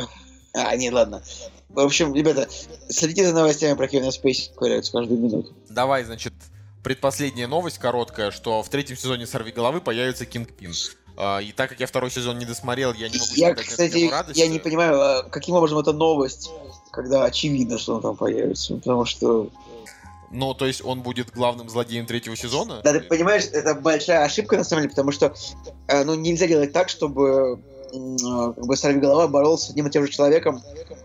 А, нет, ладно. В общем, ребята, следите за новостями про Кевина Спейси, появляются каждую минуту. Давай, значит, предпоследняя новость короткая, что в третьем сезоне «Сорвиголовы» появится Кингпин. А, И так как я второй сезон не досмотрел, я не могу Я, сказать, кстати, радость. я не понимаю, а каким образом это новость, когда очевидно, что он там появится, потому что... Ну, то есть он будет главным злодеем третьего сезона? Да, ты понимаешь, это большая ошибка, на самом деле, потому что, э, ну, нельзя делать так, чтобы м, э, как бы Сорвиголова боролся с одним и тем же человеком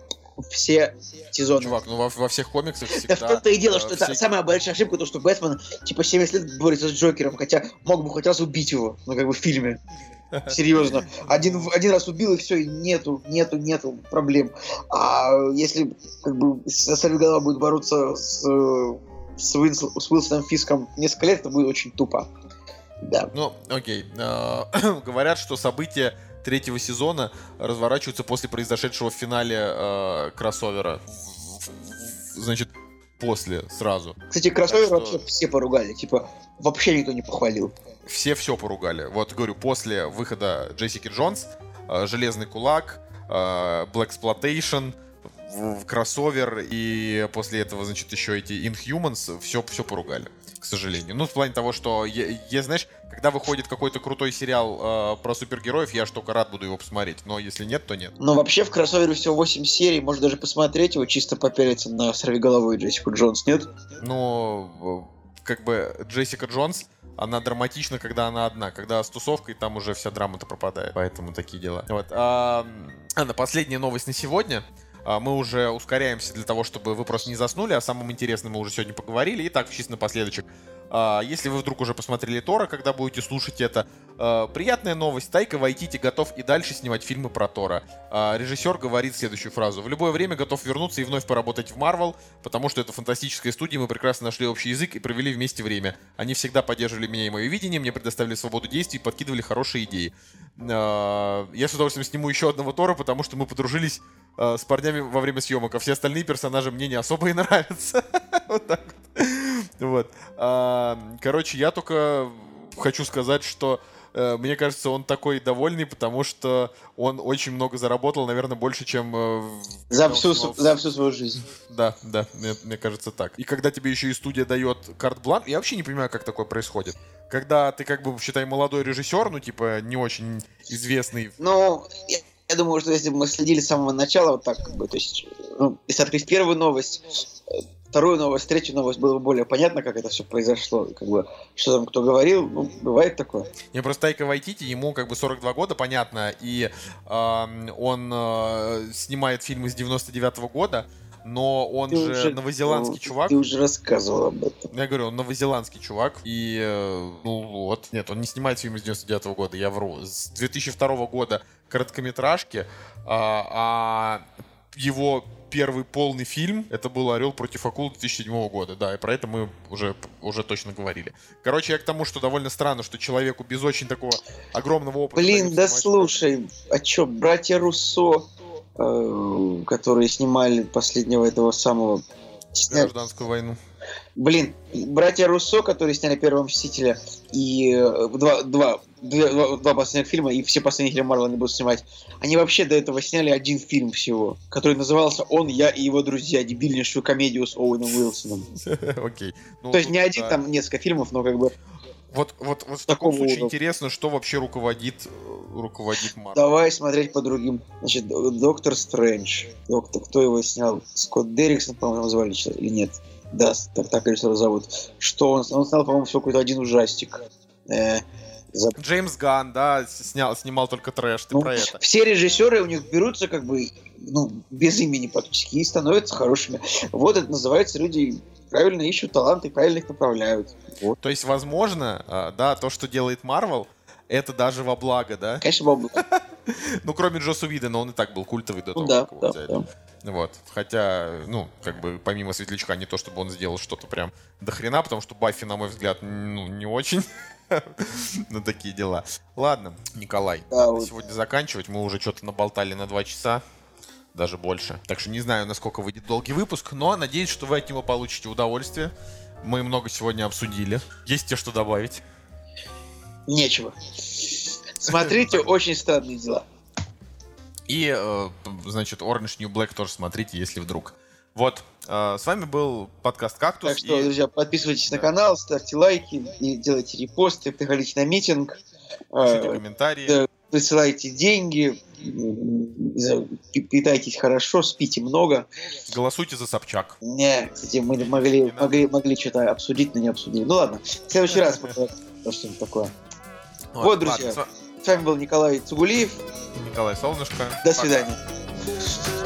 все сезоны. Чувак, ну во, во всех комиксах Да всегда... в том-то и дело, э, что это все- самая большая ошибка, то, что Бэтмен, типа, семьдесят лет борется с Джокером, хотя мог бы хоть раз убить его, ну, как бы в фильме. Серьезно. Один, в- один раз убил, и все, и нету, нету, нету проблем. А если, как бы, Сорвиголова будет бороться с, э, с, Уинс- с Уилсоном Фиском несколько лет, это будет очень тупо. Да. Ну, окей. Э, Говорят, что события третьего сезона разворачиваются после произошедшего в финале э, кроссовера. В- в- Значит, после, сразу. Кстати, кроссовер Так что- вообще все поругали, типа, вообще никто не похвалил. Все все поругали. Вот, говорю, после выхода Джессики Джонс, э, Железный кулак, э, Blaxploitation, в- в кроссовер, и после этого, значит, еще эти Inhumans, все, все поругали, к сожалению. Ну, в плане того, что, я, я, знаешь, когда выходит какой-то крутой сериал э, про супергероев, я ж только рад буду его посмотреть, но если нет, то нет. Но вообще в кроссовере всего восемь серий, можно даже посмотреть его, чисто попялиться на Сорвиголову и Джессику Джонс, нет? Ну, э, как бы Джессика Джонс, она драматична, когда она одна. Когда с тусовкой, там уже вся драма-то пропадает. Поэтому такие дела. Вот. А, Анна, последняя новость на сегодня. А, Мы уже ускоряемся для того, чтобы вы просто не заснули. О самом интересном мы уже сегодня поговорили. Итак, чисто напоследочек. А, Если вы вдруг уже посмотрели Тора, когда будете слушать это, а, приятная новость. Тайка Вайтити готов и дальше снимать фильмы про Тора. А, Режиссер говорит следующую фразу. В любое время готов вернуться и вновь поработать в Марвел, потому что это фантастическая студия, мы прекрасно нашли общий язык и провели вместе время. Они всегда поддерживали меня и мое видение, мне предоставили свободу действий и подкидывали хорошие идеи. А, Я с удовольствием сниму еще одного Тора, потому что мы подружились а, с парнями во время съемок, а все остальные персонажи мне не особо и нравятся. Вот так вот. Вот. А, Короче, я только хочу сказать, что э, мне кажется, он такой довольный, потому что он очень много заработал, наверное, больше, чем... э, в- За когда он всю, снимал- св- за всю свою жизнь. Да, да, мне, мне кажется так. И когда тебе еще и студия дает карт-бланк, я вообще не понимаю, как такое происходит. Когда ты, как бы, считай, молодой режиссер, ну, типа, не очень известный. Ну, я, я думаю, что если бы мы следили с самого начала, вот так, как бы, то есть, ну, если открыть первую новость, э, вторую новость, третью новость, было бы более понятно, как это все произошло, как бы, что там кто говорил, ну, бывает такое. Не, просто Тайка Вайтити, ему как бы сорок два года, понятно, и эм, он э, снимает фильмы с девяносто девятого года, но он Ты же уже- новозеландский ну, чувак. Ты уже рассказывал об этом. Я говорю, он новозеландский чувак, и, э, ну вот, нет, он не снимает фильмы с девяносто девятого года, я вру. С две тысячи второго года короткометражки, а, а его первый полный фильм, это был «Орел против акул» две тысячи седьмого года, да, и про это мы уже, уже точно говорили. Короче, я к тому, что довольно странно, что человеку без очень такого огромного опыта... Блин, дают да снимать слушай, а чё, братья Руссо, э, которые снимали последнего этого самого... сняли- гражданскую войну. Блин, братья Руссо, которые сняли «Первого Мстителя», и э, два, два, две- два, два последних фильма, и все последние фильмы Марвел они будут снимать, они вообще до этого сняли один фильм всего, который назывался «Он, я и его друзья», дебильнейшую комедию с Оуэном Уилсоном. Окей. Ну, То есть тут, не один, да. там несколько фильмов, но как бы Вот, вот, вот в таком такого случае уровня. интересно, что вообще руководит, э, руководит Марвел. давай смотреть по другим. Значит, Доктор Стрэндж. Доктор, кто его снял? Скотт Дерриксон, по-моему, звали или нет? Да, так, так режиссера зовут. Что он, он снял, по-моему, всего какой-то один ужастик. Э, за- Джеймс Ганн, да, снял, снимал только трэш, ты Ну, про это. все режиссеры у них берутся как бы, ну, без имени практически и становятся хорошими. Вот это называется, люди правильно ищут таланты и правильно их направляют. Вот. То есть, возможно, а, да, то, что делает Марвел, это даже во благо, да? Конечно, бабу. Ну, кроме Джосса Уидона, он и так был культовый до Ну того, да, как его да, взяли. да. Вот. Хотя, ну, как бы, помимо Светлячка, не то, чтобы он сделал что-то прям до хрена, потому что Баффи, на мой взгляд, ну, не очень. на такие дела. Ладно, Николай, Да, надо вот. сегодня заканчивать. Мы уже что-то наболтали на два часа. Даже больше. Так что не знаю, насколько выйдет долгий выпуск, но надеюсь, что вы от него получите удовольствие. Мы много сегодня обсудили. Есть тебе что добавить? Нечего. Смотрите «Очень странные дела». И, э, значит, Orange New Black тоже смотрите, если вдруг. Вот, э, с вами был подкаст «Кактус». Так что, и... друзья, подписывайтесь Да. на канал, ставьте лайки, и делайте репосты, приходите на митинг, Пишите э, комментарии. да, присылайте деньги, м, не знаю, пи- питайтесь хорошо, спите много. Голосуйте за Собчак. Не, кстати, мы могли, Не надо. могли, могли что-то обсудить, но не обсудили. Ну ладно, в следующий раз мы что-нибудь такое. Вот, друзья. ладно, С вами был Николай Цугулиев. с- Николай Солнышко. До Пока. свидания.